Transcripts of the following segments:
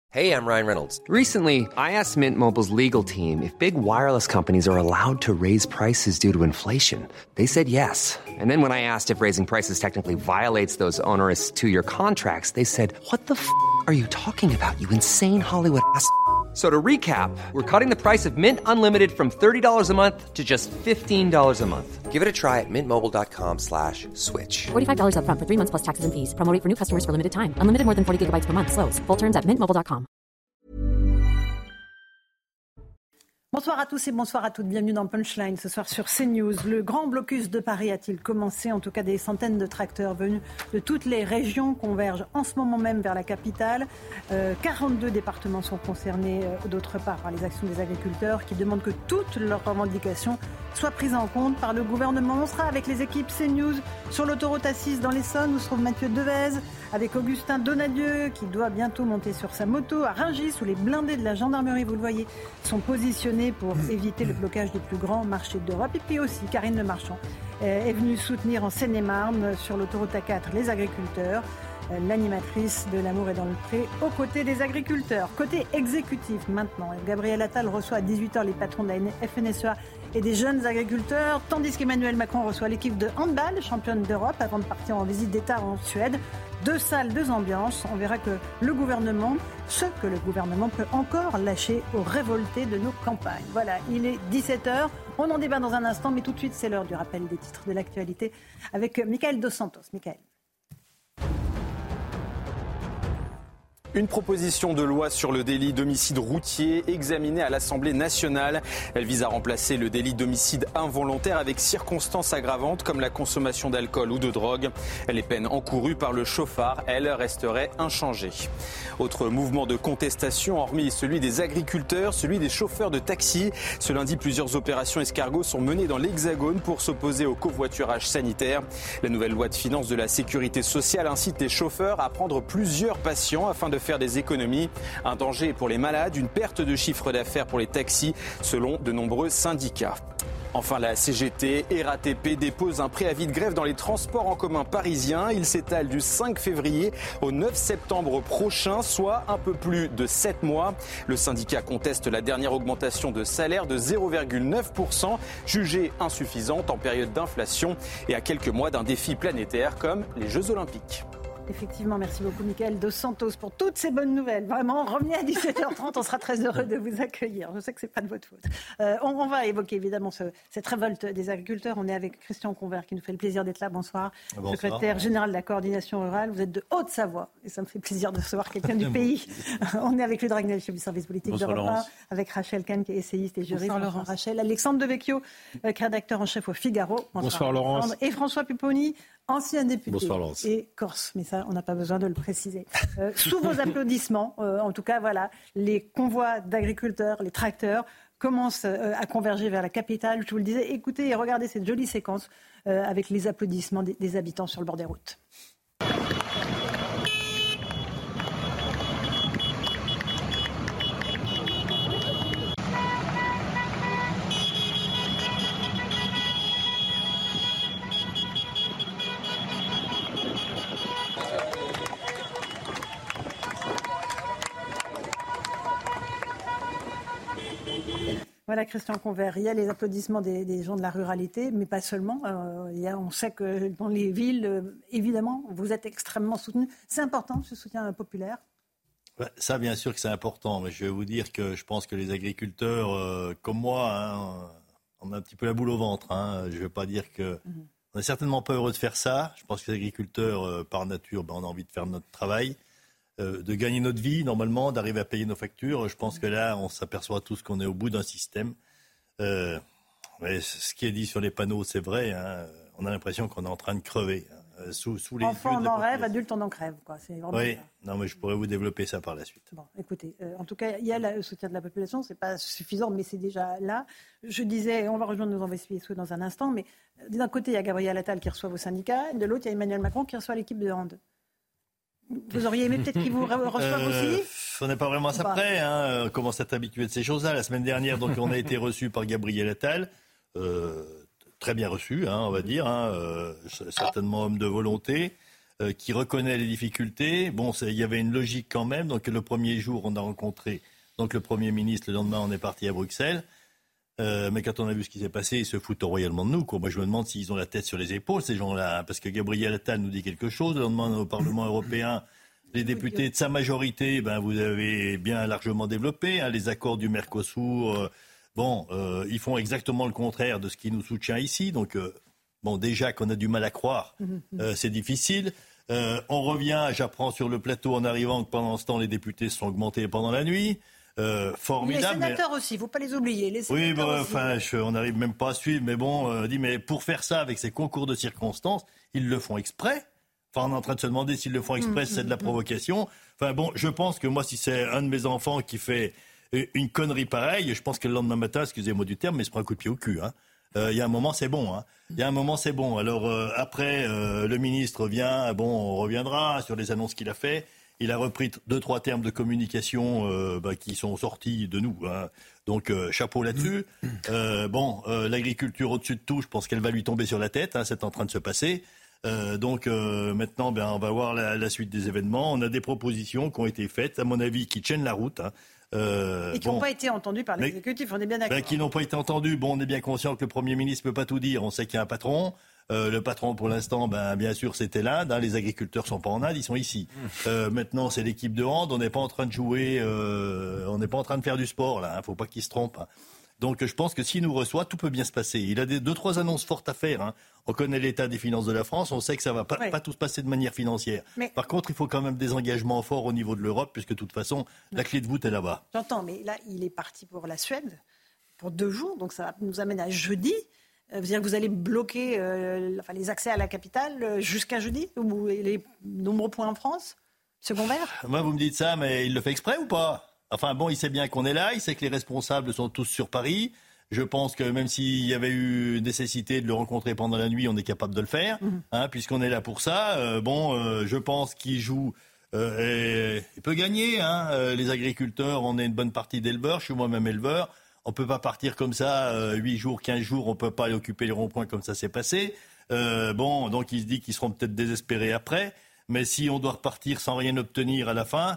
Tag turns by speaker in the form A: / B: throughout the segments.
A: Hey, I'm Ryan Reynolds.
B: Recently, I asked Mint Mobile's legal team if big wireless companies are allowed to raise prices due to inflation. They said yes. And then when I asked if raising prices technically violates those onerous two-year contracts, they said, "What the f*** are you talking about, you insane Hollywood ass?" So to recap, we're cutting the price of Mint Unlimited from $30 a month to just $15 a month.
A: Give it a try at mintmobile.com/switch.
C: $45 up front for 3 months plus taxes and fees. Promo rate for new customers for limited time. Unlimited more than 40 gigabytes per month. Slows full terms at mintmobile.com.
D: Bonsoir à tous et bonsoir à toutes. Bienvenue dans Punchline ce soir sur CNews. Le grand blocus de Paris a-t-il commencé? En tout cas, des centaines de tracteurs venus de toutes les régions convergent en ce moment même vers la capitale. 42 départements sont concernés d'autre part par les actions des agriculteurs qui demandent que toutes leurs revendications soient prises en compte par le gouvernement. On sera avec les équipes CNews sur l'autoroute A6 dans l'Essonne où se trouve Mathieu Devez, avec Augustin Donadieu qui doit bientôt monter sur sa moto à Rungis où les blindés de la gendarmerie, vous le voyez, sont positionnés pour éviter le blocage du plus grand marché d'Europe. Et puis aussi, Karine Le Marchand est venue soutenir en Seine-et-Marne, sur l'autoroute A4, les agriculteurs. L'animatrice de L'amour est dans le pré, aux côtés des agriculteurs. Côté exécutif maintenant, Gabriel Attal reçoit à 18h les patrons de la FNSEA et des jeunes agriculteurs, tandis qu'Emmanuel Macron reçoit l'équipe de handball, championne d'Europe, avant de partir en visite d'État en Suède. 2 salles, 2 ambiances. On verra que le gouvernement peut encore lâcher aux révoltés de nos campagnes. Voilà, il est 17h. On en débat dans un instant, mais tout de suite, c'est l'heure du rappel des titres de l'actualité avec Mickaël Dos Santos. Mickaël.
E: Une proposition de loi sur le délit d'homicide routier examinée à l'Assemblée nationale. Elle vise à remplacer le délit d'homicide involontaire avec circonstances aggravantes comme la consommation d'alcool ou de drogue. Les peines encourues par le chauffard, elles, resteraient inchangées. Autre mouvement de contestation, hormis celui des agriculteurs, celui des chauffeurs de taxi. Ce lundi, plusieurs opérations escargots sont menées dans l'Hexagone pour s'opposer au covoiturage sanitaire. La nouvelle loi de finances de la sécurité sociale incite les chauffeurs à prendre plusieurs patients afin de faire des économies. Un danger pour les malades, une perte de chiffre d'affaires pour les taxis, selon de nombreux syndicats. Enfin, la CGT et RATP déposent un préavis de grève dans les transports en commun parisiens. Il s'étale du 5 février au 9 septembre prochain, soit un peu plus de 7 mois. Le syndicat conteste la dernière augmentation de salaire de 0,9%, jugée insuffisante en période d'inflation et à quelques mois d'un défi planétaire comme les Jeux Olympiques.
D: Effectivement, merci beaucoup Mickaël Dos Santos pour toutes ces bonnes nouvelles. Vraiment, revenez à 17h30, on sera très heureux de vous accueillir. Je sais que ce n'est pas de votre faute. On va évoquer évidemment cette révolte des agriculteurs. On est avec Christian Convert qui nous fait le plaisir d'être là. Bonsoir. Bonsoir. Secrétaire général de la coordination rurale. Vous êtes de Haute-Savoie et ça me fait plaisir de recevoir quelqu'un du pays. On est avec Louis Dragnel, chef du service politique de l'Europe 1, avec Rachel Kahn qui est essayiste et juriste. Bonsoir Rachel. Alexandre Devecchio, rédacteur en chef au Figaro.
F: Bonsoir Laurence.
D: Et François Pupponi, ancien député.
F: Bonsoir Laurence.
D: Et Corse, mais ça on n'a pas besoin de le préciser. Sous vos applaudissements, en tout cas voilà, les convois d'agriculteurs, les tracteurs commencent à converger vers la capitale. Je vous le disais, écoutez et regardez cette jolie séquence avec les applaudissements des habitants sur le bord des routes. Voilà Christian Convert, il y a les applaudissements des gens de la ruralité, mais pas seulement. On sait que dans les villes, évidemment, vous êtes extrêmement soutenu. C'est important ce soutien populaire?
F: Ça, bien sûr que c'est important, mais je vais vous dire que je pense que les agriculteurs, comme moi, on a un petit peu la boule au ventre. Je ne veux pas dire que... On n'est certainement pas heureux de faire ça. Je pense que les agriculteurs, par nature, on a envie de faire notre travail. De gagner notre vie, normalement, d'arriver à payer nos factures. Je pense que là, on s'aperçoit tous qu'on est au bout d'un système. Mais ce qui est dit sur les panneaux, c'est vrai. On a l'impression qu'on est en train de crever. Sous les
D: enfants, on en rêve, adultes, on en crève. Quoi. C'est vraiment
F: oui, non, mais je pourrais vous développer ça par la suite.
D: Bon, écoutez, en tout cas, il y a le soutien de la population. Ce n'est pas suffisant, mais c'est déjà là. Je disais, on va rejoindre nos investisseurs dans un instant, mais d'un côté, il y a Gabriel Attal qui reçoit vos syndicats, de l'autre, il y a Emmanuel Macron qui reçoit l'équipe de hand. Vous auriez aimé peut-être qu'ils vous reçoivent aussi?
F: On n'est pas vraiment à ça près. On commence à être habitué de ces choses-là. La semaine dernière, donc, on a été reçu par Gabriel Attal. Très bien reçu, on va dire. Certainement homme de volonté. qui reconnaît les difficultés. Bon, il y avait une logique quand même. Donc le premier jour, on a rencontré donc le Premier ministre. Le lendemain, on est parti à Bruxelles. Mais quand on a vu ce qui s'est passé, ils se foutent royalement de nous, quoi. Moi, je me demande s'ils ont la tête sur les épaules, ces gens-là. Hein, parce que Gabriel Attal nous dit quelque chose. Le lendemain, au Parlement européen, les députés de sa majorité, vous avez bien largement développé. Hein, les accords du Mercosur, ils font exactement le contraire de ce qui nous soutient ici. Donc, déjà qu'on a du mal à croire, c'est difficile. On revient, j'apprends sur le plateau en arrivant que pendant ce temps, les députés se sont augmentés pendant la nuit. Formidable.
D: Les sénateurs aussi, il ne faut pas les oublier. Les sénateurs
F: on n'arrive même pas à suivre. Mais mais pour faire ça avec ces concours de circonstances, ils le font exprès. Enfin, on est en train de se demander s'ils le font exprès, c'est de la provocation. Je pense que moi, si c'est un de mes enfants qui fait une connerie pareille, je pense que le lendemain matin, excusez-moi du terme, mais il se prend un coup de pied au cul. Hein. Il y a un moment, c'est bon. Hein. Il y a un moment, c'est bon. Alors après, le ministre vient, on reviendra sur les annonces qu'il a fait. Il a repris 2-3 termes de communication qui sont sortis de nous. Hein. Donc, chapeau là-dessus. L'agriculture au-dessus de tout, je pense qu'elle va lui tomber sur la tête. Hein, c'est en train de se passer. Maintenant, on va voir la suite des événements. On a des propositions qui ont été faites, à mon avis, qui tiennent la route. Hein.
D: Et qui n'ont pas été entendues par l'exécutif, on est bien d'accord.
F: Qui n'ont pas été entendues. On est bien conscient que le Premier ministre ne peut pas tout dire. On sait qu'il y a un patron. Le patron, pour l'instant, bien sûr, c'était l'Inde. Hein. Les agriculteurs ne sont pas en Inde, ils sont ici. Maintenant, c'est l'équipe de hand. On n'est pas en train de jouer, on n'est pas en train de faire du sport, là. Il ne faut pas qu'ils se trompent. Hein. Donc, je pense que s'il nous reçoit, tout peut bien se passer. Il a 2-3 annonces fortes à faire. Hein. On connaît l'état des finances de la France. On sait que ça ne va pas tout se passer de manière financière. Par contre, il faut quand même des engagements forts au niveau de l'Europe, puisque de toute façon, la clé de voûte est là-bas.
D: J'entends, mais là, il est parti pour la Suède pour 2 jours. Donc, ça nous amène à jeudi. C'est-à-dire que vous allez bloquer les accès à la capitale jusqu'à jeudi, ou les nombreux points en France, secondaire.
F: Moi, vous me dites ça, mais il le fait exprès ou pas ? Il sait bien qu'on est là, il sait que les responsables sont tous sur Paris. Je pense que même s'il y avait eu nécessité de le rencontrer pendant la nuit, on est capable de le faire, puisqu'on est là pour ça. Je pense qu'il joue... il peut gagner, les agriculteurs, on est une bonne partie d'éleveurs, je suis moi-même éleveur. On ne peut pas partir comme ça, 8 jours, 15 jours, on ne peut pas aller occuper les ronds-points comme ça s'est passé. Donc il se dit qu'ils seront peut-être désespérés après. Mais si on doit repartir sans rien obtenir à la fin,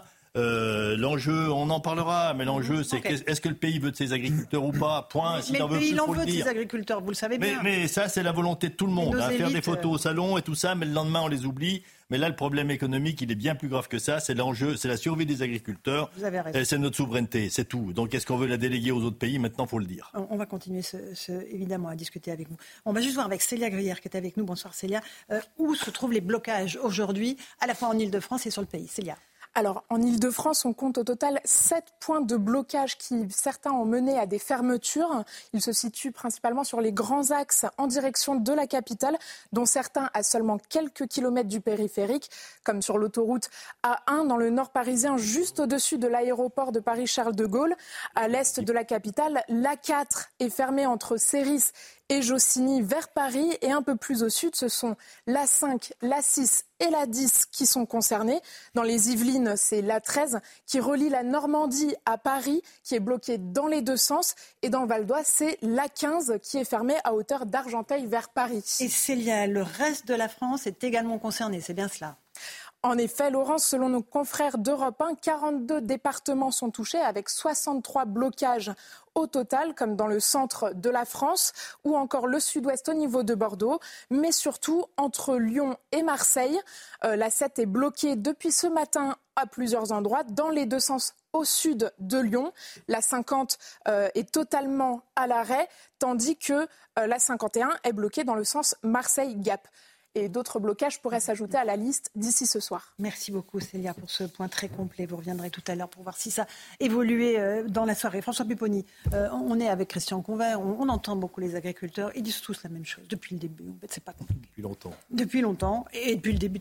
F: l'enjeu, on en parlera, mais l'enjeu c'est est-ce que le pays veut de ses agriculteurs ou pas ? Point.
D: Mais le pays, il en veut de ses agriculteurs, vous le savez bien.
F: Mais ça, c'est la volonté de tout le monde. Faire des photos au salon et tout ça, mais le lendemain, on les oublie. Mais là, le problème économique, il est bien plus grave que ça. C'est l'enjeu, c'est la survie des agriculteurs.
D: Vous avez raison.
F: Et c'est notre souveraineté, c'est tout. Donc, est-ce qu'on veut la déléguer aux autres pays ? Maintenant, il faut le dire.
D: On va continuer évidemment à discuter avec vous. On va juste voir avec Célia Gruyère qui est avec nous. Bonsoir Célia. Où se trouvent les blocages aujourd'hui, à la fois en Ile-de-France et sur le pays ? Célia.
G: Alors, en Ile-de-France, on compte au total 7 points de blocage qui, certains, ont mené à des fermetures. Ils se situent principalement sur les grands axes en direction de la capitale, dont certains à seulement quelques kilomètres du périphérique, comme sur l'autoroute A1 dans le nord parisien, juste au-dessus de l'aéroport de Paris-Charles de Gaulle. À l'est de la capitale, l'A4 est fermée entre Céris et Jossigny vers Paris, et un peu plus au sud, ce sont l'A5, l'A6 et l'A10 qui sont concernés. Dans les Yvelines, c'est l'A13 qui relie la Normandie à Paris, qui est bloquée dans les deux sens, et dans le Val d'Oise, c'est l'A15 qui est fermée à hauteur d'Argenteuil vers Paris.
D: Et Célia, le reste de la France est également concerné, c'est bien cela ?
G: En effet, Laurence, selon nos confrères d'Europe 1, 42 départements sont touchés avec 63 blocages au total, comme dans le centre de la France ou encore le sud-ouest au niveau de Bordeaux, mais surtout entre Lyon et Marseille. La 7 est bloquée depuis ce matin à plusieurs endroits, dans les deux sens au sud de Lyon. La 50 est totalement à l'arrêt, tandis que la 51 est bloquée dans le sens Marseille-Gap. Et d'autres blocages pourraient s'ajouter à la liste d'ici ce soir.
D: Merci beaucoup Célia pour ce point très complet. Vous reviendrez tout à l'heure pour voir si ça a évolué dans la soirée. François Pupponi, on est avec Christian Convert, on entend beaucoup les agriculteurs. Ils disent tous la même chose depuis le début. En fait, c'est pas compliqué. Depuis longtemps et depuis le début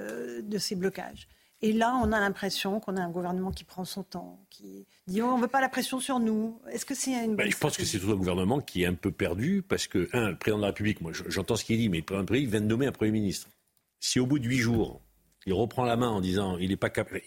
D: de ces blocages. Et là, on a l'impression qu'on a un gouvernement qui prend son temps, qui dit on ne veut pas la pression sur nous. Est-ce que c'est une bonne
H: Je pense que c'est tout un gouvernement qui est un peu perdu parce que, le président de la République, moi j'entends ce qu'il dit, mais le président de la République vient de nommer un Premier ministre. Si au bout de 8 jours, il reprend la main en disant il n'est pas capable,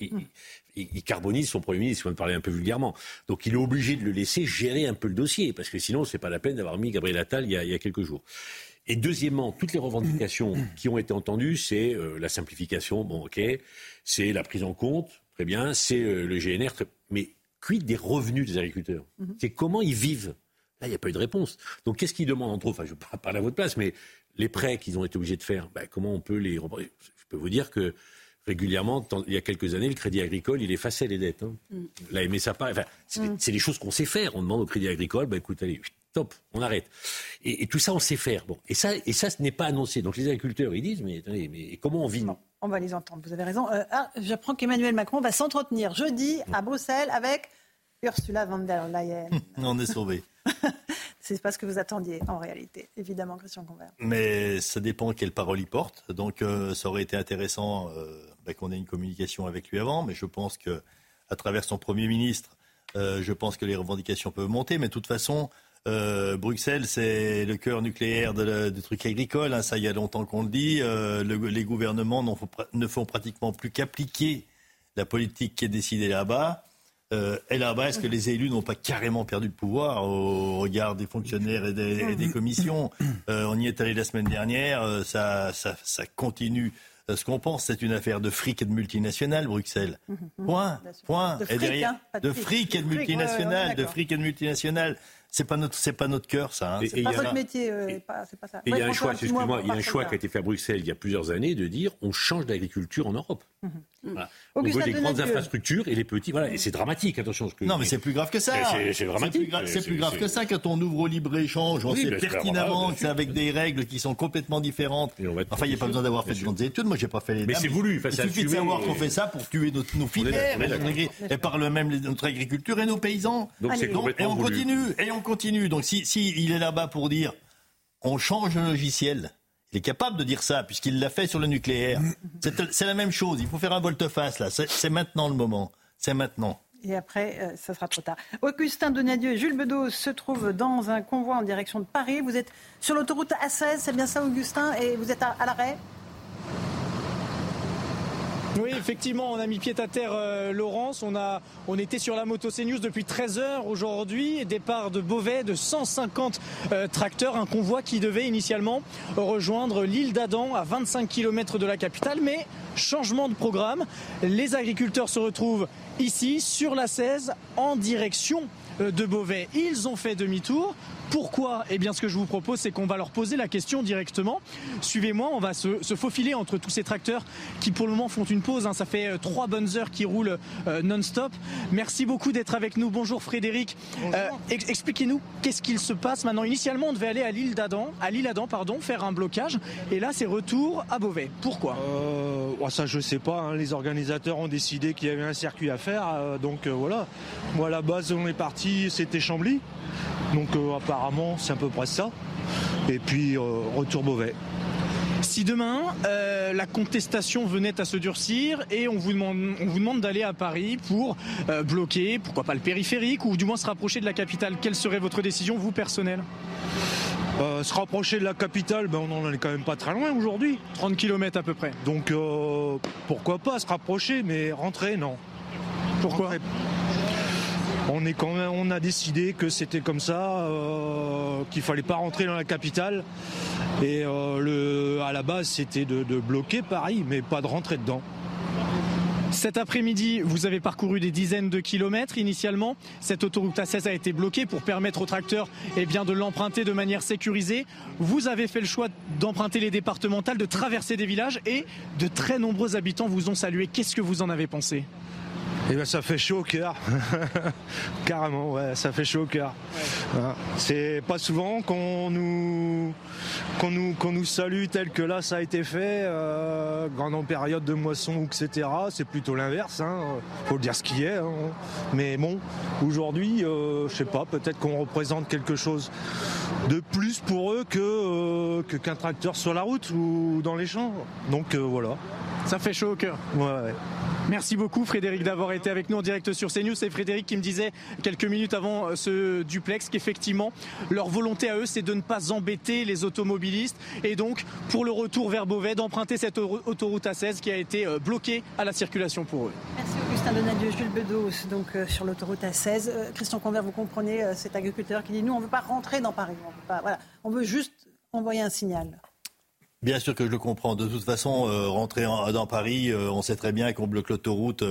H: il carbonise son Premier ministre, si on veut parler un peu vulgairement. Donc il est obligé de le laisser gérer un peu le dossier, parce que sinon c'est pas la peine d'avoir mis Gabriel Attal il y a quelques jours. Et deuxièmement, toutes les revendications qui ont été entendues, c'est la simplification, bon ok, c'est la prise en compte, très bien, c'est le GNR, mais quid des revenus des agriculteurs ? C'est comment ils vivent ? Là, il n'y a pas eu de réponse. Donc qu'est-ce qu'ils demandent entre autres ? Enfin, je ne vais pas parler à votre place, mais les prêts qu'ils ont été obligés de faire, comment on peut les rembourser ? Je peux vous dire que régulièrement, il y a quelques années, le Crédit Agricole, il effaçait les dettes. La MSA, enfin, c'est des choses qu'on sait faire. On demande au Crédit Agricole, écoute, allez, stop, on arrête. Et tout ça, on sait faire. Bon, et ça, ce n'est pas annoncé. Donc les agriculteurs, ils disent, mais attendez, mais comment on vit ?
D: Bon, on va les entendre, vous avez raison. J'apprends qu'Emmanuel Macron va s'entretenir jeudi à Bruxelles avec Ursula von der Leyen.
F: On est sauvés.
D: C'est pas ce que vous attendiez, en réalité, évidemment, Christian Convert.
F: Mais ça dépend quelle parole il porte. Donc ça aurait été intéressant qu'on ait une communication avec lui avant. Mais je pense qu'à travers son Premier ministre, je pense que les revendications peuvent monter. Mais de toute façon, Bruxelles, c'est le cœur nucléaire des trucs agricoles. Ça, il y a longtemps qu'on le dit. Les gouvernements ne font pratiquement plus qu'appliquer la politique qui est décidée là-bas. Et là-bas, est-ce que les élus n'ont pas carrément perdu le pouvoir au regard des fonctionnaires et des commissions ? On y est allé la semaine dernière, ça continue. Ce qu'on pense, c'est une affaire de fric et de multinationales, Bruxelles. Point.
D: De fric,
F: et derrière,
D: de
F: fric et de multinationales, de fric et de multinationales. C'est pas notre cœur, ça.
D: C'est pas votre métier, c'est pas ça.
H: Et il y a un choix, excuse-moi, il y a un choix qui a été fait à Bruxelles il y a plusieurs années de dire on change d'agriculture en Europe. Voilà. On veut des grandes infrastructures et les petits, voilà. Et c'est dramatique, attention.
F: Non, mais c'est plus grave que ça.
H: C'est dramatique.
F: C'est plus grave que ça quand on ouvre au libre-échange. On sait pertinemment que c'est avec des règles qui sont complètement différentes. Enfin, il n'y a pas besoin d'avoir fait de grandes études. Moi, j'ai pas fait les dames.
H: Mais c'est voulu.
F: Il suffit de savoir qu'on fait ça pour tuer nos filières. Et par le même notre agriculture et nos paysans.
H: Donc c'est complètement voulu.
F: Et on continue. Donc si il est là-bas pour dire on change le logiciel, il est capable de dire ça puisqu'il l'a fait sur le nucléaire. C'est la même chose. Il faut faire un volte-face là. C'est maintenant le moment. C'est maintenant.
D: Et après, ça sera trop tard. Augustin Donadieu et Jules Bedeau se trouvent dans un convoi en direction de Paris. Vous êtes sur l'autoroute A16, c'est bien ça, Augustin, et vous êtes à l'arrêt ?
I: Oui, effectivement, on a mis pied à terre, Laurence. On était sur la moto CNews depuis 13h aujourd'hui. Départ de Beauvais de 150 tracteurs. Un convoi qui devait initialement rejoindre l'île d'Adam à 25 km de la capitale. Mais changement de programme. Les agriculteurs se retrouvent ici, sur la 16, en direction de Beauvais. Ils ont fait demi-tour. Pourquoi ? Eh bien, ce que je vous propose, c'est qu'on va leur poser la question directement. Suivez-moi, on va se faufiler entre tous ces tracteurs qui, pour le moment, font une pause. Ça fait 3 bonnes heures qu'ils roulent non-stop. Merci beaucoup d'être avec nous. Bonjour Frédéric. Expliquez-nous qu'est-ce qu'il se passe maintenant. Initialement, on devait aller à l'île d'Adam, faire un blocage. Et là, c'est retour à Beauvais. Pourquoi ?
J: Ça, je sais pas. Les organisateurs ont décidé qu'il y avait un circuit à faire. Donc voilà. Moi, à la base, on est parti, c'était Chambly. Donc apparemment c'est à peu près ça. Et puis retour Beauvais.
I: Si demain la contestation venait à se durcir et on vous demande d'aller à Paris pour bloquer, pourquoi pas le périphérique, ou du moins se rapprocher de la capitale, quelle serait votre décision, vous, personnelle ?
J: Se rapprocher de la capitale, on n'en est quand même pas très loin aujourd'hui.
I: 30 km à peu près.
J: Donc pourquoi pas se rapprocher, mais rentrer, non.
I: Pourquoi ?
J: On a décidé que c'était comme ça, qu'il fallait pas rentrer dans la capitale. Et à la base, c'était de bloquer Paris, mais pas de rentrer dedans.
I: Cet après-midi, vous avez parcouru des dizaines de kilomètres. Initialement, cette autoroute A16 a été bloquée pour permettre aux tracteurs de l'emprunter de manière sécurisée. Vous avez fait le choix d'emprunter les départementales, de traverser des villages, et de très nombreux habitants vous ont salué. Qu'est-ce que vous en avez pensé ?
J: Ça fait chaud au cœur. Carrément, ouais, ça fait chaud au cœur. Ouais. C'est pas souvent qu'on nous salue tel que là ça a été fait, en période de moisson, etc. C'est plutôt l'inverse, faut le dire ce qui est. Mais bon, aujourd'hui, je sais pas, peut-être qu'on représente quelque chose de plus pour eux qu'un tracteur sur la route ou dans les champs. Donc voilà.
I: Ça fait chaud au cœur.
J: Ouais.
I: Merci beaucoup Frédéric d'avoir été avec nous en direct sur CNews. C'est Frédéric qui me disait quelques minutes avant ce duplex qu'effectivement leur volonté à eux, c'est de ne pas embêter les automobilistes, et donc pour le retour vers Beauvais d'emprunter cette autoroute A16 qui a été bloquée à la circulation pour eux.
D: Merci Augustin Donadieu, Jules Bedeau, donc sur l'autoroute A16. Christian Convert, vous comprenez cet agriculteur qui dit nous on ne veut pas rentrer dans Paris, on veut juste envoyer un signal.
F: Bien sûr que je le comprends. De toute façon, rentrer dans Paris, on sait très bien qu'on bloque l'autoroute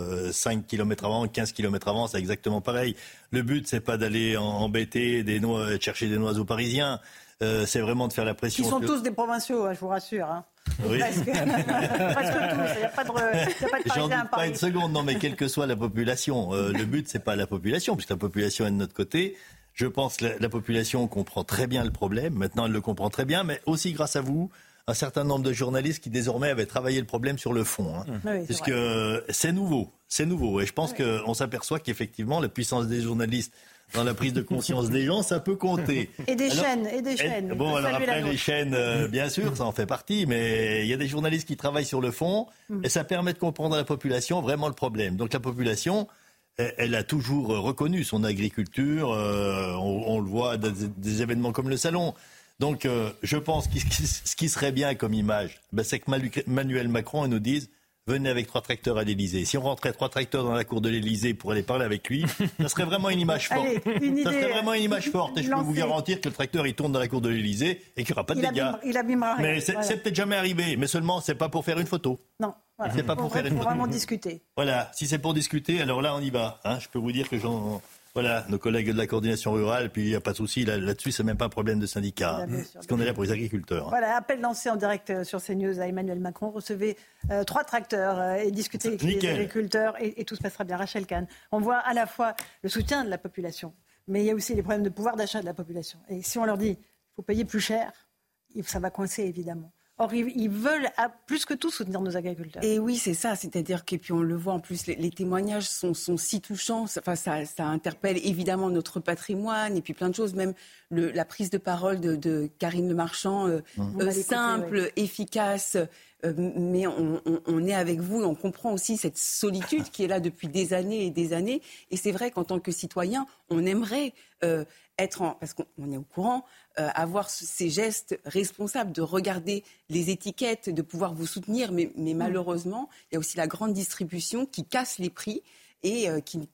F: 5 km avant, 15 km avant, c'est exactement pareil. Le but, c'est pas d'aller embêter chercher des noiseaux parisiens. C'est vraiment de faire la pression.
D: Ils sont tous des provinciaux, je vous rassure. Hein.
F: Oui.
D: Presque tous. Il n'y a pas de Parisiens
F: J'en
D: à
F: doute
D: Paris.
F: pas une seconde. Non, mais quelle que soit la population, le but, c'est pas la population, puisque la population est de notre côté. Je pense que la population comprend très bien le problème. Maintenant, elle le comprend très bien, mais aussi grâce à vous, un certain nombre de journalistes qui désormais avaient travaillé le problème sur le fond. Hein.
D: Oui,
F: puisque c'est nouveau. Et je pense qu'on s'appellesoit qu'effectivement, la puissance des journalistes dans la prise de conscience des gens, ça peut compter.
D: Et des chaînes.
F: Bon, alors après, les chaînes, bien sûr, ça en fait partie, mais il y a des journalistes qui travaillent sur le fond, et ça permet de comprendre à la population vraiment le problème. Donc la population, elle a toujours reconnu son agriculture, on le voit dans des événements comme le Salon. Donc je pense que ce qui serait bien comme image, c'est que Emmanuel Macron nous dise venez avec 3 tracteurs à l'Élysée. Si on rentrait 3 tracteurs dans la cour de l'Élysée pour aller parler avec lui, ça serait vraiment une image forte.
D: Allez, ça
F: serait vraiment une image forte. Et je peux vous garantir que le tracteur, il tourne dans la cour de l'Élysée et qu'il n'y aura pas de dégâts.
D: Il abîmera rien.
F: Mais c'est peut-être jamais arrivé. Mais seulement, c'est pas pour faire une photo.
D: Non. Voilà.
F: C'est pas pour faire une photo.
D: Vraiment discuter.
F: Voilà. Si c'est pour discuter, alors là, on y va. Hein. Je peux vous dire que voilà, nos collègues de la coordination rurale, puis il n'y a pas de souci, là-dessus, c'est même pas un problème de syndicat. Hein, parce qu'on est là pour les agriculteurs. Hein.
D: Voilà, appel lancé en direct sur CNews à Emmanuel Macron. Recevez 3 tracteurs et discutez avec les agriculteurs et tout se passera bien. Rachel Kahn, on voit à la fois le soutien de la population, mais il y a aussi les problèmes de pouvoir d'achat de la population. Et si on leur dit qu'il faut payer plus cher, ça va coincer évidemment. Or, ils veulent plus que tout soutenir nos agriculteurs.
K: Et oui, c'est ça. C'est-à-dire que, puis on le voit en plus, les témoignages sont si touchants. Enfin, ça interpelle évidemment notre patrimoine et puis plein de choses. Même la prise de parole de Karine Le Marchand, simple, efficace. Mais on est avec vous et on comprend aussi cette solitude qui est là depuis des années et des années. Et c'est vrai qu'en tant que citoyen, on aimerait parce qu'on est au courant, avoir ces gestes responsables, de regarder les étiquettes, de pouvoir vous soutenir. Mais malheureusement, il y a aussi la grande distribution qui casse les prix et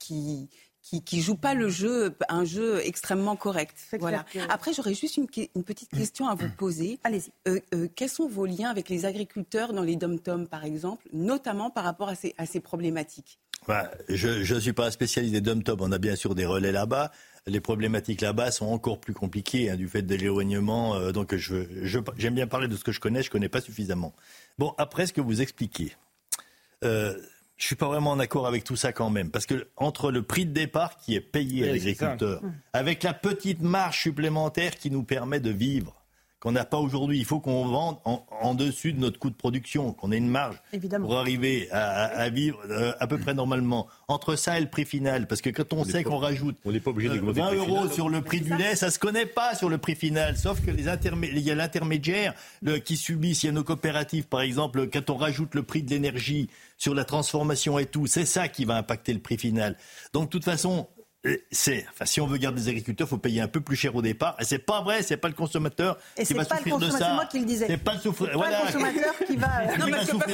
K: qui joue pas un jeu extrêmement correct. Voilà. Après, j'aurais juste une petite question à vous poser.
D: Allez-y.
K: Quels sont vos liens avec les agriculteurs dans les dom-toms, par exemple, notamment par rapport à ces problématiques ?
F: Je ne suis pas un spécialiste des dom-toms. On a bien sûr des relais là-bas. Les problématiques là-bas sont encore plus compliquées du fait de l'éloignement. Donc j'aime bien parler de ce que je connais pas suffisamment. Bon, après ce que vous expliquez, je suis pas vraiment en accord avec tout ça quand même. Parce que entre le prix de départ qui est payé à l'agriculteur, avec la petite marge supplémentaire qui nous permet de vivre, qu'on n'a pas aujourd'hui. Il faut qu'on vende en dessus de notre coût de production, qu'on ait une marge pour arriver à vivre à peu près normalement. Entre ça et le prix final, parce que quand on sait qu'on rajoute 20 € sur le prix du lait, ça ne se connaît pas sur le prix final, sauf que il y a l'intermédiaire qui subissent. Il y a nos coopératives, par exemple, quand on rajoute le prix de l'énergie sur la transformation et tout, c'est ça qui va impacter le prix final. Donc, de toute façon... si on veut garder des agriculteurs, il faut payer un peu plus cher au départ. Et c'est pas vrai, c'est pas le consommateur qui va souffrir de ça.
D: C'est moi qui le disais.
F: C'est pas le
D: consommateur qui va.
K: Non, mais c'est pas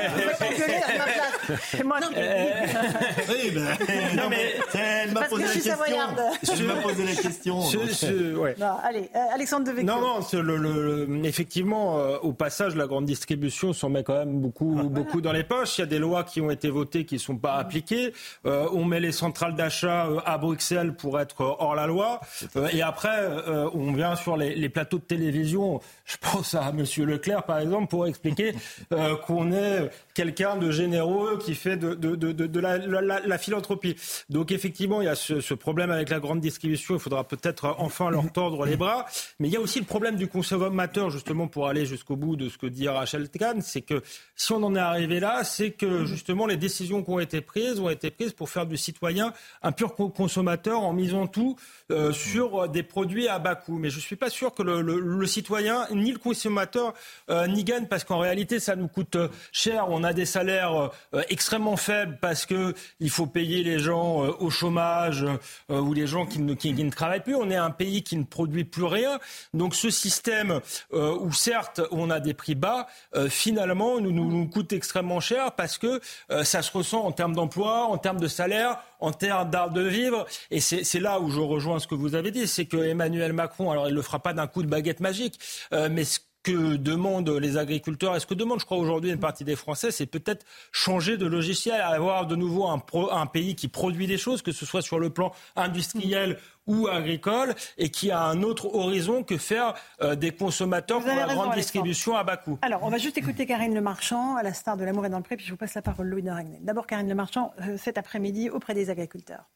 D: C'est moi qui le dis.
F: Non, mais elle m'a posé la question. Elle m'a posé la question.
D: Allez, Alexandre Devecchio.
I: Non, effectivement, au passage, la grande distribution s'en met quand même beaucoup dans les poches. Il y a des lois qui ont été votées qui ne sont pas appliquées. On met les centrales d'achat à Bruxelles pour être hors la loi. Et après, on vient sur les plateaux de télévision. Je pense à Monsieur Leclerc, par exemple, pour expliquer qu'on est quelqu'un de généreux qui fait de la philanthropie. Donc effectivement, il y a ce problème avec la grande distribution. Il faudra peut-être enfin leur tordre les bras. Mais il y a aussi le problème du consommateur, justement, pour aller jusqu'au bout de ce que dit Rachel Kahn. C'est que si on en est arrivé là, c'est que justement les décisions qui ont été prises pour faire du citoyen un pur consommateur en misant tout sur des produits à bas coût. Mais je ne suis pas sûr que le citoyen ni le consommateur n'y gagne, parce qu'en réalité ça nous coûte cher. On a des salaires extrêmement faibles parce qu'il faut payer les gens au chômage ou les gens qui ne travaillent plus. On est un pays qui ne produit plus rien. Donc ce système où certes on a des prix bas, finalement nous coûte extrêmement cher, parce que ça se ressent en termes d'emploi, en termes de salaire, en termes d'art de vivre
L: agriculture. Et c'est là où je rejoins ce que vous avez dit, c'est que Emmanuel Macron, alors il le fera pas d'un coup de baguette magique, mais ce que demandent les agriculteurs et ce que demande, je crois, aujourd'hui une partie des Français, c'est peut-être changer de logiciel, avoir de nouveau un pays qui produit des choses, que ce soit sur le plan industriel ou agricole, et qui a un autre horizon que faire des consommateurs pour la grande distribution à bas coût.
D: Alors, on va juste écouter Karine Le Marchand, à la star de L'amour est dans le pré, puis je vous passe la parole, Louis de Ragnel. D'abord, Karine Le Marchand, cet après-midi, auprès des agriculteurs.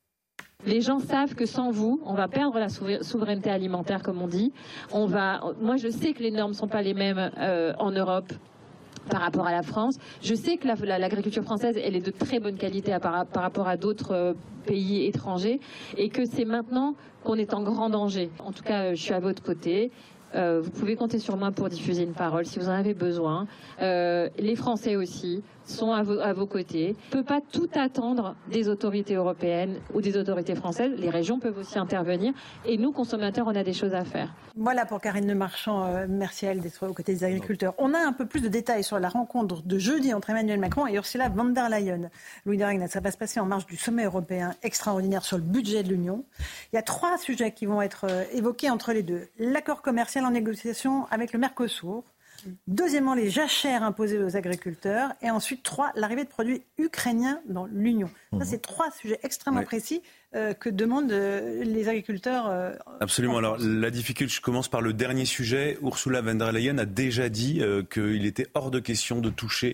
M: Les gens savent que sans vous, on va perdre la souveraineté alimentaire, comme on dit. Moi, je sais que les normes ne sont pas les mêmes en Europe par rapport à la France. Je sais que l'agriculture française, elle est de très bonne qualité par rapport à d'autres pays étrangers, et que c'est maintenant qu'on est en grand danger. En tout cas, je suis à votre côté. Vous pouvez compter sur moi pour diffuser une parole si vous en avez besoin. Les Français aussi sont à vos côtés. On ne peut pas tout attendre des autorités européennes ou des autorités françaises. Les régions peuvent aussi intervenir. Et nous, consommateurs, on a des choses à faire. Voilà pour Karine Le Marchand. Merci à elle d'être aux côtés des agriculteurs. On a un peu plus de détails sur la rencontre de jeudi entre Emmanuel Macron et Ursula von der Leyen. Louis de Ragnel, ça va se passer en marge du sommet européen extraordinaire sur le budget de l'Union. Il y a 3 sujets qui vont être évoqués entre les deux. L'accord commercial en négociation avec le Mercosur. Deuxièmement, les jachères imposées aux agriculteurs. Et ensuite, 3, l'arrivée de produits ukrainiens dans l'Union. Ça, c'est 3 sujets extrêmement précis que demandent les agriculteurs.
N: Absolument. Alors, la difficulté, je commence par le dernier sujet. Ursula von der Leyen a déjà dit qu'il était hors de question de toucher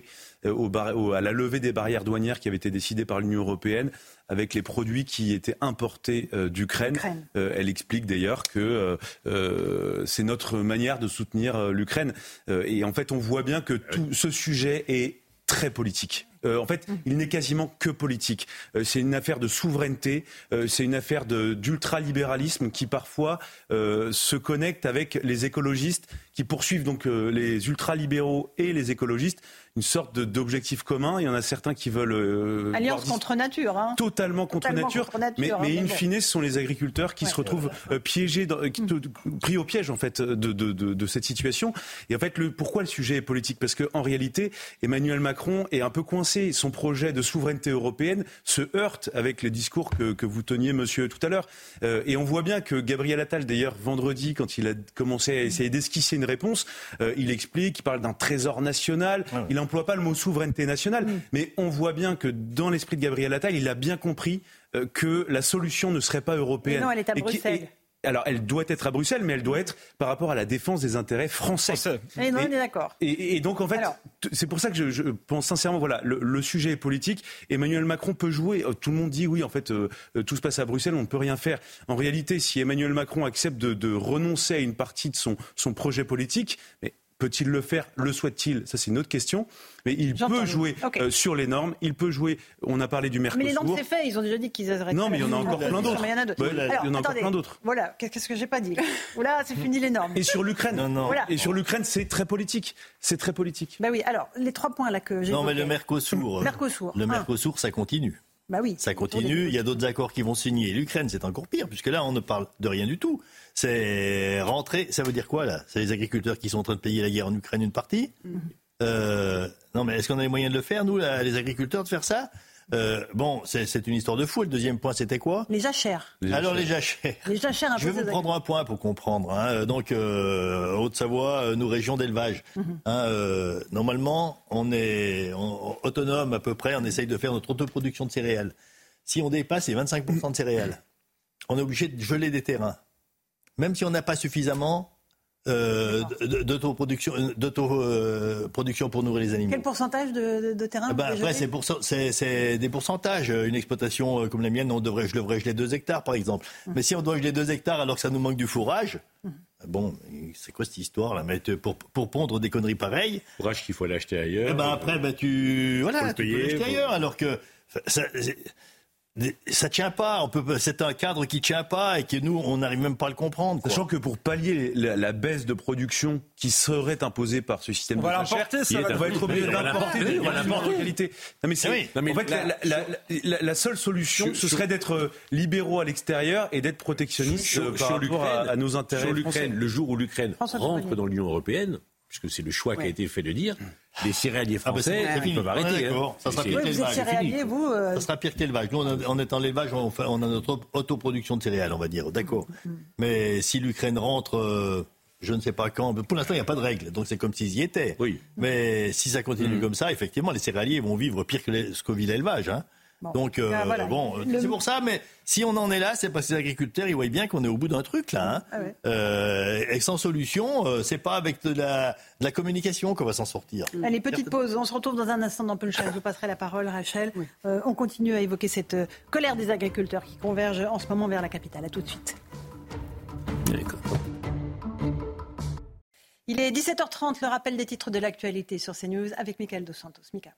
N: à la levée des barrières douanières qui avait été décidée par l'Union européenne avec les produits qui étaient importés d'Ukraine. Elle explique d'ailleurs que c'est notre manière de soutenir l'Ukraine. Et en fait, on voit bien que tout ce sujet est très politique. En fait, il n'est quasiment que politique. C'est une affaire de souveraineté, c'est une affaire d'ultralibéralisme qui parfois se connecte avec les écologistes qui poursuivent donc les ultralibéraux et les écologistes une sorte d'objectif commun. Il y en a certains qui veulent...
D: Alliance contre nature. Hein.
N: Totalement contre nature. Mais in fine, ce sont les agriculteurs qui se retrouvent piégés, pris au piège en fait de cette situation. Et en fait, pourquoi le sujet est politique ? Parce qu'en réalité, Emmanuel Macron est un peu coincé. Son projet de souveraineté européenne se heurte avec les discours que vous teniez, monsieur, tout à l'heure. Et on voit bien que Gabriel Attal, d'ailleurs, vendredi, quand il a commencé à essayer d'esquisser une réponse, il explique, il parle d'un trésor national. Il n'emploie pas le mot souveraineté nationale, mais on voit bien que dans l'esprit de Gabriel Attal, il a bien compris que la solution ne serait pas européenne.
D: Et non, elle est à Bruxelles.
N: Alors, elle doit être à Bruxelles, mais elle doit être par rapport à la défense des intérêts français.
D: Et non, on est d'accord.
N: Et donc, en fait, c'est pour ça que je pense sincèrement, voilà, le sujet est politique. Emmanuel Macron peut jouer. Tout le monde dit, oui, en fait, tout se passe à Bruxelles, on ne peut rien faire. En réalité, si Emmanuel Macron accepte de renoncer à une partie de son projet politique, mais peut-il le faire ? Le souhaite-t-il ? Ça, c'est une autre question. Mais il peut jouer sur les normes. Il peut jouer. On a parlé du Mercosur.
D: Mais les normes, c'est fait. Ils ont déjà dit qu'ils arrêteraient.
N: Non, mais il y en a encore plein d'autres.
D: Il y en a d'autres.
N: Il y en a encore plein d'autres.
D: Voilà. Qu'est-ce que j'ai pas dit ? Oula, c'est fini les normes.
N: Et sur l'Ukraine.
D: Voilà.
N: Et sur l'Ukraine, c'est très politique. C'est très politique.
D: Bah oui. Alors, les 3 points là que j'ai.
F: Non, mais le Mercosur.
D: Le
F: Mercosur, ça continue.
D: Bah oui.
F: Ça continue, il y a d'autres accords qui vont signer. L'Ukraine, c'est encore pire, puisque là, on ne parle de rien du tout. C'est rentrer, ça veut dire quoi, là ? C'est les agriculteurs qui sont en train de payer la guerre en Ukraine une partie ? Non, mais est-ce qu'on a les moyens de le faire, nous, là, les agriculteurs, de faire ça ? Bon, c'est une histoire de fou. Le deuxième point, c'était quoi ?
D: Les jachères.
F: Alors, les jachères.
D: Les jachères.
F: Je vais vous prendre un point pour comprendre. Hein. Donc, Haute-Savoie, nos régions d'élevage. Normalement, on est autonome à peu près. On essaye de faire notre autoproduction de céréales. Si on dépasse les 25% de céréales, on est obligé de geler des terrains. Même si on n'a pas suffisamment d'autoproduction pour nourrir les animaux.
D: Quel pourcentage de terrain
F: après, c'est des pourcentages. Une exploitation comme la mienne, je devrais geler 2 hectares, par exemple. Mais si on doit geler 2 hectares alors que ça nous manque du fourrage, bon, c'est quoi cette histoire là ? Mais pour pondre des conneries pareilles,
H: fourrage qu'il faut l'acheter ailleurs.
F: Après, tu peux l'acheter ailleurs, alors que ça tient pas. C'est un cadre qui tient pas et que nous, on n'arrive même pas à le comprendre.
N: Sachant que pour pallier la baisse de production qui serait imposée par ce système de jachère, on va être obligé d'importer. On va l'importer en qualité. Non, mais en fait, la seule solution, ce serait d'être libéraux à l'extérieur et d'être protectionnistes par rapport à nos intérêts.
H: Sur l'Ukraine, le jour où l'Ukraine rentre dans l'Union européenne, puisque c'est le choix qui a été fait de dire, les céréaliers français peuvent arrêter.
F: Ça sera pire que l'élevage. Ça sera pire que l'élevage. Nous, on est en élevage, on a notre autoproduction de céréales, on va dire. D'accord. Mais si l'Ukraine rentre, je ne sais pas quand. Pour l'instant, il n'y a pas de règle. Donc, c'est comme s'ils y étaient. Oui. Mais si ça continue comme ça, effectivement, les céréaliers vont vivre pire que ce que vit l'élevage. Hein. Bon. Donc, c'est pour ça. Mais si on en est là, c'est parce que les agriculteurs, ils voient bien qu'on est au bout d'un truc, là. Hein. Et sans solution, c'est pas avec de la communication qu'on va s'en sortir.
D: Allez, petite pause. On se retrouve dans un instant dans Punchline. Je vous passerai la parole, Rachel. Oui. On continue à évoquer cette colère des agriculteurs qui converge en ce moment vers la capitale. À tout de suite.
H: D'accord.
D: Il est 17h30, le rappel des titres de l'actualité sur CNews avec Mickaël Dos Santos. Mika.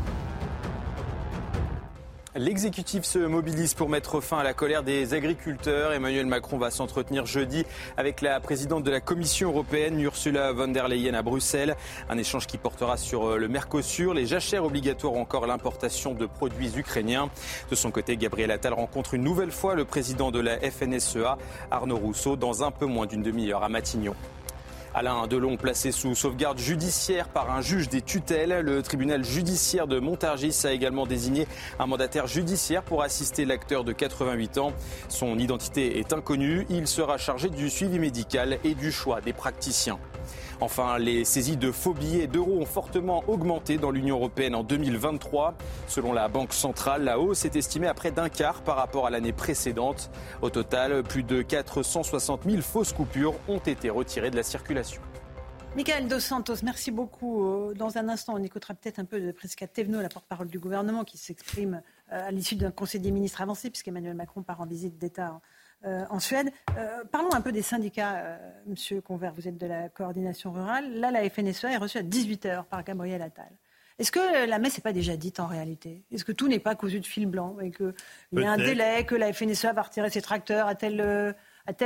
E: L'exécutif se mobilise pour mettre fin à la colère des agriculteurs. Emmanuel Macron va s'entretenir jeudi avec la présidente de la Commission européenne, Ursula von der Leyen, à Bruxelles. Un échange qui portera sur le Mercosur, les jachères obligatoires ou encore l'importation de produits ukrainiens. De son côté, Gabriel Attal rencontre une nouvelle fois le président de la FNSEA, Arnaud Rousseau, dans un peu moins d'une demi-heure à Matignon. Alain Delon placé sous sauvegarde judiciaire par un juge des tutelles. Le tribunal judiciaire de Montargis a également désigné un mandataire judiciaire pour assister l'acteur de 88 ans. Son identité est inconnue. Il sera chargé du suivi médical et du choix des praticiens. Enfin, les saisies de faux billets d'euros ont fortement augmenté dans l'Union européenne en 2023. Selon la Banque centrale, la hausse est estimée à près d'un quart par rapport à l'année précédente. Au total, plus de 460 000 fausses coupures ont été retirées de la circulation.
D: Mickaël Dos Santos, merci beaucoup. Dans un instant, on écoutera peut-être un peu de Prisca Thévenot, la porte-parole du gouvernement, qui s'exprime à l'issue d'un conseil des ministres avancé, puisqu'Emmanuel Macron part en visite d'État en Suède. Parlons un peu des syndicats, Monsieur Convert, vous êtes de la coordination rurale. Là, la FNSEA est reçue à 18h par Gabriel Attal. Est-ce que la messe n'est pas déjà dite en réalité ? Est-ce que tout n'est pas cousu de fil blanc et qu'il y a un délai, que la FNSEA va retirer ses tracteurs à telle date ?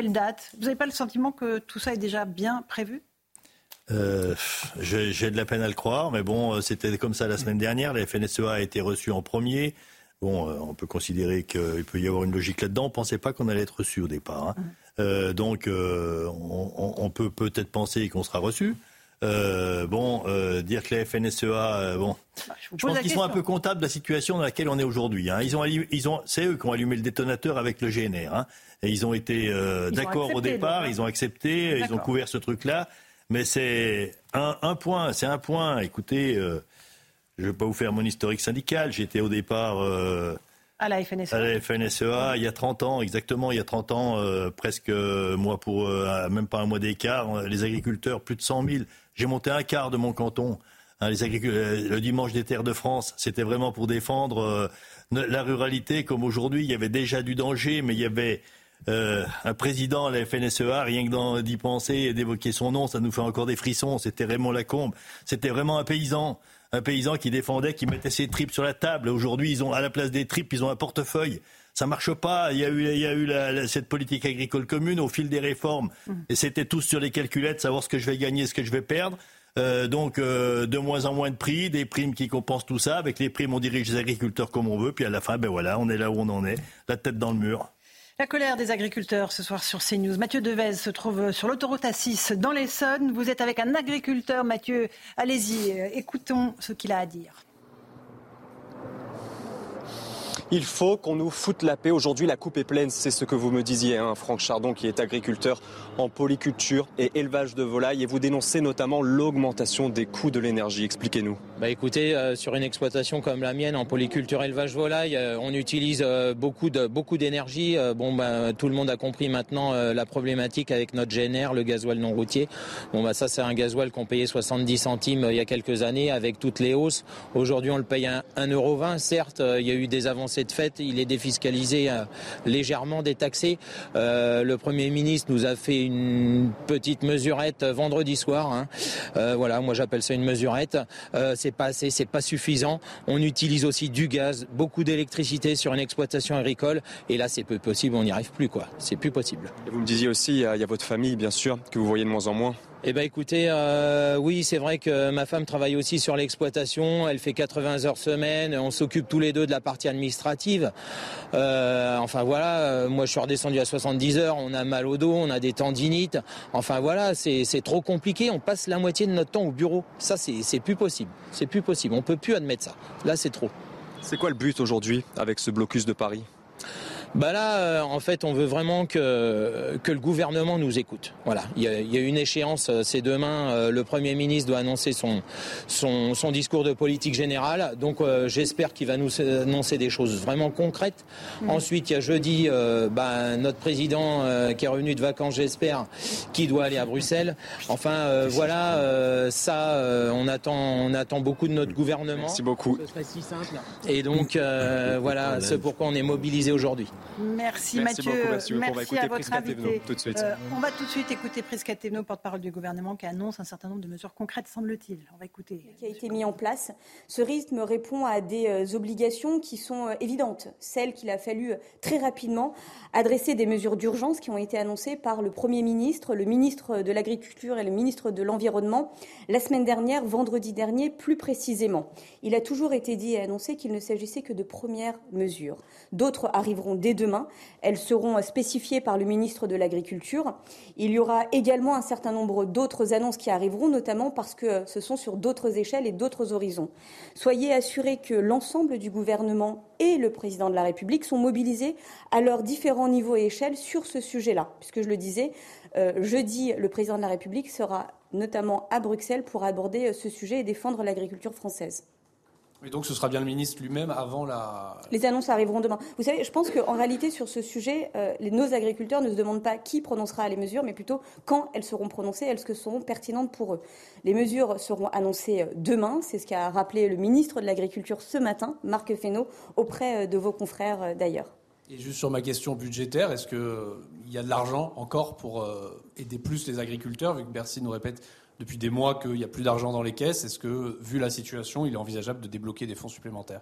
D: Vous n'avez pas le sentiment que tout ça est déjà bien prévu ?
F: J'ai de la peine à le croire, mais bon, c'était comme ça la semaine dernière. La FNSEA a été reçue en premier. Bon, on peut considérer qu'il peut y avoir une logique là-dedans. On ne pensait pas qu'on allait être reçu au départ. Hein. Donc, on peut peut-être penser qu'on sera reçu. Dire que la FNSEA, je pense qu'ils sont un peu comptables de la situation dans laquelle on est aujourd'hui. Hein. C'est eux qui ont allumé le détonateur avec le GNR. Hein. Et ils ont été d'accord au départ, ils ont accepté, ils ont couvert ce truc-là. Mais c'est un point. Écoutez, je ne vais pas vous faire mon historique syndical. J'étais au départ
D: à la FNSEA
F: il y a 30 ans, exactement, il y a 30 ans, presque moi pour même pas un mois d'écart, les agriculteurs, plus de 100 000. J'ai monté un quart de mon canton. Hein, le dimanche des terres de France, c'était vraiment pour défendre la ruralité comme aujourd'hui. Il y avait déjà du danger, mais il y avait un président à la FNSEA, rien que d'y penser et d'évoquer son nom, ça nous fait encore des frissons. C'était Raymond Lacombe. C'était vraiment un paysan qui défendait, qui mettait ses tripes sur la table. Aujourd'hui, ils ont à la place des tripes, ils ont un portefeuille. Ça marche pas. Il y a eu cette politique agricole commune au fil des réformes. Et c'était tous sur les calculettes, savoir ce que je vais gagner, ce que je vais perdre. Donc, de moins en moins de prix, des primes qui compensent tout ça. Avec les primes, on dirige les agriculteurs comme on veut. Puis à la fin, on est là où on en est, la tête dans le mur.
D: La colère des agriculteurs ce soir sur CNews. Mathieu Devez se trouve sur l'autoroute A6 dans l'Essonne. Vous êtes avec un agriculteur. Mathieu, allez-y, écoutons ce qu'il a à dire.
O: Il faut qu'on nous foute la paix. Aujourd'hui, la coupe est pleine. C'est ce que vous me disiez, hein, Franck Chardon, qui est agriculteur en polyculture et élevage de volailles. Et vous dénoncez notamment l'augmentation des coûts de l'énergie. Expliquez-nous.
P: Écoutez, sur une exploitation comme la mienne, en polyculture élevage volaille, on utilise beaucoup d'énergie. Tout le monde a compris maintenant la problématique avec notre GNR, le gasoil non routier. Ça, c'est un gasoil qu'on payait 70 centimes il y a quelques années avec toutes les hausses. Aujourd'hui, on le paye à 1,20 €. Certes, il y a eu des avancées de fait, il est défiscalisé, légèrement détaxé. Le Premier ministre nous a fait une petite mesurette vendredi soir. Hein. Moi j'appelle ça une mesurette. C'est pas assez, c'est pas suffisant. On utilise aussi du gaz, beaucoup d'électricité sur une exploitation agricole. Et là c'est peu possible, on n'y arrive plus quoi. C'est plus possible.
O: Et vous me disiez aussi, il y a votre famille bien sûr, que vous voyez de moins en moins.
P: Eh ben écoutez, oui, c'est vrai que ma femme travaille aussi sur l'exploitation. Elle fait 80 heures semaine. On s'occupe tous les deux de la partie administrative. Enfin voilà, moi je suis redescendu à 70 heures. On a mal au dos, on a des tendinites. Enfin voilà, c'est trop compliqué. On passe la moitié de notre temps au bureau. Ça, c'est plus possible. C'est plus possible. On peut plus admettre ça. Là, c'est trop.
O: C'est quoi le but aujourd'hui avec ce blocus de Paris ?
P: Bah là, en fait, on veut vraiment que le gouvernement nous écoute. Voilà, il y a une échéance, c'est demain. Le Premier ministre doit annoncer son discours de politique générale. Donc, j'espère qu'il va nous annoncer des choses vraiment concrètes. Ensuite, il y a jeudi, notre président qui est revenu de vacances, j'espère, qui doit aller à Bruxelles. Enfin, voilà, on attend beaucoup de notre gouvernement.
O: Merci beaucoup.
P: Ce serait si simple. Et donc, voilà, c'est pourquoi on est mobilisé aujourd'hui.
D: Merci Mathieu,
O: merci
D: merci
O: on va écouter
D: à votre invité.
O: Tout de suite.
D: On va tout de suite écouter Prisca Thévenot, porte-parole du gouvernement, qui annonce un certain nombre de mesures concrètes, semble-t-il. On va écouter.
Q: Qui a été mis en place. Ce rythme répond à des obligations qui sont évidentes, celles qu'il a fallu très rapidement adresser des mesures d'urgence qui ont été annoncées par le Premier ministre, le ministre de l'Agriculture et le ministre de l'Environnement la semaine dernière, vendredi dernier plus précisément. Il a toujours été dit et annoncé qu'il ne s'agissait que de premières mesures. D'autres arriveront dès demain. Elles seront spécifiées par le ministre de l'Agriculture. Il y aura également un certain nombre d'autres annonces qui arriveront, notamment parce que ce sont sur d'autres échelles et d'autres horizons. Soyez assurés que l'ensemble du gouvernement et le président de la République sont mobilisés à leurs différents niveaux et échelles sur ce sujet-là. Puisque je le disais, jeudi, le président de la République sera notamment à Bruxelles pour aborder ce sujet et défendre l'agriculture française.
R: Et donc ce sera bien le ministre lui-même avant la...
Q: Les annonces arriveront demain. Vous savez, je pense qu'en réalité, sur ce sujet, nos agriculteurs ne se demandent pas qui prononcera les mesures, mais plutôt quand elles seront prononcées, elles seront pertinentes pour eux. Les mesures seront annoncées demain, c'est ce qu'a rappelé le ministre de l'Agriculture ce matin, Marc Fesneau, auprès de vos confrères d'ailleurs.
R: Et juste sur ma question budgétaire, est-ce qu'il y a de l'argent encore pour aider plus les agriculteurs, vu que Bercy nous répète depuis des mois qu'il n'y a plus d'argent dans les caisses? Est-ce que, vu la situation, il est envisageable de débloquer des fonds supplémentaires?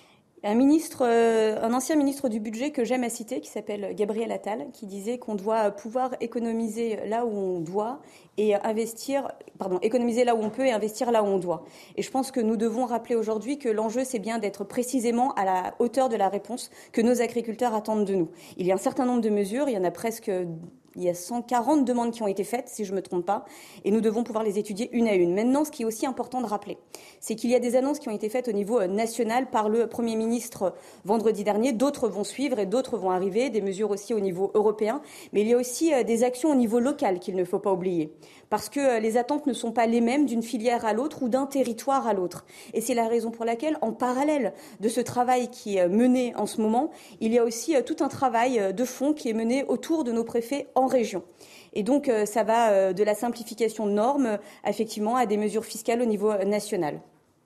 Q: Un ancien ministre du budget que j'aime à citer, qui s'appelle Gabriel Attal, qui disait qu'on doit pouvoir économiser là où on doit et économiser là où on peut et investir là où on doit. Et je pense que nous devons rappeler aujourd'hui que l'enjeu, c'est bien d'être précisément à la hauteur de la réponse que nos agriculteurs attendent de nous. Il y a un certain nombre de mesures, il y a 140 demandes qui ont été faites, si je ne me trompe pas, et nous devons pouvoir les étudier une à une. Maintenant, ce qui est aussi important de rappeler, c'est qu'il y a des annonces qui ont été faites au niveau national par le Premier ministre vendredi dernier. D'autres vont suivre et d'autres vont arriver, des mesures aussi au niveau européen. Mais il y a aussi des actions au niveau local qu'il ne faut pas oublier. Parce que les attentes ne sont pas les mêmes d'une filière à l'autre ou d'un territoire à l'autre. Et c'est la raison pour laquelle, en parallèle de ce travail qui est mené en ce moment, il y a aussi tout un travail de fond qui est mené autour de nos préfets en région. Et donc, ça va de la simplification de normes, effectivement, à des mesures fiscales au niveau national.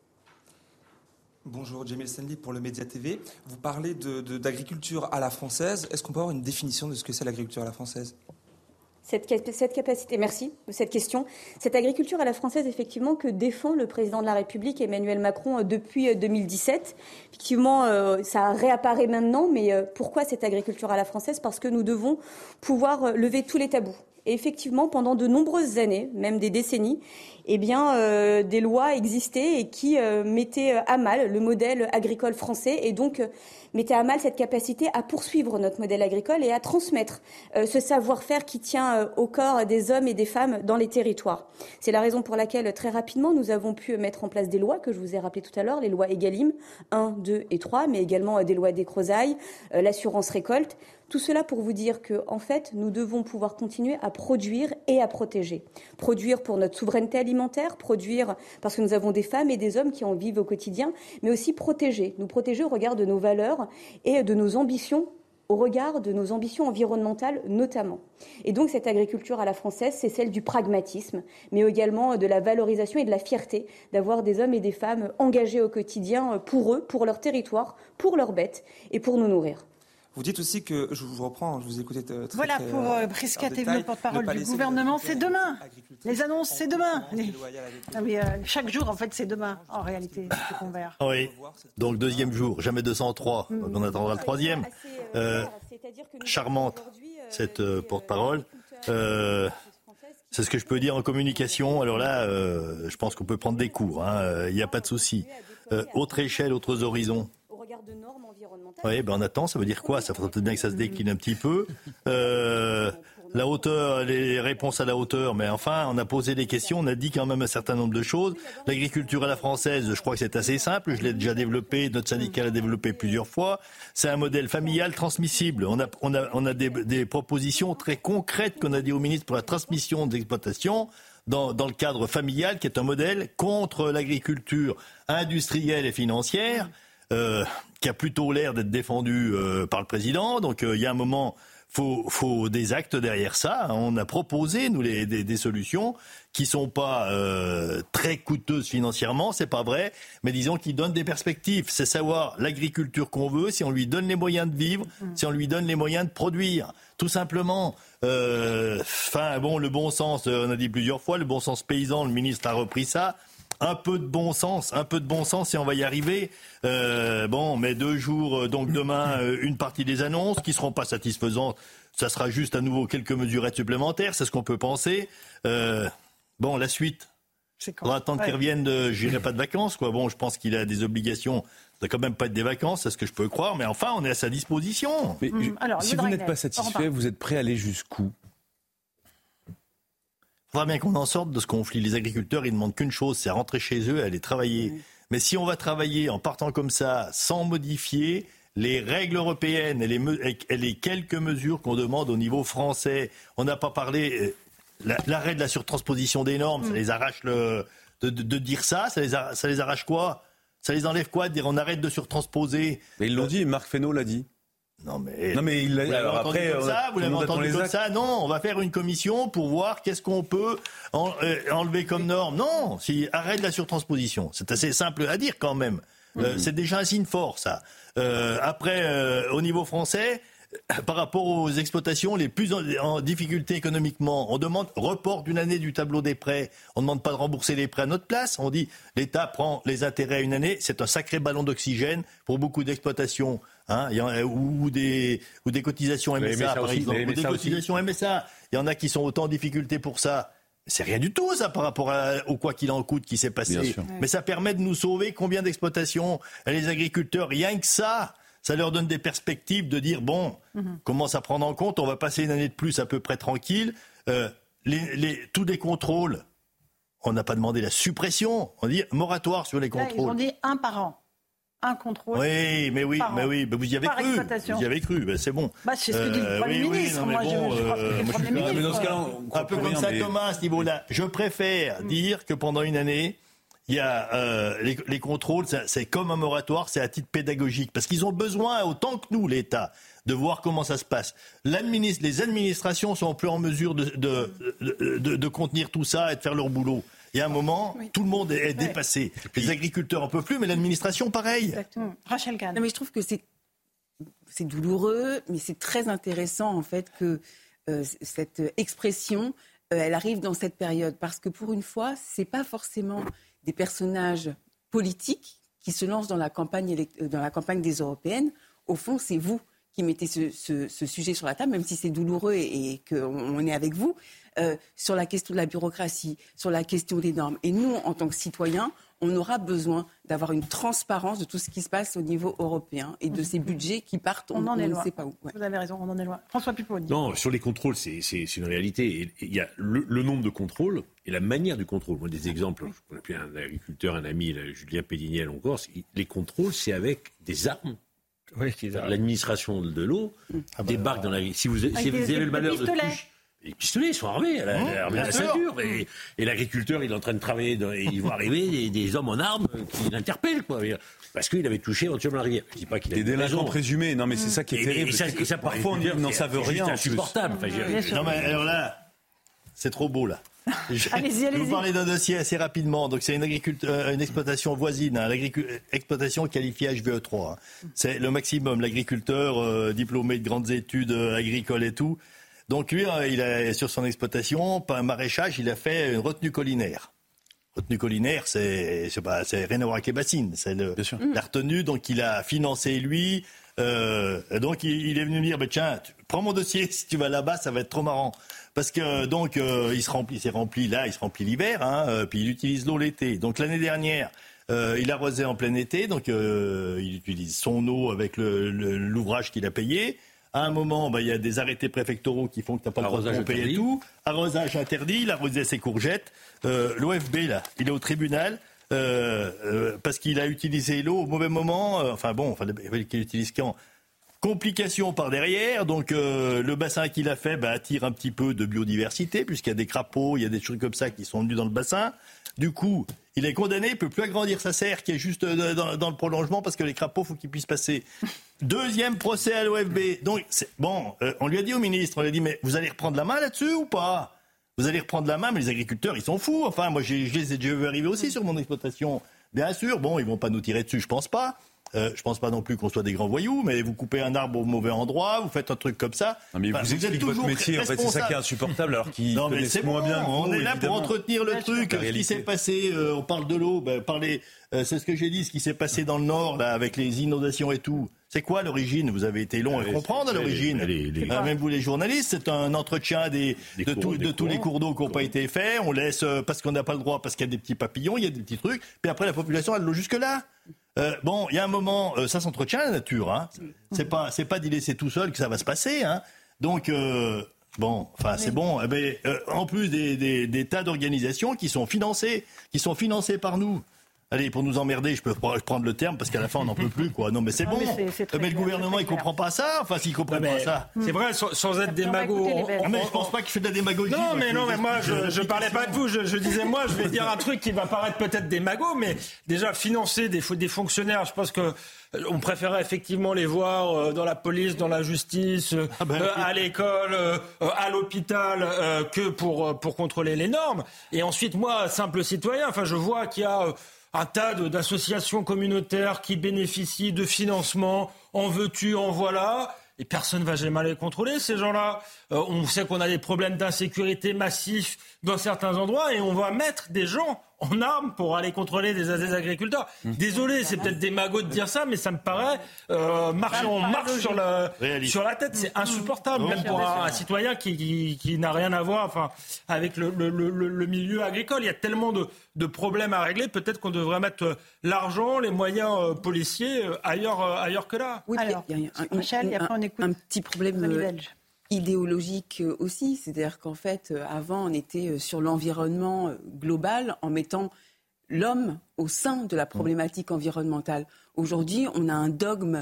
S: Bonjour, Jamil Stanley pour le Média TV. Vous parlez d'agriculture à la française. Est-ce qu'on peut avoir une définition de ce que c'est l'agriculture à la française ?
Q: Cette capacité, merci de cette question. Cette agriculture à la française, effectivement, que défend le président de la République, Emmanuel Macron, depuis 2017. Effectivement, ça réapparaît maintenant, mais pourquoi cette agriculture à la française ? Parce que nous devons pouvoir lever tous les tabous. Et effectivement, pendant de nombreuses années, même des décennies, des lois existaient et qui mettaient à mal le modèle agricole français et donc mettaient à mal cette capacité à poursuivre notre modèle agricole et à transmettre ce savoir-faire qui tient au corps des hommes et des femmes dans les territoires. C'est la raison pour laquelle, très rapidement, nous avons pu mettre en place des lois que je vous ai rappelées tout à l'heure, les lois Egalim 1, 2 et 3, mais également des lois Descrozaille, l'assurance récolte. Tout cela pour vous dire que, en fait, nous devons pouvoir continuer à produire et à protéger. Produire pour notre souveraineté alimentaire, produire parce que nous avons des femmes et des hommes qui en vivent au quotidien, mais aussi protéger. Nous protéger au regard de nos valeurs et de nos ambitions, au regard de nos ambitions environnementales notamment. Et donc cette agriculture à la française, c'est celle du pragmatisme, mais également de la valorisation et de la fierté d'avoir des hommes et des femmes engagés au quotidien pour eux, pour leur territoire, pour leurs bêtes et pour nous nourrir.
S: Vous dites aussi que, je vous reprends, je vous écoutais très
D: Voilà pour Prisca Thévenot, porte-parole du gouvernement, c'est demain. Les annonces, c'est demain. Chaque jour, en fait, c'est demain, en réalité, ce qu'on verra.
F: Oui, donc deuxième jour, jamais 203, donc on attendra le troisième. Charmante, cette porte-parole. C'est ce que je peux dire en communication. Alors là, je pense qu'on peut prendre des cours. Il n'y a pas de souci. Autre échelle, autres horizons.
Q: Au regard de normes environnementales.
F: Oui, on attend. Ça veut dire quoi? Ça faudrait peut-être bien que ça se décline un petit peu. La hauteur, les réponses à la hauteur. Mais enfin, on a posé des questions. On a dit quand même un certain nombre de choses. L'agriculture à la française, je crois que c'est assez simple. Je l'ai déjà développé. Notre syndicat l'a développé plusieurs fois. C'est un modèle familial transmissible. On a des propositions très concrètes qu'on a dit au ministre pour la transmission d'exploitation dans le cadre familial, qui est un modèle contre l'agriculture industrielle et financière, qui a plutôt l'air d'être défendu par le président. Donc il y a un moment, faut des actes derrière ça. On a proposé nous des solutions qui sont pas très coûteuses financièrement, c'est pas vrai, mais disons qui donnent des perspectives. C'est savoir l'agriculture qu'on veut, si on lui donne les moyens de vivre, si on lui donne les moyens de produire, tout simplement. Le bon sens, on a dit plusieurs fois, le bon sens paysan, le ministre a repris ça. Un peu de bon sens et on va y arriver. Mais 2 jours, donc demain, une partie des annonces qui seront pas satisfaisantes. Ça sera juste à nouveau quelques mesurettes supplémentaires, c'est ce qu'on peut penser. La suite. On va attendre qu'il revienne j'irai pas de vacances, quoi. Bon, je pense qu'il a des obligations. Ça va quand même pas être des vacances, c'est ce que je peux croire. Mais enfin, on est à sa disposition.
N: Mais si vous n'êtes pas satisfait, vous êtes prêt à aller jusqu'où?
F: Il faudra bien qu'on en sorte de ce conflit. Les agriculteurs, ils demandent qu'une chose, c'est rentrer chez eux et aller travailler. Mais si on va travailler en partant comme ça, sans modifier les règles européennes et les quelques mesures qu'on demande au niveau français, on n'a pas parlé... L'arrêt de la surtransposition des normes, ça les arrache de dire ça les arrache quoi? Ça les enlève quoi de dire on arrête de surtransposer?
N: Mais ils l'ont dit, Marc Fesneau l'a dit.
F: Non mais
N: il l'a.
F: Alors après, vous l'avez entendu comme ça? Non, on va faire une commission pour voir qu'est-ce qu'on peut enlever comme norme. Non, arrête la surtransposition. C'est assez simple à dire quand même. C'est déjà un signe fort ça. Après, au niveau français, par rapport aux exploitations les plus en difficulté économiquement, on demande report d'une année du tableau des prêts. On ne demande pas de rembourser les prêts à notre place. On dit l'État prend les intérêts à une année. C'est un sacré ballon d'oxygène pour beaucoup d'exploitations. Ou des cotisations MSA, par exemple. Ou des cotisations MSA. Il y en a qui sont autant en difficulté pour ça. C'est rien du tout, ça, par rapport au quoi qu'il en coûte qui s'est passé. Mais ça permet de nous sauver combien d'exploitations? Les agriculteurs, rien que ça leur donne des perspectives de dire, commence à prendre en compte, on va passer une année de plus à peu près tranquille. Tous les contrôles, on n'a pas demandé la suppression, on dit moratoire sur les contrôles.
D: Là, ils ont dit un par an. Un contrôle.
F: Oui, mais vous y avez cru. Vous y avez cru, c'est bon.
D: C'est ce que dit le Premier ministre. Moi, je crois que le Premier ministre.
N: Mais dans ce cas-là,
F: un peu comme ça, Thomas, à ce niveau-là. Je préfère dire que pendant une année, il y a les contrôles, c'est comme un moratoire, c'est à titre pédagogique. Parce qu'ils ont besoin, autant que nous, l'État, de voir comment ça se passe. Les administrations sont plus en mesure de contenir tout ça et de faire leur boulot. Il y a un moment, tout le monde est dépassé. Les agriculteurs n'en peuvent plus, mais l'administration, pareil.
D: Exactement. Rachel Kahn.
K: Non, mais je trouve que c'est douloureux, mais c'est très intéressant, en fait, que cette expression, elle arrive dans cette période. Parce que pour une fois, ce n'est pas forcément des personnages politiques qui se lancent dans la campagne des européennes. Au fond, c'est vous qui mettez ce sujet sur la table, même si c'est douloureux et qu'on est avec vous, sur la question de la bureaucratie, sur la question des normes. Et nous, en tant que citoyens, on aura besoin d'avoir une transparence de tout ce qui se passe au niveau européen et de ces budgets qui partent, on ne sait pas où.
D: Ouais. Vous avez raison, on en est loin. François Pipponi.
H: Non, sur les contrôles, c'est une réalité. Il y a le nombre de contrôles et la manière du contrôle. Moi, des exemples, on a pris un agriculteur, un ami, Julien Pédiniel en Corse, les contrôles, c'est avec des armes.
L: Oui,
H: l'administration de l'eau débarque dans la vie. Si vous avez le malheur de toucher. Les pistolets, ils sont armés, à la ceinture. Et l'agriculteur, il est en train de travailler, et ils vont arriver des hommes en armes qui l'interpellent, quoi. Parce qu'il avait touché éventuellement la rivière. Je dis pas qu'il a
N: des délinquants présumés. Non, mais c'est ça qui est terrible.
H: Et ça parfois, on dit qu'ils n'en savent rien. C'est insupportable.
F: Non, mais alors là, c'est trop beau, là.
D: Allez-y.
F: Je vais vous parler d'un dossier assez rapidement. Donc, c'est une exploitation voisine, exploitation qualifiée HVE3. C'est le maximum. L'agriculteur diplômé de grandes études agricoles et tout. Donc, lui, il a sur son exploitation, pas un maraîchage, il a fait une retenue collinaire. Retenue collinaire, c'est rien à voir avec les bassines. C'est la retenue. Donc, il a financé, lui, Donc il est venu me dire, tiens, prends mon dossier, si tu vas là-bas, ça va être trop marrant. Parce que donc il se remplit l'hiver, puis il utilise l'eau l'été. Donc l'année dernière, il arrosait en plein été, donc il utilise son eau avec l'ouvrage qu'il a payé. À un moment, il y a des arrêtés préfectoraux qui font que tu n'as pas le droit de pomper et tout. Arrosage interdit, il arrosait ses courgettes. L'OFB, là, il est au tribunal parce qu'il a utilisé l'eau au mauvais moment. Qu'il utilise quand ? Complication par derrière, donc le bassin qu'il a fait attire un petit peu de biodiversité, puisqu'il y a des crapauds, il y a des trucs comme ça qui sont venus dans le bassin. Du coup, il est condamné, il ne peut plus agrandir sa serre qui est juste dans le prolongement, parce que les crapauds, il faut qu'ils puissent passer. Deuxième procès à l'OFB. Donc, on lui a dit au ministre, on lui a dit, mais vous allez reprendre la main là-dessus ou pas ? Vous allez reprendre la main, mais les agriculteurs, ils sont fous. Enfin, moi, je les ai déjà vu arriver aussi sur mon exploitation. Bien sûr, ils vont pas nous tirer dessus, je pense pas. Je pense pas non plus qu'on soit des grands voyous, mais vous coupez un arbre au mauvais endroit, vous faites un truc comme ça.
N: Non, mais vous expliquez votre métier, en fait, c'est ça qui est insupportable, alors qu'ils connaissent moins bien.
F: On est là pour entretenir le truc. Ce qui s'est passé, on parle de l'eau, c'est ce que j'ai dit, ce qui s'est passé dans le Nord, là, avec les inondations et tout. C'est quoi l'origine ? Vous avez été long à comprendre l'origine. Même vous les journalistes, c'est un entretien de tous les cours d'eau qui n'ont pas été faits. On laisse parce qu'on n'a pas le droit, parce qu'il y a des petits papillons, il y a des petits trucs. Puis après, la population a de l'eau jusque-là. Il y a un moment, ça s'entretient la nature. Hein. C'est pas d'y laisser tout seul que ça va se passer. Hein. Donc, c'est bon. En plus des tas d'organisations qui sont financées par nous. Allez, pour nous emmerder, je peux prendre le terme parce qu'à la fin on n'en peut plus, quoi. Non, mais c'est bon. Mais le gouvernement, il comprend pas ça. Enfin, s'il comprend pas ça.
L: C'est vrai, sans être démago.
F: Mais je pense pas qu'il fait de la démagogie.
L: Non, mais moi, je parlais pas de vous. Je disais, moi, je vais dire un truc qui va paraître peut-être démago, mais déjà financer des fonctionnaires, je pense que on préférait effectivement les voir dans la police, dans la justice, à l'école, à l'hôpital, que pour contrôler les normes. Et ensuite, moi, simple citoyen, je vois qu'il y a un tas d'associations communautaires qui bénéficient de financements, en veux-tu, en voilà, et personne ne va jamais les contrôler, ces gens-là. On sait qu'on a des problèmes d'insécurité massifs dans certains endroits, et on va mettre des gens en armes pour aller contrôler des agriculteurs. Désolé, c'est peut-être démago de dire ça, mais ça me paraît on marche sur la tête. C'est insupportable, même pour un citoyen qui n'a rien à voir avec le milieu agricole. Il y a tellement de problèmes à régler. Peut-être qu'on devrait mettre l'argent, les moyens policiers ailleurs que là.
K: Oui, alors, il y a un petit problème idéologique aussi, c'est-à-dire qu'en fait, avant, on était sur l'environnement global en mettant l'homme au sein de la problématique environnementale. Aujourd'hui, on a un dogme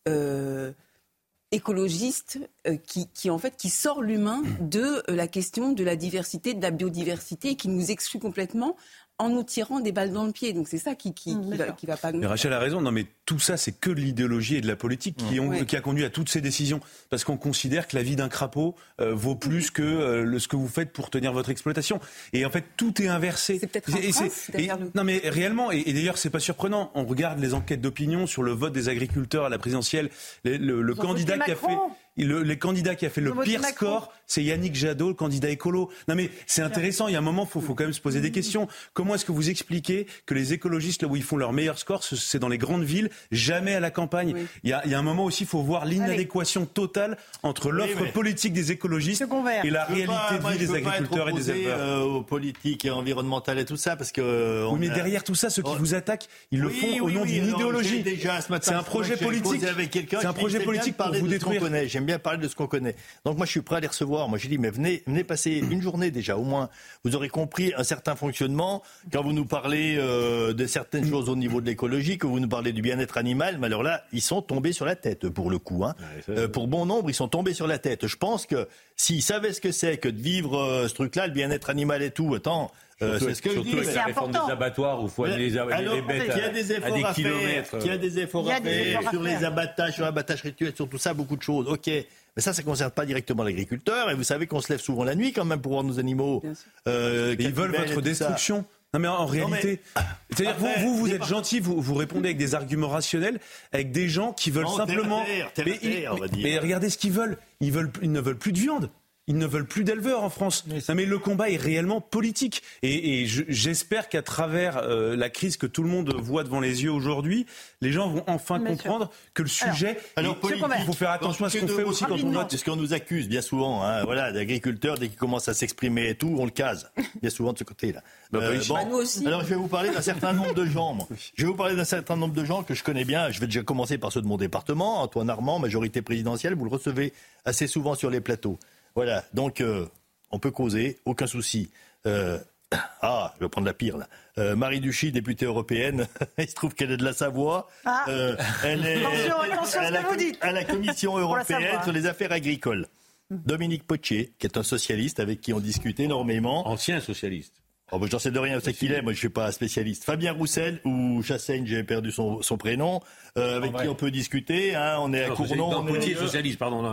K: écologiste qui sort l'humain de la question de la diversité, de la biodiversité, et qui nous exclut complètement en nous tirant des balles dans le pied. Donc c'est ça qui va pas...
N: Mais Rachel a raison, non mais tout ça c'est que de l'idéologie et de la politique qui a conduit à toutes ces décisions. Parce qu'on considère que la vie d'un crapaud vaut plus que ce que vous faites pour tenir votre exploitation. Et en fait tout est inversé.
K: C'est peut-être un prince derrière le...
N: Non mais réellement, et d'ailleurs c'est pas surprenant, on regarde les enquêtes d'opinion sur le vote des agriculteurs à la présidentielle, le candidat qui a fait... Le candidat qui a fait le pire score, c'est Yannick Jadot, le candidat écolo. Non mais c'est intéressant, il y a un moment, faut quand même se poser des questions. Comment est-ce que vous expliquez que les écologistes, là où ils font leur meilleur score, c'est dans les grandes villes, jamais à la campagne? Il y a un moment aussi, il faut voir l'inadéquation totale entre l'offre politique des écologistes et la réalité de vie des agriculteurs et des éleveurs.
F: Aux politiques et environnementales et tout ça, parce que...
N: Oui, mais derrière tout ça, ceux qui vous attaquent, ils le font au nom d'une idéologie. C'est un projet politique. C'est un projet politique pour vous détruire.
F: J'aime bien parler de ce qu'on connaît. Donc moi je suis prêt à les recevoir. Moi j'ai dit mais venez passer une journée déjà au moins. Vous aurez compris un certain fonctionnement quand vous nous parlez de certaines choses au niveau de l'écologie, que vous nous parlez du bien-être animal. Mais alors là ils sont tombés sur la tête pour le coup. Pour bon nombre ils sont tombés sur la tête. Je pense que s'ils savaient ce que c'est que de vivre ce truc-là, le bien-être animal et tout, c'est ce que je dis.
H: C'est la réforme des abattoirs où il faut aller les bêtes
F: à des kilomètres. Il y a des efforts à faire sur les abattages, sur l'abattage rituel, sur tout ça, beaucoup de choses. Ok, mais ça ne concerne pas directement l'agriculteur. Et vous savez qu'on se lève souvent la nuit quand même pour voir nos animaux.
N: Ils veulent votre destruction. Non mais en réalité, c'est-à-dire vous êtes gentil, vous répondez avec des arguments rationnels, avec des gens qui veulent simplement.
F: Terre, on va dire.
N: Mais regardez ce qu'ils veulent. Ils ne veulent plus de viande. Ils ne veulent plus d'éleveurs en France. Non, mais le combat est réellement politique. Et j'espère qu'à travers la crise que tout le monde voit devant les yeux aujourd'hui, les gens vont enfin comprendre que le sujet est politique. Il faut faire attention à ce qu'on fait aussi quand on vote.
F: C'est ce qu'on nous accuse bien souvent. D'agriculteurs, dès qu'ils commencent à s'exprimer et tout, on le case. Bien souvent de ce côté-là.
K: Nous aussi.
F: Alors je vais vous parler d'un certain nombre de gens. Je vais vous parler d'un certain nombre de gens que je connais bien. Je vais déjà commencer par ceux de mon département. Antoine Armand, majorité présidentielle, vous le recevez assez souvent sur les plateaux. Voilà, donc on peut causer, aucun souci. Je vais prendre la pire là. Marie Duchy, députée européenne, il se trouve qu'elle est de la Savoie. Elle est à la Commission européenne sur les affaires agricoles. Dominique Potier, qui est un socialiste avec qui on discute énormément.
H: Ancien socialiste.
F: J'en sais de rien, c'est qui il est, moi je ne suis pas spécialiste. Fabien Roussel ou Chassaigne, j'ai perdu son prénom, avec qui on peut discuter. On est à Cournon.
H: Potier socialiste, pardon.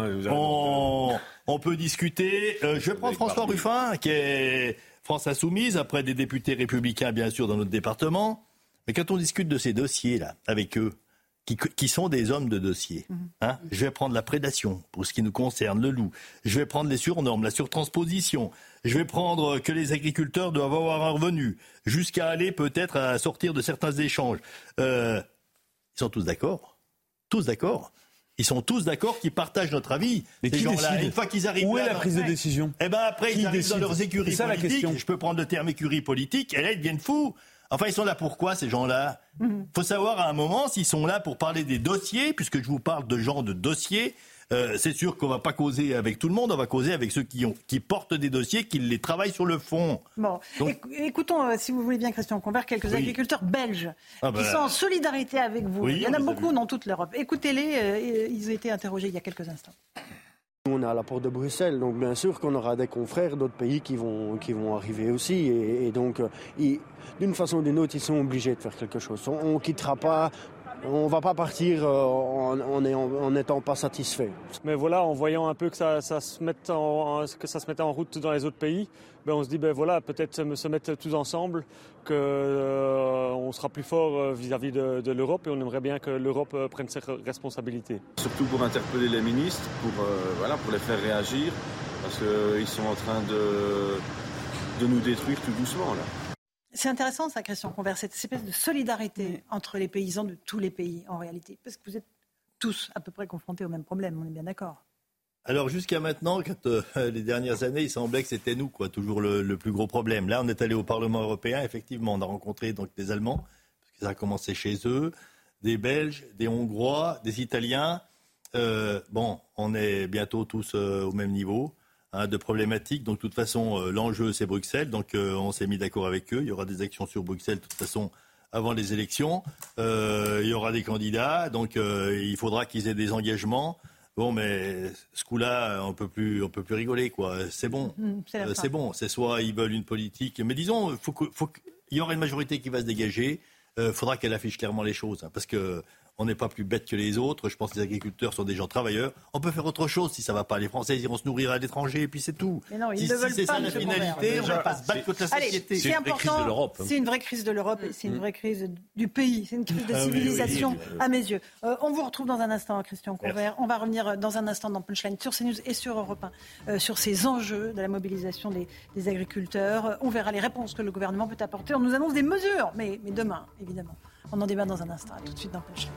F: On peut discuter. Je vais prendre François Ruffin, qui est France Insoumise, après des députés républicains, bien sûr, dans notre département. Mais quand on discute de ces dossiers-là, avec eux, qui sont des hommes de dossier, je vais prendre la prédation, pour ce qui nous concerne, le loup. Je vais prendre les surnormes, la surtransposition. Je vais prendre que les agriculteurs doivent avoir un revenu, jusqu'à aller peut-être à sortir de certains échanges. Ils sont tous d'accord. Tous d'accord. Ils sont tous d'accord qu'ils partagent notre avis.
N: Mais
F: ces gens-là,
N: décide ?
F: une fois qu'ils arrivent
N: Où
F: là,
N: est la prise de décision ?
F: Après, ils arrivent dans leurs écuries politiques. Je peux prendre le terme écurie politique, et là, ils deviennent fous. Enfin, ils sont là pourquoi, ces gens-là ? Faut savoir à un moment s'ils sont là pour parler des dossiers, puisque je vous parle de gens de dossiers. C'est sûr qu'on ne va pas causer avec tout le monde, on va causer avec ceux qui portent des dossiers, qui les travaillent sur le fond.
D: Bon, donc, écoutons, si vous voulez bien, Christian Convert, quelques agriculteurs belges qui sont en solidarité avec vous. Il y en a beaucoup dans toute l'Europe. Écoutez-les, ils ont été interrogés il y a quelques instants.
T: On est à la porte de Bruxelles, donc bien sûr qu'on aura des confrères d'autres pays qui vont arriver aussi. Et donc, d'une façon ou d'une autre, ils sont obligés de faire quelque chose. On ne quittera pas. On ne va pas partir en n'étant pas satisfait.
U: Mais voilà, en voyant un peu que ça se mette en route dans les autres pays, on se dit peut-être se mettre tous ensemble, qu'on sera plus fort vis-à-vis de l'Europe et on aimerait bien que l'Europe prenne ses responsabilités.
V: Surtout pour interpeller les ministres, pour les faire réagir, parce qu'ils sont en train de nous détruire tout doucement là.
D: C'est intéressant ça, Christian Convert, cette espèce de solidarité entre les paysans de tous les pays en réalité, parce que vous êtes tous à peu près confrontés au même problème, on est bien d'accord.
F: Alors jusqu'à maintenant, les dernières années, il semblait que c'était nous, toujours le plus gros problème. Là, on est allé au Parlement européen, effectivement, on a rencontré donc des Allemands, parce que ça a commencé chez eux, des Belges, des Hongrois, des Italiens. On est bientôt tous au même niveau. De problématiques. Donc, de toute façon, l'enjeu, c'est Bruxelles. Donc, on s'est mis d'accord avec eux. Il y aura des actions sur Bruxelles, de toute façon, avant les élections. Il y aura des candidats. Donc, il faudra qu'ils aient des engagements. Bon, mais ce coup-là, on peut plus rigoler, quoi. C'est bon. C'est bon. C'est soit ils veulent une politique. Mais disons, il y aura une majorité qui va se dégager. Faudra qu'elle affiche clairement les choses. Parce que on n'est pas plus bête que les autres. Je pense que les agriculteurs sont des gens travailleurs. On peut faire autre chose si ça ne va pas. Les Français iront se nourrir à l'étranger et puis c'est tout.
D: Mais non, ils ne veulent
F: c'est
D: pas,
F: ça la finalité, on ne va pas se battre contre la société.
D: C'est une vraie crise de l'Europe. C'est une vraie crise de l'Europe et c'est une vraie crise du pays. C'est une crise de civilisation à mes yeux. On vous retrouve dans un instant, Christian Convert. On va revenir dans un instant dans Punchline sur CNews et sur Europe 1 sur ces enjeux de la mobilisation des agriculteurs. On verra les réponses que le gouvernement peut apporter. On nous annonce des mesures, mais demain, évidemment. On en débat dans un instant. À tout de suite dans Punchline.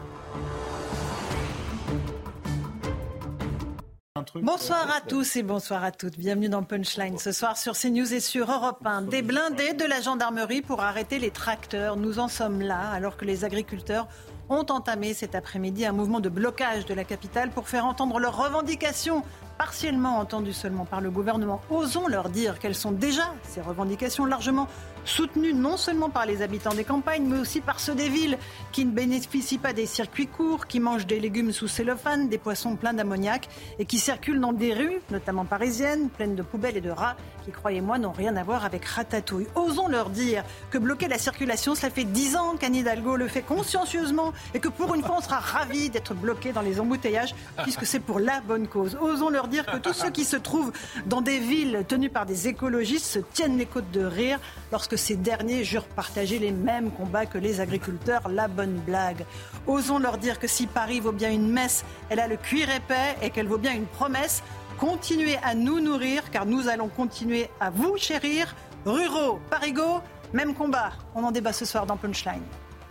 D: Bonsoir à tous et bonsoir à toutes. Bienvenue dans Punchline ce soir sur CNews et sur Europe 1. Des blindés de la gendarmerie pour arrêter les tracteurs. Nous en sommes là alors que les agriculteurs ont entamé cet après-midi un mouvement de blocage de la capitale pour faire entendre leurs revendications, partiellement entendues seulement par le gouvernement. Osons leur dire quelles sont déjà ces revendications largement soutenues non seulement par les habitants des campagnes, mais aussi par ceux des villes qui ne bénéficient pas des circuits courts, qui mangent des légumes sous cellophane, des poissons pleins d'ammoniac et qui circulent dans des rues, notamment parisiennes, pleines de poubelles et de rats, qui, croyez-moi, n'ont rien à voir avec Ratatouille. Osons leur dire que bloquer la circulation, cela fait 10 ans qu'Anne Hidalgo le fait consciencieusement et que pour une fois, on sera ravis d'être bloqués dans les embouteillages puisque c'est pour la bonne cause. Osons leur dire que tous ceux qui se trouvent dans des villes tenues par des écologistes se tiennent les côtes de rire lorsque ces derniers jurent partager les mêmes combats que les agriculteurs. La bonne blague. Osons leur dire que si Paris vaut bien une messe, elle a le cuir épais et qu'elle vaut bien une promesse continuez à nous nourrir, car nous allons continuer à vous chérir. Ruraux, parigots, même combat. On en débat ce soir dans Punchline.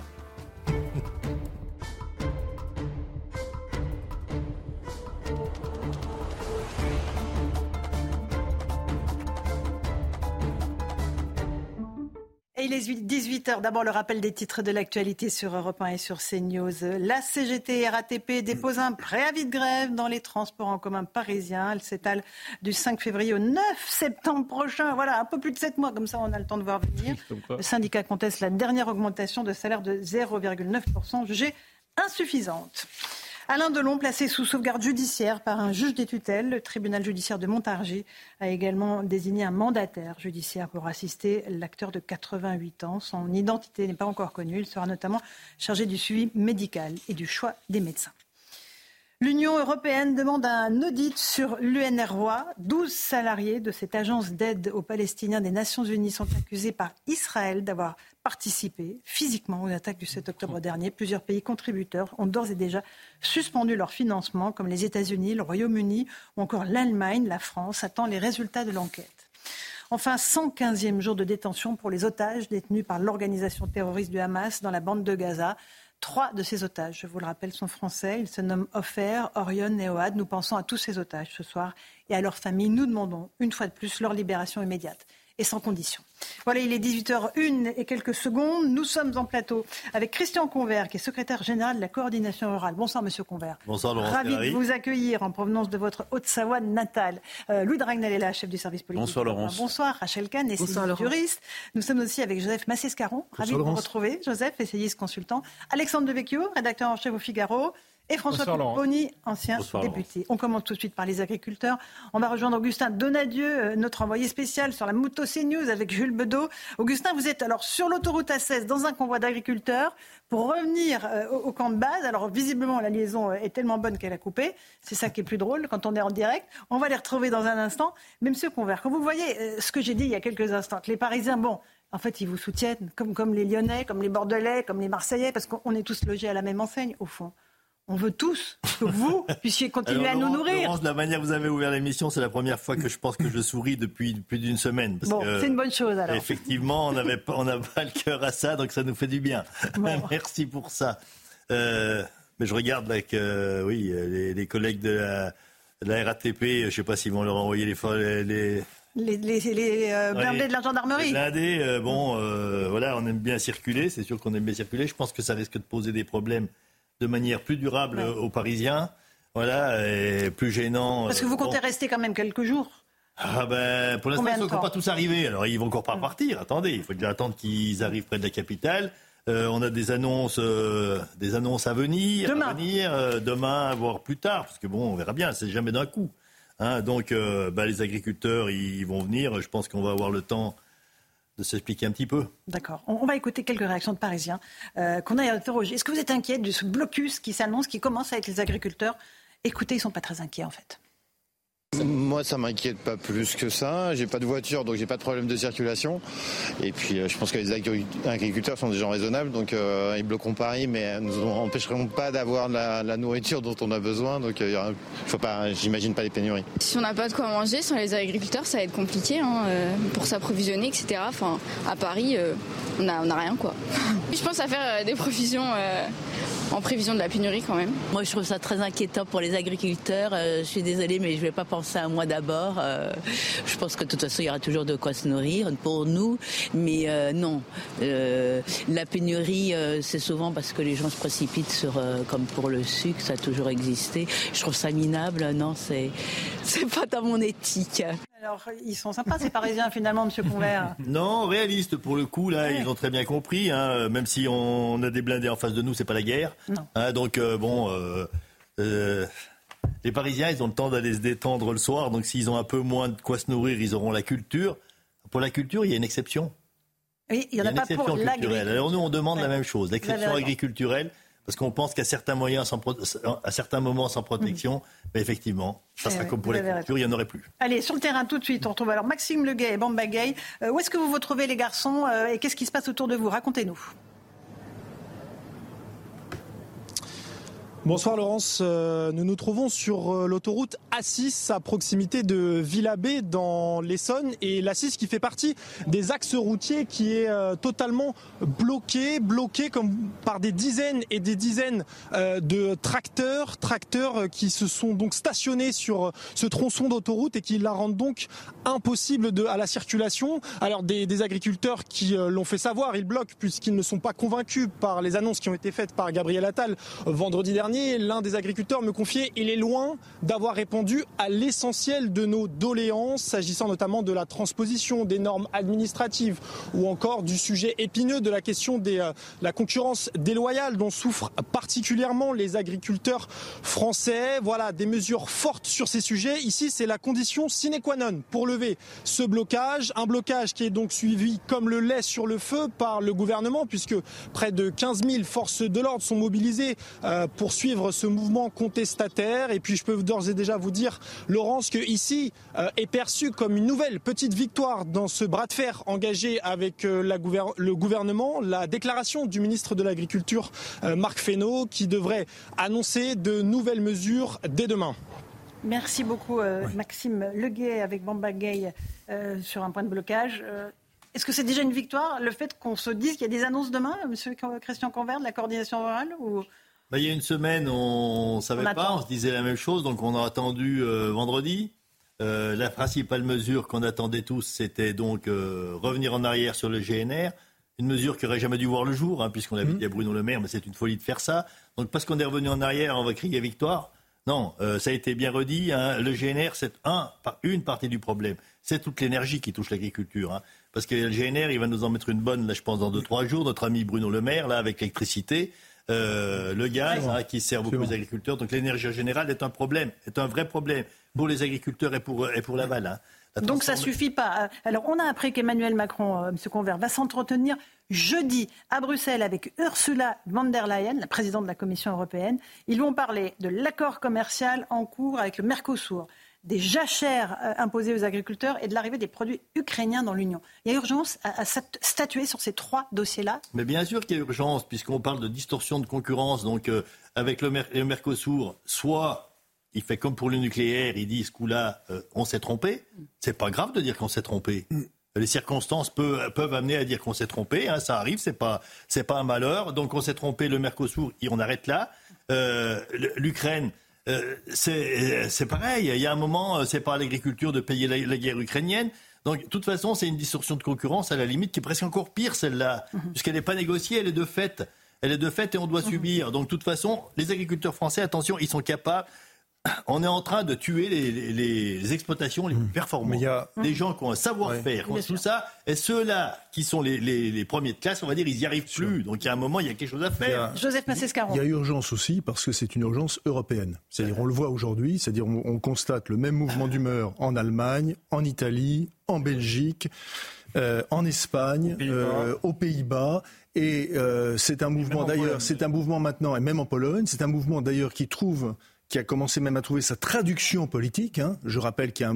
D: Et il est 18h. D'abord, le rappel des titres de l'actualité sur Europe 1 et sur CNews. La CGT et RATP déposent un préavis de grève dans les transports en commun parisiens. Elle s'étale du 5 février au 9 septembre prochain. Voilà, un peu plus de 7 mois. Comme ça, on a le temps de voir venir. Le syndicat conteste la dernière augmentation de salaire de 0,9%, jugée insuffisante. Alain Delon, placé sous sauvegarde judiciaire par un juge des tutelles, le tribunal judiciaire de Montargis a également désigné un mandataire judiciaire pour assister l'acteur de 88 ans. Son identité n'est pas encore connue. Il sera notamment chargé du suivi médical et du choix des médecins. L'Union européenne demande un audit sur l'UNRWA. 12 salariés de cette agence d'aide aux Palestiniens des Nations Unies sont accusés par Israël d'avoir participé physiquement aux attaques du 7 octobre dernier. Plusieurs pays contributeurs ont d'ores et déjà suspendu leur financement, comme les États-Unis, le Royaume-Uni ou encore l'Allemagne. La France attend les résultats de l'enquête. Enfin, 115e jour de détention pour les otages détenus par l'organisation terroriste du Hamas dans la bande de Gaza. 3 de ces otages, je vous le rappelle, sont français. Ils se nomment Ofer, Orion et Ohad. Nous pensons à tous ces otages ce soir et à leurs familles. Nous demandons, une fois de plus, leur libération immédiate et sans condition. Voilà, il est 18h01 et quelques secondes. Nous sommes en plateau avec Christian Convert, qui est secrétaire général de la coordination rurale. Bonsoir, monsieur Convert.
F: Bonsoir, Laurence.
D: Ravi de vous accueillir en provenance de votre Haute-Savoie natale. Louis Dragnel est là, chef du service politique.
N: Bonsoir, Laurence.
D: Bonsoir, Rachel Kahn, essayiste juriste. Nous sommes aussi avec Joseph Massescaron. Ravi de vous retrouver, Joseph, essayiste consultant. Alexandre Devecchio, rédacteur en chef au Figaro. Et François Pupponi, ancien député. On commence tout de suite par les agriculteurs. On va rejoindre Augustin Donadieu, notre envoyé spécial sur la moto CNews avec Jules Bedeau. Augustin, vous êtes alors sur l'autoroute A16 dans un convoi d'agriculteurs pour revenir au camp de base. Alors visiblement, la liaison est tellement bonne qu'elle a coupé. C'est ça qui est plus drôle quand on est en direct. On va les retrouver dans un instant. Mais monsieur Convert, quand vous voyez ce que j'ai dit il y a quelques instants, que les Parisiens, en fait, ils vous soutiennent comme les Lyonnais, comme les Bordelais, comme les Marseillais, parce qu'on est tous logés à la même enseigne, au fond. On veut tous que vous puissiez continuer à nous nourrir.
F: Laurence, de la manière dont vous avez ouvert l'émission, c'est la première fois que je pense que je souris depuis plus d'une semaine. Parce que,
D: c'est une bonne chose alors.
F: Effectivement, on n'a pas le cœur à ça, donc ça nous fait du bien. Bon. Merci pour ça. Mais je regarde là que les collègues de la RATP, je ne sais pas s'ils vont leur envoyer les blindés
D: de la gendarmerie.
F: Les blindés, voilà, on aime bien circuler, c'est sûr qu'on aime bien circuler. Je pense que ça risque de poser des problèmes de manière plus durable aux Parisiens, voilà, et plus gênant.
D: Parce que vous comptez rester quand même quelques jours.
F: Pour l'instant, ils ne sont encore pas tous arrivés. Alors, ils vont encore pas partir. Attendez, il faut déjà attendre qu'ils arrivent près de la capitale. On a des annonces à venir, demain, voire plus tard, parce que on verra bien, c'est jamais d'un coup. Donc, les agriculteurs, ils vont venir. Je pense qu'on va avoir le temps de s'expliquer un petit peu.
D: D'accord. On va écouter quelques réactions de Parisiens qu'on a interrogés. Est-ce que vous êtes inquiet de ce blocus qui s'annonce, qui commence avec les agriculteurs ? Écoutez, ils ne sont pas très inquiets en fait.
A: Moi, ça m'inquiète pas plus que ça. J'ai pas de voiture, donc j'ai pas de problème de circulation. Et puis, je pense que les agriculteurs sont des gens raisonnables, donc ils bloqueront Paris, mais nous empêcheront pas d'avoir la nourriture dont on a besoin. Donc, j'imagine pas les pénuries.
B: Si on n'a pas de quoi manger, sans les agriculteurs, ça va être compliqué pour s'approvisionner, etc. Enfin, à Paris, on n'a rien, quoi. Je pense à faire des provisions en prévision de la pénurie quand même.
W: Moi, je trouve ça très inquiétant pour les agriculteurs. Je suis désolée, mais je ne vais pas penser à moi d'abord. Je pense que de toute façon, il y aura toujours de quoi se nourrir pour nous. Mais non, la pénurie, c'est souvent parce que les gens se précipitent sur, comme pour le sucre, ça a toujours existé. Je trouve ça minable. Non, c'est pas dans mon éthique.
D: Alors, ils sont sympas, ces Parisiens, finalement, monsieur Convert.
F: Non, réalistes, pour le coup, là, ils ont très bien compris. Même si on a des blindés en face de nous, c'est pas la guerre. Donc, les Parisiens, ils ont le temps d'aller se détendre le soir. Donc, s'ils ont un peu moins de quoi se nourrir, ils auront la culture. Pour la culture, il y a une exception.
D: Oui, il n'y en a pas pour l'agriculture.
F: Alors, nous, on demande la même chose, l'exception agriculturelle. Parce qu'on pense qu'à certains moments sans protection, effectivement, ça sera comme pour la culture, il n'y en aurait plus.
D: Allez, sur le terrain tout de suite, on retrouve alors Maxime Leguet et Bamba Gay. Où est-ce que vous retrouvez les garçons et qu'est-ce qui se passe autour de vous ? Racontez-nous.
I: Bonsoir Laurence, nous nous trouvons sur l'autoroute A6 à proximité de Villabé dans l'Essonne, et l'A6 qui fait partie des axes routiers qui est totalement bloqué comme par des dizaines et des dizaines de tracteurs qui se sont donc stationnés sur ce tronçon d'autoroute et qui la rendent donc impossible à la circulation. Alors des agriculteurs qui l'ont fait savoir, ils bloquent puisqu'ils ne sont pas convaincus par les annonces qui ont été faites par Gabriel Attal vendredi dernier. L'un des agriculteurs me confiait, il est loin d'avoir répondu à l'essentiel de nos doléances, s'agissant notamment de la transposition des normes administratives ou encore du sujet épineux de la question de la concurrence déloyale dont souffrent particulièrement les agriculteurs français. Voilà, des mesures fortes sur ces sujets. Ici, c'est la condition sine qua non pour lever ce blocage. Un blocage qui est donc suivi comme le lait sur le feu par le gouvernement, puisque près de 15 000 forces de l'ordre sont mobilisées pour suivre ce mouvement contestataire. Et puis je peux d'ores et déjà vous dire, Laurence, que ici est perçu comme une nouvelle petite victoire dans ce bras de fer engagé avec le gouvernement, la déclaration du ministre de l'Agriculture Marc Fesneau, qui devrait annoncer de nouvelles mesures dès demain.
D: Merci beaucoup Maxime Leguet avec Bamba Gay sur un point de blocage. Est-ce que c'est déjà une victoire, le fait qu'on se dise qu'il y a des annonces demain, monsieur Christian Convert, de la coordination rurale ou...
F: Il y a une semaine, on ne savait pas, on se disait la même chose, donc on a attendu vendredi. La principale mesure qu'on attendait tous, c'était donc revenir en arrière sur le GNR, une mesure qui n'aurait jamais dû voir le jour, puisqu'on avait dit à Bruno Le Maire, mais c'est une folie de faire ça. Donc parce qu'on est revenu en arrière, on va crier victoire. Non, ça a été bien redit, le GNR, c'est une partie du problème. C'est toute l'énergie qui touche l'agriculture. Parce que le GNR, il va nous en mettre une bonne, là je pense, dans 2-3 jours, notre ami Bruno Le Maire, là, avec l'électricité. Le gaz qui sert beaucoup aux agriculteurs. Donc l'énergie en général est un problème, est un vrai problème pour les agriculteurs et pour Laval.
D: Donc ça ne suffit pas. Alors on a appris qu'Emmanuel Macron, M. Convert, va s'entretenir jeudi à Bruxelles avec Ursula von der Leyen, la présidente de la Commission européenne. Ils vont parler de l'accord commercial en cours avec le Mercosur, des jachères imposées aux agriculteurs et de l'arrivée des produits ukrainiens dans l'Union. Il y a urgence à statuer sur ces 3 dossiers-là.
F: Mais bien sûr qu'il y a urgence, puisqu'on parle de distorsion de concurrence. Donc avec le Mercosur, soit il fait comme pour le nucléaire, il dit ce coup-là, on s'est trompé. C'est pas grave de dire qu'on s'est trompé. Les circonstances peuvent amener à dire qu'on s'est trompé, ça arrive, c'est pas un malheur. Donc on s'est trompé, le Mercosur, on arrête là. L'Ukraine, c'est pareil. Il y a un moment, c'est pas à l'agriculture de payer la guerre ukrainienne. Donc, de toute façon, c'est une distorsion de concurrence à la limite qui est presque encore pire, celle-là, puisqu'elle n'est pas négociée, elle est de fait. Elle est de fait et on doit subir. Donc, de toute façon, les agriculteurs français, attention, ils sont capables. On est en train de tuer les exploitations les plus performantes. Il y a des gens qui ont un savoir-faire, tout ça, et ceux-là qui sont les premiers de classe, on va dire, ils n'y arrivent plus. Donc il y a un moment, il y a quelque chose à faire.
D: Joseph Massescaron.
C: Il y a urgence aussi parce que c'est une urgence européenne. C'est-à-dire, on le voit aujourd'hui, c'est-à-dire on constate le même mouvement d'humeur en Allemagne, en Italie, en Belgique, en Espagne, aux Pays-Bas. Et c'est un mouvement d'ailleurs, c'est un mouvement maintenant, et même en Pologne, c'est un mouvement d'ailleurs qui a commencé même à trouver sa traduction politique. Je rappelle qu'il y a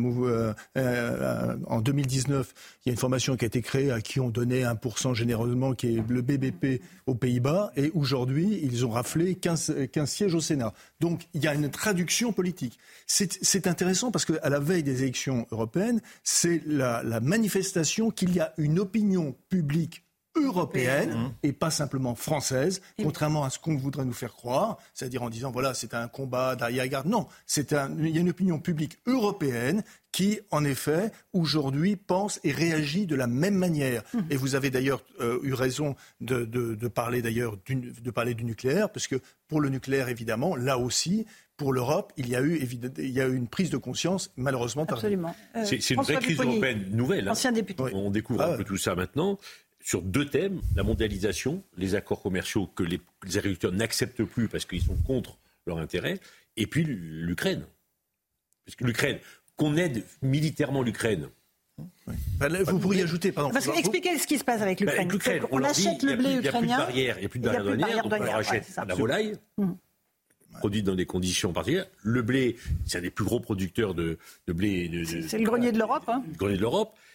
C: en 2019, il y a une formation qui a été créée à qui on donnait 1% généreusement, qui est le BBP aux Pays-Bas. Et aujourd'hui, ils ont raflé 15 sièges au Sénat. Donc, il y a une traduction politique. C'est intéressant parce qu'à la veille des élections européennes, c'est la manifestation qu'il y a une opinion publique européenne et pas simplement française, contrairement à ce qu'on voudrait nous faire croire, c'est-à-dire en disant voilà c'est un combat d'arrière-garde. Non, il y a une opinion publique européenne qui, en effet, aujourd'hui pense et réagit de la même manière. Et vous avez d'ailleurs eu raison de parler du nucléaire, parce que pour le nucléaire, évidemment, là aussi, pour l'Europe, il y a eu une prise de conscience, malheureusement.
D: Absolument.
H: C'est une vraie crise européenne nouvelle.
D: Ancien député.
H: On découvre un peu tout ça maintenant. Sur 2 thèmes, la mondialisation, les accords commerciaux que les agriculteurs n'acceptent plus parce qu'ils sont contre leur intérêt, et puis l'Ukraine. Parce que l'Ukraine, qu'on aide militairement l'Ukraine.
C: Oui. Vous pourriez ajouter, pardon.
D: Parce que expliquez ce qui se passe avec l'Ukraine.
H: On
D: achète le blé ukrainien.
H: Il n'y a plus de barrière douanière, donc on leur achète la volaille, produite dans des conditions particulières. Le blé, c'est un des plus gros producteurs de blé.
D: C'est le grenier de l'Europe.
H: Le grenier de l'Europe.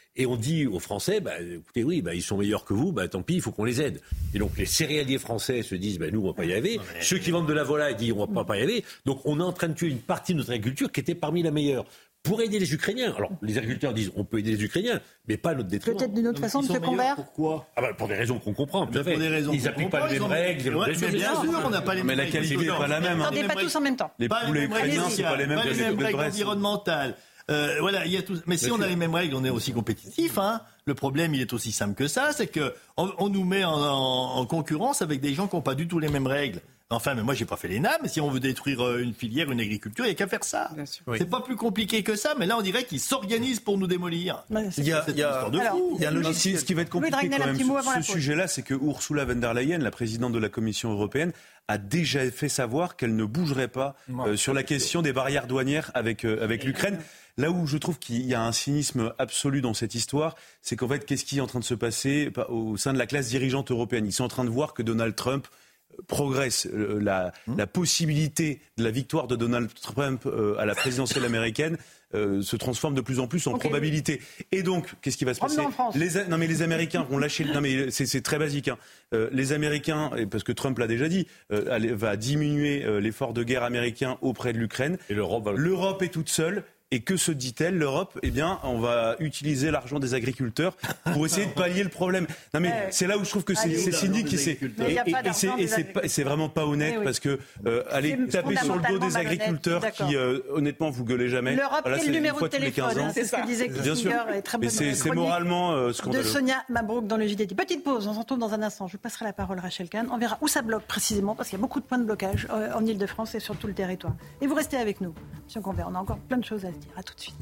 H: Et on dit aux Français, écoutez, oui, ils sont meilleurs que vous, tant pis, il faut qu'on les aide. Et donc les céréaliers français se disent, nous, on va pas y arriver. Ceux qui vendent de la volaille disent, on va pas y arriver. Donc on est en train de tuer une partie de notre agriculture qui était parmi la meilleure. Pour aider les Ukrainiens. Alors, les agriculteurs disent on peut aider les Ukrainiens, mais pas à notre détriment.
D: Peut-être d'une autre façon, M. Convert.
F: Pourquoi ?
H: Pour des raisons qu'on comprend.
F: Pour des raisons
H: ils n'appliquent pas les mêmes règles.
F: Bien sûr, on n'a pas les mêmes règles.
N: Mais la qualité n'est pas la même.
D: Attendez, pas tous en même temps.
N: Les poulets ukrainiens, c'est pas les mêmes
F: règles environnementales. Mais si on a les mêmes règles, on est aussi compétitif. Le problème, il est aussi simple que ça, c'est que on nous met en concurrence avec des gens qui n'ont pas du tout les mêmes règles. Enfin, mais moi, j'ai pas fait l'ENA, mais si on veut détruire une filière, une agriculture, il n'y a qu'à faire ça. C'est pas plus compliqué que ça, mais là, on dirait qu'ils s'organisent pour nous démolir.
N: Il y a un logiciel. Ce qui va être compliqué quand même sur ce sujet-là, c'est que Ursula von der Leyen, la présidente de la Commission européenne, a déjà fait savoir qu'elle ne bougerait pas sur la question des barrières douanières avec l'Ukraine. Là où je trouve qu'il y a un cynisme absolu dans cette histoire, c'est qu'en fait, qu'est-ce qui est en train de se passer au sein de la classe dirigeante européenne ? Ils sont en train de voir que Donald Trump progresse. La possibilité de la victoire de Donald Trump à la présidentielle américaine se transforme de plus en plus en probabilité. Et donc, qu'est-ce qui va se passer ? Les Américains vont lâcher... Non mais c'est très basique. Les Américains, parce que Trump l'a déjà dit, va diminuer l'effort de guerre américain auprès de l'Ukraine. Et l'Europe est toute seule. Et que se dit-elle, l'Europe ? On va utiliser l'argent des agriculteurs pour essayer de pallier le problème. Non mais c'est là où je trouve que c'est cynique et c'est vraiment pas honnête parce que aller taper sur le dos des agriculteurs qui, honnêtement, vous gueulez jamais.
D: L'Europe est le numéro de téléphone, c'est ce que disait Kissinger.
N: Mais c'est moralement scandaleux.
D: De Sonia Mabrouk dans le JDD. Petite pause, on se retrouve dans un instant. Je vous passerai la parole, Rachel Kahn. On verra où ça bloque précisément parce qu'il y a beaucoup de points de blocage en Ile-de-France et sur tout le territoire. Et vous restez avec nous, M. Convert. On a encore plein de choses à se dire. À tout de suite.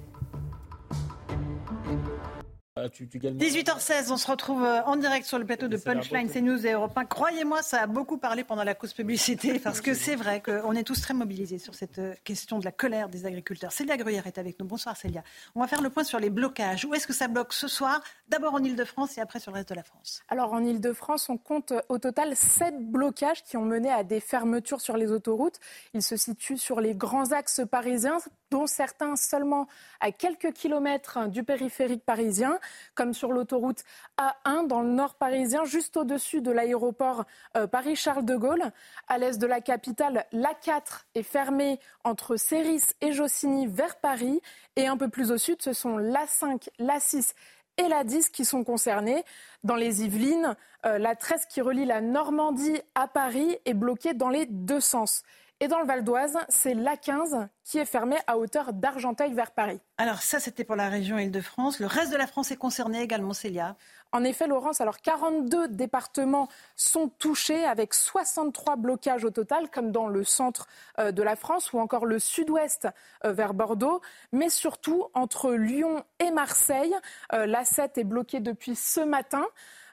D: 18h16, on se retrouve en direct sur le plateau de Punchline, CNews et Europe 1. Croyez-moi, ça a beaucoup parlé pendant la cause publicité parce que c'est vrai qu'on est tous très mobilisés sur cette question de la colère des agriculteurs. Célia Gruyère est avec nous. Bonsoir Célia. On va faire le point sur les blocages. Où est-ce que ça bloque ce soir ? D'abord en Ile-de-France et après sur le reste de la France.
G: Alors en Ile-de-France, on compte au total 7 blocages qui ont mené à des fermetures sur les autoroutes. Ils se situent sur les grands axes parisiens, dont certains seulement à quelques kilomètres du périphérique parisien, comme sur l'autoroute A1 dans le nord parisien, juste au-dessus de l'aéroport Paris-Charles de Gaulle. À l'est de la capitale, l'A4 est fermée entre Céris et Jossigny vers Paris. Et un peu plus au sud, ce sont l'A5, l'A6 et l'A10 qui sont concernés. Dans les Yvelines, la 13 qui relie la Normandie à Paris est bloquée dans les deux sens. Et dans le Val d'Oise, c'est l'A15 qui est fermée à hauteur d'Argenteuil vers Paris.
D: Alors ça, c'était pour la région Île-de-France. Le reste de la France est concerné également, Célia.
G: En effet, Laurence, 42 départements sont touchés avec 63 blocages au total, comme dans le centre de la France ou encore le sud-ouest vers Bordeaux. Mais surtout, entre Lyon et Marseille, l'A7 est bloquée depuis ce matin.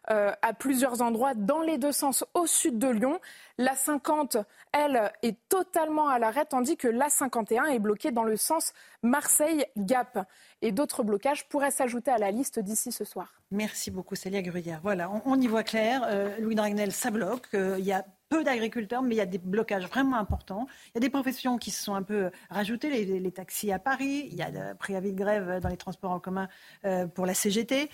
G: À plusieurs endroits dans les deux sens au sud de Lyon. L'A50, elle, est totalement à l'arrêt, tandis que l'A51 est bloquée dans le sens Marseille-Gap. Et d'autres blocages pourraient s'ajouter à la liste d'ici ce soir.
D: Merci beaucoup Célia Gruyère. Voilà, on y voit clair. Louis Dragnel, ça bloque. Il y a peu d'agriculteurs, mais il y a des blocages vraiment importants. Il y a des professions qui se sont un peu rajoutées, les taxis à Paris. Il y a le préavis de grève dans les transports en commun pour la CGT.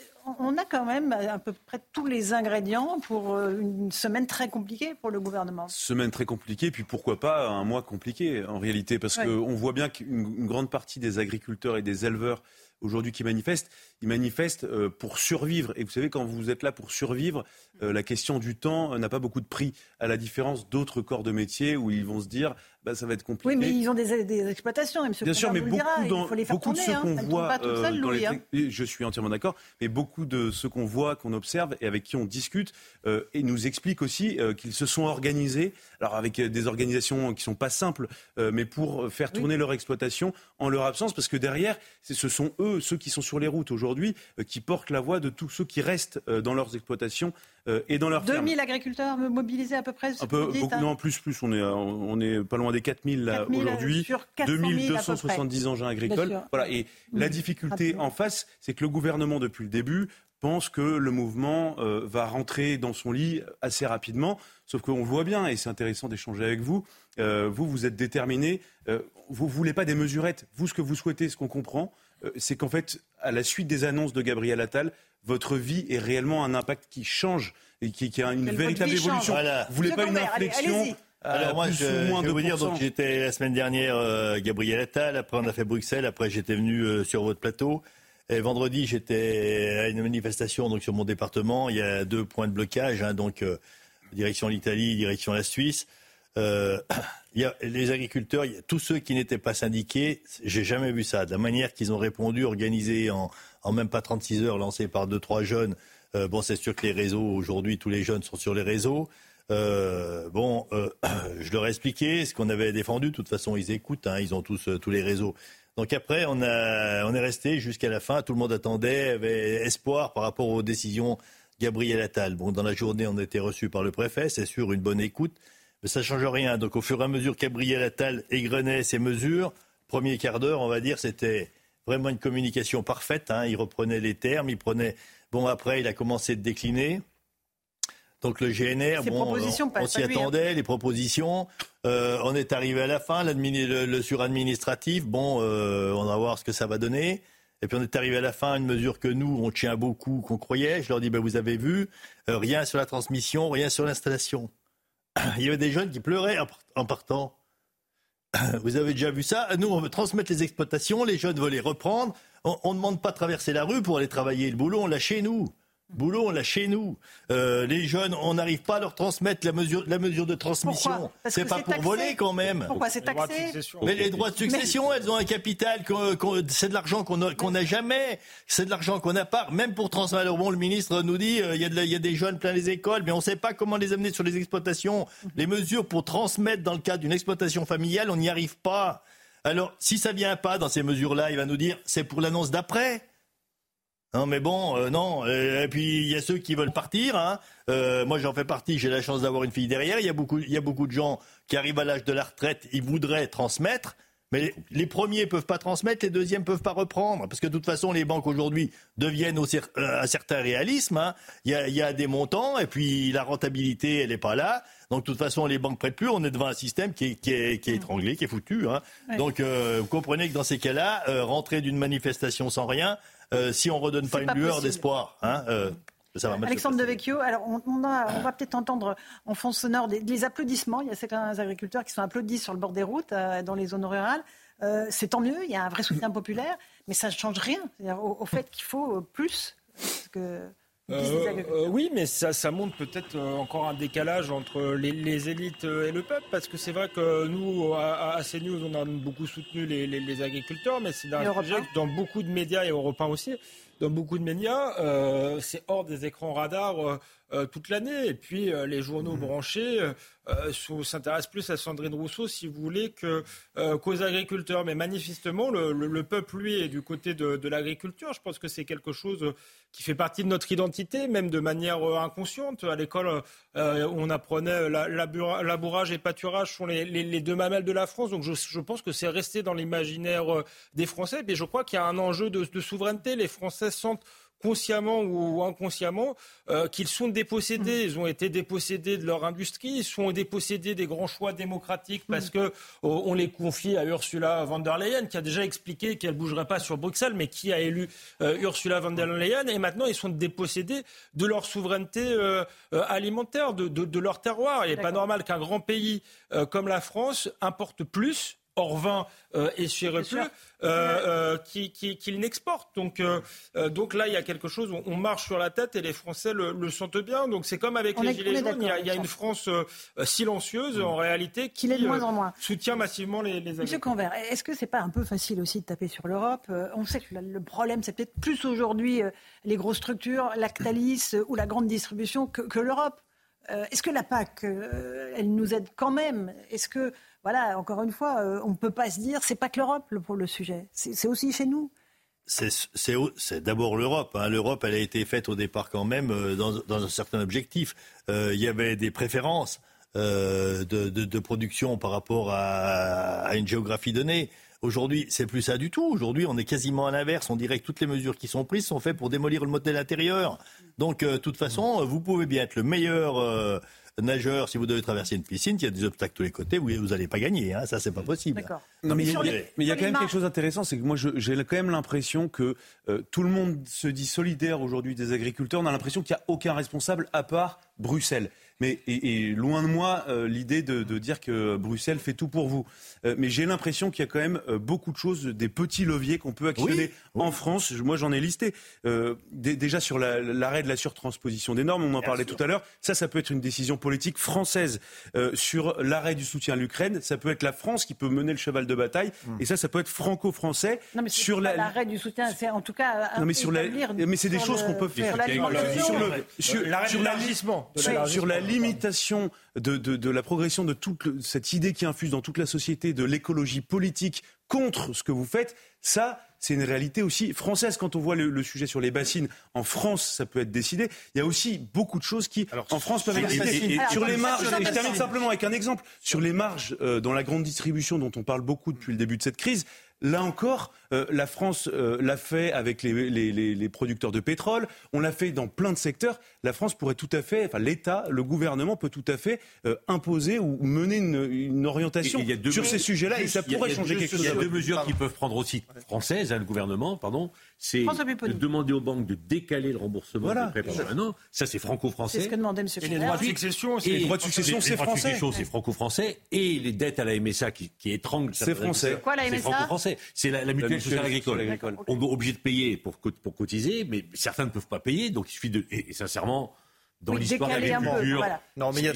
D: On a quand même à peu près tous les ingrédients pour une semaine très compliquée pour le gouvernement.
N: Semaine très compliquée, puis pourquoi pas un mois compliqué en réalité, parce qu'on voit bien qu'une grande partie des agriculteurs et des éleveurs aujourd'hui qui manifestent, ils manifestent pour survivre. Et vous savez, quand vous êtes là pour survivre, la question du temps n'a pas beaucoup de prix, à la différence d'autres corps de métier où ils vont se dire ça va être compliqué.
D: Oui, mais ils ont des exploitations. Et
N: bien sûr, mais beaucoup de ceux qu'on voit,
D: je
N: suis entièrement d'accord, mais beaucoup de ceux qu'on voit, qu'on observe et avec qui on discute, et nous expliquent aussi qu'ils se sont organisés, alors avec des organisations qui sont pas simples, mais pour faire tourner leur exploitation en leur absence, parce que derrière, ce sont eux, ceux qui sont sur les routes aujourd'hui, qui portent la voix de tous ceux qui restent dans leurs exploitations et dans leurs fermes.
D: 2000 agriculteurs mobilisés à peu près.
N: Non, plus. On est pas loin des 4000 là aujourd'hui. 2270 engins agricoles. Voilà. Et la difficulté en face, c'est que le gouvernement depuis le début pense que le mouvement va rentrer dans son lit assez rapidement. Sauf qu'on le voit bien, et c'est intéressant d'échanger avec vous. Vous êtes déterminés. Vous ne voulez pas des mesurettes. Vous, ce que vous souhaitez, ce qu'on comprend, c'est qu'en fait, à la suite des annonces de Gabriel Attal, votre vie est réellement un impact qui change et qui a une véritable évolution.
E: Voilà.
N: Vous ne voulez pas une inflexion?
E: Alors moi, je vais vous dire, donc j'étais la semaine dernière Gabriel Attal, après on a fait Bruxelles, après j'étais venu sur votre plateau. Et vendredi, j'étais à une manifestation donc sur mon département. Il y a 2 points de blocage, donc direction l'Italie, direction la Suisse. Il y a les agriculteurs, il y a tous ceux qui n'étaient pas syndiqués. J'ai jamais vu ça. De la manière qu'ils ont répondu, organisé en même pas 36 heures, lancé par 2-3 jeunes. Bon, c'est sûr que les réseaux aujourd'hui, tous les jeunes sont sur les réseaux. Je leur ai expliqué ce qu'on avait défendu. De toute façon, ils écoutent. Ils ont tous les réseaux. Donc après, on est resté jusqu'à la fin. Tout le monde attendait, avait espoir par rapport aux décisions Gabriel Attal. Bon, dans la journée, on a été reçus par le préfet. C'est sûr, une bonne écoute. Mais ça ne change rien. Donc au fur et à mesure que Gabriel Attal égrenait ses mesures, premier quart d'heure, on va dire, c'était vraiment une communication parfaite. Il reprenait les termes, il prenait... Bon, après, il a commencé de décliner. Donc le GNR, on s'y attendait, les propositions. On est arrivé à la fin, le suradministratif. On va voir ce que ça va donner. Et puis on est arrivé à la fin, une mesure que nous, on tient beaucoup, qu'on croyait. Je leur dis, vous avez vu, rien sur la transmission, rien sur l'installation. Il y avait des jeunes qui pleuraient en partant. Vous avez déjà vu ça? Nous, on veut transmettre les exploitations, les jeunes veulent les reprendre. On ne demande pas de traverser la rue pour aller travailler. Le boulot, on l'a chez nous. Les jeunes, on n'arrive pas à leur transmettre la mesure de transmission. C'est pas pour voler quand même.
D: Pourquoi c'est taxé?
E: Mais les droits de succession, elles ont un capital, c'est de l'argent qu'on n'a jamais. C'est de l'argent qu'on n'a pas. Même pour transmettre. Alors le ministre nous dit, il y a des jeunes plein les écoles, mais on ne sait pas comment les amener sur les exploitations. Les mesures pour transmettre dans le cadre d'une exploitation familiale, on n'y arrive pas. Alors, si ça vient pas dans ces mesures-là, il va nous dire, c'est pour l'annonce d'après. Non, mais non. Et puis, il y a ceux qui veulent partir. Moi, j'en fais partie. J'ai la chance d'avoir une fille derrière. Il y a beaucoup de gens qui arrivent à l'âge de la retraite. Ils voudraient transmettre. Mais les premiers peuvent pas transmettre, les deuxièmes peuvent pas reprendre. Parce que de toute façon, les banques aujourd'hui deviennent un certain réalisme. Il y a des montants et puis la rentabilité, elle est pas là. Donc de toute façon, les banques prêtent plus. On est devant un système qui est étranglé, qui est foutu. Ouais. Donc vous comprenez que dans ces cas-là, rentrer d'une manifestation sans rien, si on redonne pas une lueur d'espoir, ça va mal.
D: Alexandre Devecchio, alors on va peut-être entendre en fond sonore des applaudissements. Il y a certains agriculteurs qui sont applaudis sur le bord des routes, dans les zones rurales. C'est tant mieux, il y a un vrai soutien populaire, mais ça ne change rien au fait qu'il faut plus que...
L: Oui, mais ça montre peut-être encore un décalage entre les élites et le peuple, parce que c'est vrai que nous, à CNews, on a beaucoup soutenu les agriculteurs, mais c'est un sujet que dans beaucoup de médias, et européens aussi, dans beaucoup de médias, c'est hors des écrans radars toute l'année. Et puis les journaux branchés s'intéressent plus à Sandrine Rousseau, si vous voulez, qu'aux agriculteurs. Mais manifestement, le peuple, lui, est du côté de l'agriculture. Je pense que c'est quelque chose qui fait partie de notre identité, même de manière inconsciente. À l'école, on apprenait labourage et pâturage sont les deux mamelles de la France. Donc je pense que c'est resté dans l'imaginaire des Français. Et je crois qu'il y a un enjeu de souveraineté. Les Français sentent consciemment ou inconsciemment, qu'ils sont dépossédés. Ils ont été dépossédés de leur industrie, ils sont dépossédés des grands choix démocratiques parce que on les confie à Ursula von der Leyen, qui a déjà expliqué qu'elle ne bougerait pas sur Bruxelles, mais qui a élu Ursula von der Leyen. Et maintenant, ils sont dépossédés de leur souveraineté alimentaire, de leur terroir. Il n'est pas normal qu'un grand pays comme la France importe plus hors vin et chez qu'il n'exporte. Donc là, il y a quelque chose, on marche sur la tête et les Français le sentent bien. Donc c'est comme avec les Gilets jaunes, il y a une France silencieuse, en réalité, qui est de moins en moins. Soutient massivement les agriculteurs.
D: Monsieur Convert, est-ce que c'est pas un peu facile aussi de taper sur l'Europe? On sait que le problème, c'est peut-être plus aujourd'hui les grosses structures, Lactalis ou la grande distribution que l'Europe. Est-ce que la PAC, elle nous aide quand même? Est-ce que, voilà, encore une fois, on ne peut pas se dire, c'est pas que l'Europe pour le sujet, c'est aussi chez nous.
E: C'est d'abord l'Europe. L'Europe, elle a été faite au départ quand même dans un certain objectif. Il y avait des préférences de production par rapport à une géographie donnée. Aujourd'hui, c'est plus ça du tout. Aujourd'hui, on est quasiment à l'inverse. On dirait que toutes les mesures qui sont prises sont faites pour démolir le modèle intérieur. Donc, de toute façon, vous pouvez bien être le meilleur nageur, si vous devez traverser une piscine, il y a des obstacles de tous les côtés, vous n'allez pas gagner. Hein. Ça, c'est pas possible.
D: D'accord.
N: Non, mais il y a quand même quelque chose d'intéressant, c'est que moi, j'ai quand même l'impression que tout le monde se dit solidaire aujourd'hui des agriculteurs. On a l'impression qu'il n'y a aucun responsable à part Bruxelles. Mais et loin de moi l'idée de dire que Bruxelles fait tout pour vous. Mais j'ai l'impression qu'il y a quand même beaucoup de choses, des petits leviers qu'on peut actionner en France. Moi, j'en ai listé. Déjà sur l'arrêt de la surtransposition des normes, on en parlait tout à l'heure. Ça peut être une décision politique française. Sur l'arrêt du soutien à l'Ukraine, ça peut être la France qui peut mener le cheval de bataille. Et ça peut être franco-français.
D: Non, mais sur l'arrêt du soutien, c'est en tout cas.
N: Non, mais mais c'est des choses qu'on peut faire. Sur la limitation de la progression de toute cette idée qui infuse dans toute la société de l'écologie politique contre ce que vous faites, ça, c'est une réalité aussi française. Quand on voit le sujet sur les bassines, en France, ça peut être décidé. Il y a aussi beaucoup de choses qui, en France, peuvent être décidées. Sur les marges, et je termine simplement avec un exemple, sur les marges dans la grande distribution dont on parle beaucoup depuis le début de cette crise, là encore, la France l'a fait avec les producteurs de pétrole, on l'a fait dans plein de secteurs. La France pourrait tout à fait, l'État, le gouvernement peut tout à fait imposer ou mener une orientation sur ces sujets-là et ça pourrait changer quelque chose.
H: Il y a deux mesures qui peuvent prendre aussi françaises, le gouvernement, c'est de demander aux banques de décaler le remboursement des prêts pendant un an. Ça, c'est franco-français.
D: C'est ce que demandait M.
L: Et les droits de succession,
N: c'est français.
H: C'est franco-français. Et les dettes à la MSA qui étranglent.
N: C'est français.
D: Quoi, la MSA ?
H: C'est franco-français. C'est la mutuelle sociale agricole. On est obligé de payer pour cotiser, mais certains ne peuvent pas payer. Donc il suffit de... Et sincèrement... Dans l'histoire de l'agriculture,
C: voilà. Non, mais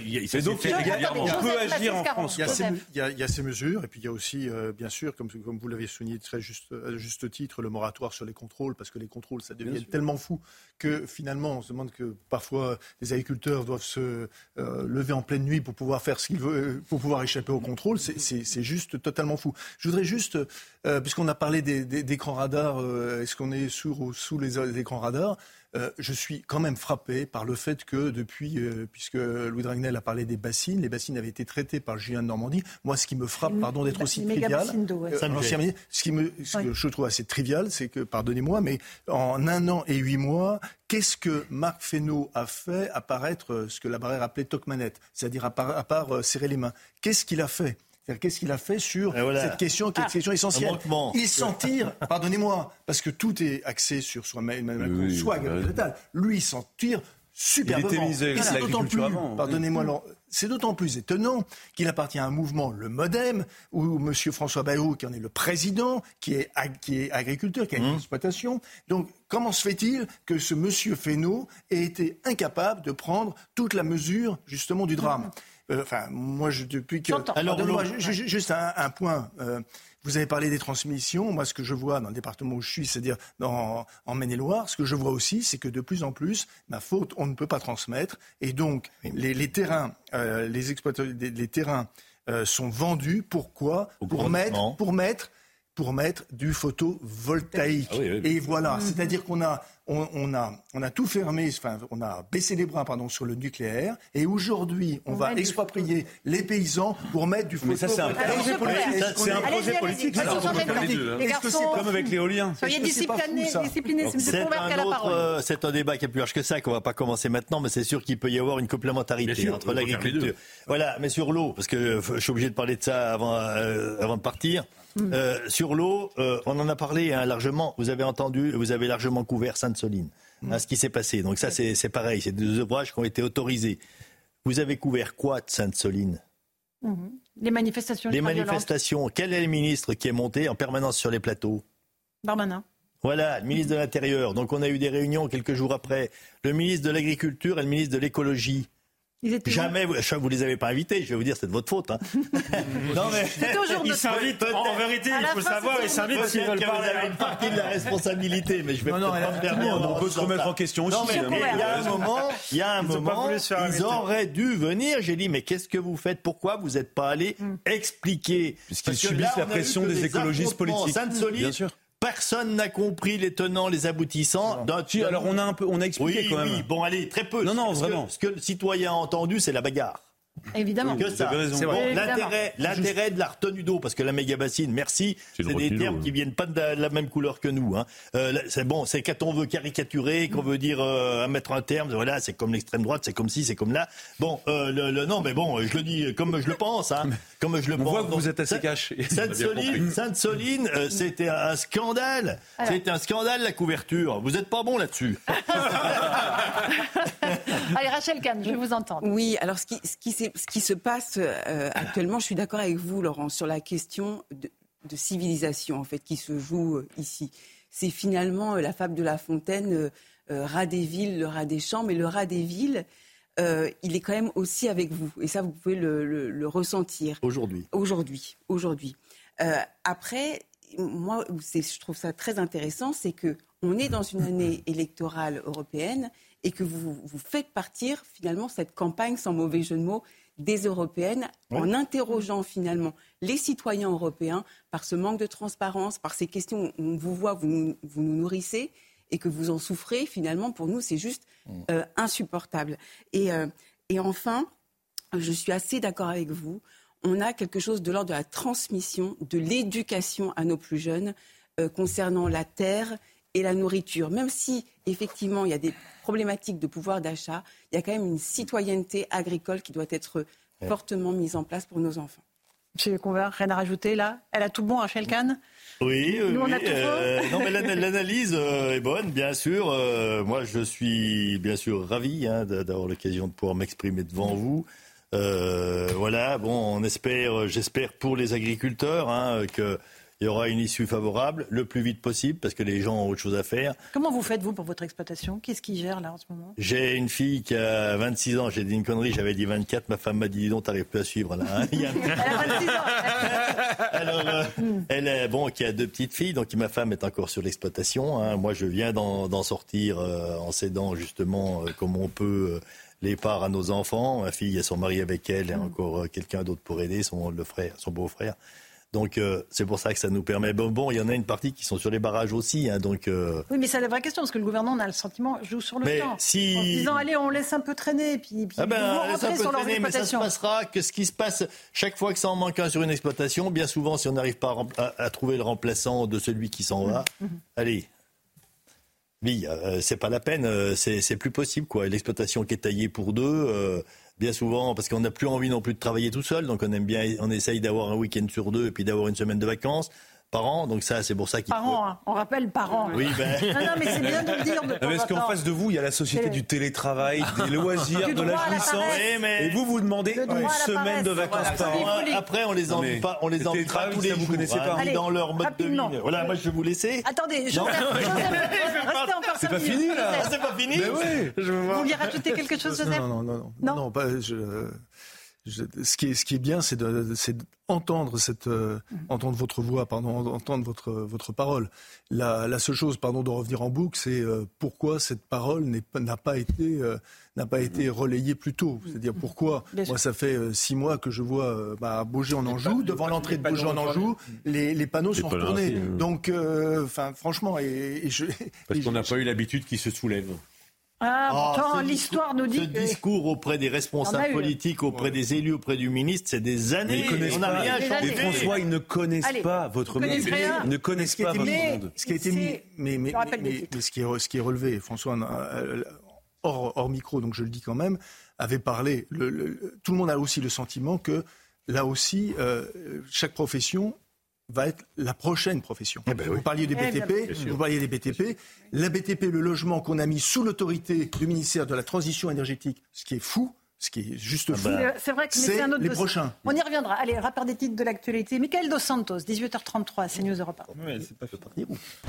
N: on peut agir en France.
C: Il y a ces mesures, et puis il y a aussi, bien sûr, comme vous l'avez souligné à juste titre, le moratoire sur les contrôles, parce que les contrôles, ça devient tellement fou que finalement, on se demande que parfois les agriculteurs doivent se lever en pleine nuit pour pouvoir faire ce qu'ils veulent, pour pouvoir échapper au contrôle. C'est juste totalement fou. Je voudrais juste, puisqu'on a parlé d'écrans radars, est-ce qu'on est sous les écrans radars ? Je suis quand même frappé par le fait que depuis, puisque Louis Dragnel a parlé des bassines, les bassines avaient été traitées par Julien de Normandie. Moi, ce qui me frappe, pardon d'être aussi trivial, ce que je trouve assez trivial, c'est que, pardonnez-moi, mais en 1 an et 8 mois, qu'est-ce que Marc Fesneau a fait apparaître ce que la Barrère appelait toc-manette, c'est-à-dire à part serrer les mains. Qu'est-ce qu'il a fait ? Qu'est-ce qu'il a fait sur cette question qui est une question essentielle ? Il s'en tire, pardonnez-moi, parce que tout est axé sur soit Emmanuel Macron, soit Gabriel Attal. Lui, il s'en tire superbement.
N: Il était ministre de l'Agriculture avant.
C: Pardonnez-moi, c'est d'autant plus étonnant qu'il appartient à un mouvement, le MoDem, où M. François Bayrou, qui en est le président, qui est agriculteur, qui a une exploitation. Donc, comment se fait-il que ce M. Fesneau ait été incapable de prendre toute la mesure, justement, du drame ? Moi, depuis que... Pardonnez-moi, juste un point. Vous avez parlé des transmissions. Moi, ce que je vois dans le département où je suis, c'est-à-dire en Maine-et-Loire, ce que je vois aussi, c'est que de plus en plus, ma faute, on ne peut pas transmettre. Et donc, les terrains, les terrains sont vendus. Pourquoi ? Pour mettre du photovoltaïque. Et voilà, c'est-à-dire qu'on a tout fermé, on a baissé les bras sur le nucléaire, et aujourd'hui, on va exproprier les paysans pour mettre du photovoltaïque.
N: Mais ça, c'est un projet politique. C'est comme avec l'éolien.
D: Soyez disciplinés, c'est M. Convert qui a la parole.
E: C'est un débat qui est plus large que ça, qu'on ne va pas commencer maintenant, mais c'est sûr qu'il peut y avoir une complémentarité entre l'agriculture. Voilà, mais sur l'eau, parce que je suis obligé de parler de ça avant de partir. Sur l'eau, on en a parlé largement. Vous avez largement couvert Sainte-Soline, ce qui s'est passé. Donc ça, c'est pareil. C'est des ouvrages qui ont été autorisés. Vous avez couvert quoi de Sainte-Soline ?
D: Les manifestations.
E: Les manifestations. Quel est le ministre qui est monté en permanence sur les plateaux ?
D: Darmanin.
E: Voilà, le ministre de l'Intérieur. Donc on a eu des réunions quelques jours après. Le ministre de l'Agriculture et le ministre de l'Écologie. Jamais, vous les avez pas invités, je vais vous dire, c'est de votre faute.
L: Non mais ils s'invitent, en vérité, il faut savoir, ils s'invitent s'ils veulent parler.
E: Il y a une partie de la responsabilité, mais je vais pas me permettre.
N: On peut se remettre en question aussi.
E: Non, mais il y a un moment, ils auraient dû venir. J'ai dit, mais qu'est-ce que vous faites ? Pourquoi vous n'êtes pas allé expliquer ?
N: Puisqu'ils subissent la pression des écologistes politiques.
E: Bien sûr. Personne n'a compris les tenants, les aboutissants.
N: Alors on a expliqué quand même.
E: Oui, bon allez, très peu.
N: Non, vraiment.
E: Ce que le citoyen a entendu, c'est la bagarre.
D: Évidemment.
E: Que ça.
C: C'est vrai.
E: L'intérêt de la retenue d'eau, parce que la méga-bassine, merci, c'est des termes qui viennent pas de la même couleur que nous. Hein. C'est bon, c'est quand on veut caricaturer, qu'on veut dire mettre un terme, voilà, c'est comme l'extrême droite, c'est comme ci, c'est comme là. Bon, non, mais bon, je le dis comme je le pense. Hein, comme je le pense.
N: On voit que vous êtes assez caché.
E: Sainte-Soline, c'était un scandale. Alors. C'était un scandale, la couverture. Vous n'êtes pas bon là-dessus.
D: Allez, Rachel Kahn, je vais vous entendre.
K: Oui, alors ce qui se passe actuellement, je suis d'accord avec vous, Laurent, sur la question de civilisation, en fait, qui se joue ici. C'est finalement la fable de La Fontaine, rat des villes, le rat des champs, mais le rat des villes, il est quand même aussi avec vous. Et ça, vous pouvez le ressentir.
E: Aujourd'hui.
K: Après, moi, je trouve ça très intéressant, c'est qu'on est dans une année électorale européenne et que vous faites partir finalement cette campagne, sans mauvais jeu de mots, des européennes, en interrogeant finalement les citoyens européens par ce manque de transparence, par ces questions où on vous voit, vous nous nourrissez et que vous en souffrez. Finalement, pour nous, c'est juste insupportable. Et enfin, je suis assez d'accord avec vous, on a quelque chose de l'ordre de la transmission, de l'éducation à nos plus jeunes concernant la terre et la nourriture. Même si, effectivement, il y a des problématiques de pouvoir d'achat, il y a quand même une citoyenneté agricole qui doit être fortement mise en place pour nos enfants.
D: Monsieur Convert, rien à rajouter là? Elle a tout bon, Rachel Kahn?
E: Oui,
D: Nous, on a tout faux.
E: Non, mais l'analyse est bonne, bien sûr. Moi, je suis bien sûr ravi d'avoir l'occasion de pouvoir m'exprimer devant vous. Voilà, bon, j'espère pour les agriculteurs que il y aura une issue favorable le plus vite possible parce que les gens ont autre chose à faire.
D: Comment vous faites, vous, pour votre exploitation? Qu'est-ce qui gère, là, en ce moment?
E: J'ai une fille qui a 26 ans. J'ai dit une connerie, j'avais dit 24. Ma femme m'a dit, non, t'arrives plus à suivre, là. Hein. Elle
D: a 26 ans.
E: Alors, elle, qui a 2 petites filles, donc ma femme est encore sur l'exploitation. Hein. Moi, je viens d'en sortir en cédant, justement, comme on peut... les parts à nos enfants. Ma fille, elles sont mariées avec elle et encore quelqu'un d'autre pour aider, son beau-frère. Donc c'est pour ça que ça nous permet... Bon, il y en a une partie qui sont sur les barrages aussi. Hein, donc,
D: Oui, mais c'est la vraie question, parce que le gouvernement, on a le sentiment, joue sur le temps. En se disant, allez, on laisse un peu traîner, puis ils vont rentrer sur leur exploitation.
E: Mais ça se passera que ce qui se passe chaque fois que ça en manque un sur une exploitation, bien souvent, si on n'arrive pas à trouver le remplaçant de celui qui s'en va, allez... Oui, c'est pas la peine, c'est plus possible, quoi. L'exploitation qui est taillée pour 2, bien souvent, parce qu'on n'a plus envie non plus de travailler tout seul, donc on essaye d'avoir un week-end sur 2 et puis d'avoir une semaine de vacances par an, donc ça, c'est pour ça qu'il faut...
D: Par an, hein. On rappelle par an.
E: Oui,
D: non, mais c'est bien de le dire.
N: Parce qu'en face de vous, il y a la société du télétravail, des loisirs, de la jouissance, et vous demandez une semaine de vacances par an.
E: Après, on les envie pas tous les jours. Vous connaissez pas dans leur mode de vie. Voilà, moi, je vais vous laisser.
D: Attendez, restez encore 5 minutes.
N: C'est pas fini, là.
E: C'est pas fini.
D: Vous vouliez rajouter quelque chose, Joseph?
C: Non, pas... Ce qui est bien, c'est d'entendre entendre votre voix, entendre votre parole. La seule chose, de revenir en boucle, c'est pourquoi cette parole n'a pas été relayée plus tôt. C'est-à-dire pourquoi, moi ça fait 6 mois que je vois Beaugé-en-Anjou, devant l'entrée de Beaugé-en-Anjou, les panneaux sont retournés. Donc, franchement,
H: parce qu'on n'a pas eu l'habitude qu'ils se soulèvent.
D: Pourtant, l'histoire nous dit
E: ce discours auprès des responsables politiques, auprès des élus, auprès du ministre, c'est des années.
N: On n'a rien changé. François, ils ne connaissent pas votre monde. Ils ne connaissent pas votre monde.
C: Ce qui a été mis, mais ce qui est relevé, François, hors micro, donc je le dis quand même, avait parlé. Tout le monde a aussi le sentiment que là aussi, chaque profession va être la prochaine profession. Vous parliez des BTP, La BTP, le logement qu'on a mis sous l'autorité du ministère de la Transition énergétique, ce qui est fou, ce qui est juste fou,
D: c'est vrai que c'est un autre
C: les
D: dossier.
C: Prochains.
D: On y reviendra. Allez, rapport des titres de l'actualité. Michael Dos Santos, 18h33, CNews Europe 1.
E: Ouais, c'est pas fait partie.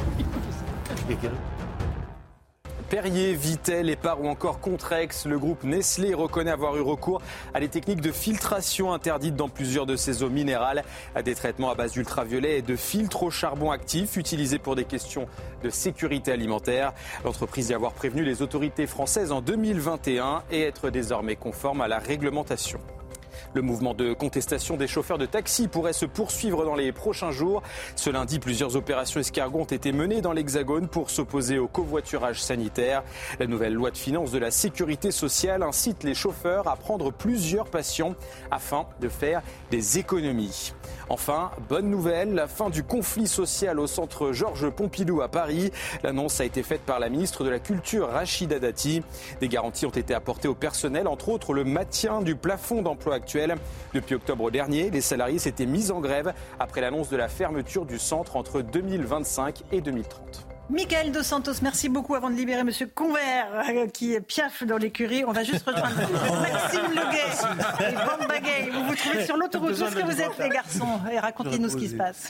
O: Perrier, Vittel, Épar ou encore Contrex, le groupe Nestlé reconnaît avoir eu recours à des techniques de filtration interdites dans plusieurs de ses eaux minérales, à des traitements à base d'ultraviolets et de filtres au charbon actif utilisés pour des questions de sécurité alimentaire. L'entreprise dit avoir prévenu les autorités françaises en 2021 et être désormais conforme à la réglementation.
J: Le mouvement de contestation des chauffeurs de taxi pourrait se poursuivre dans les prochains jours. Ce lundi, plusieurs opérations escargots ont été menées dans l'Hexagone pour s'opposer au covoiturage sanitaire. La nouvelle loi de finances de la sécurité sociale incite les chauffeurs à prendre plusieurs patients afin de faire des économies. Enfin, bonne nouvelle, la fin du conflit social au centre Georges Pompidou à Paris. L'annonce a été faite par la ministre de la Culture, Rachida Dati. Des garanties ont été apportées au personnel, entre autres le maintien du plafond d'emploi actuel. Depuis octobre dernier, les salariés s'étaient mis en grève après l'annonce de la fermeture du centre entre 2025 et 2030.
D: Mickaël Dos Santos, merci beaucoup. Avant de libérer Monsieur Convert qui piaffe dans l'écurie, on va juste rejoindre Maxime Leguet et Bamba Bagay. Vous vous trouvez sur l'autoroute. Où est-ce que vous êtes, les garçons? Et racontez-nous ce qui se passe.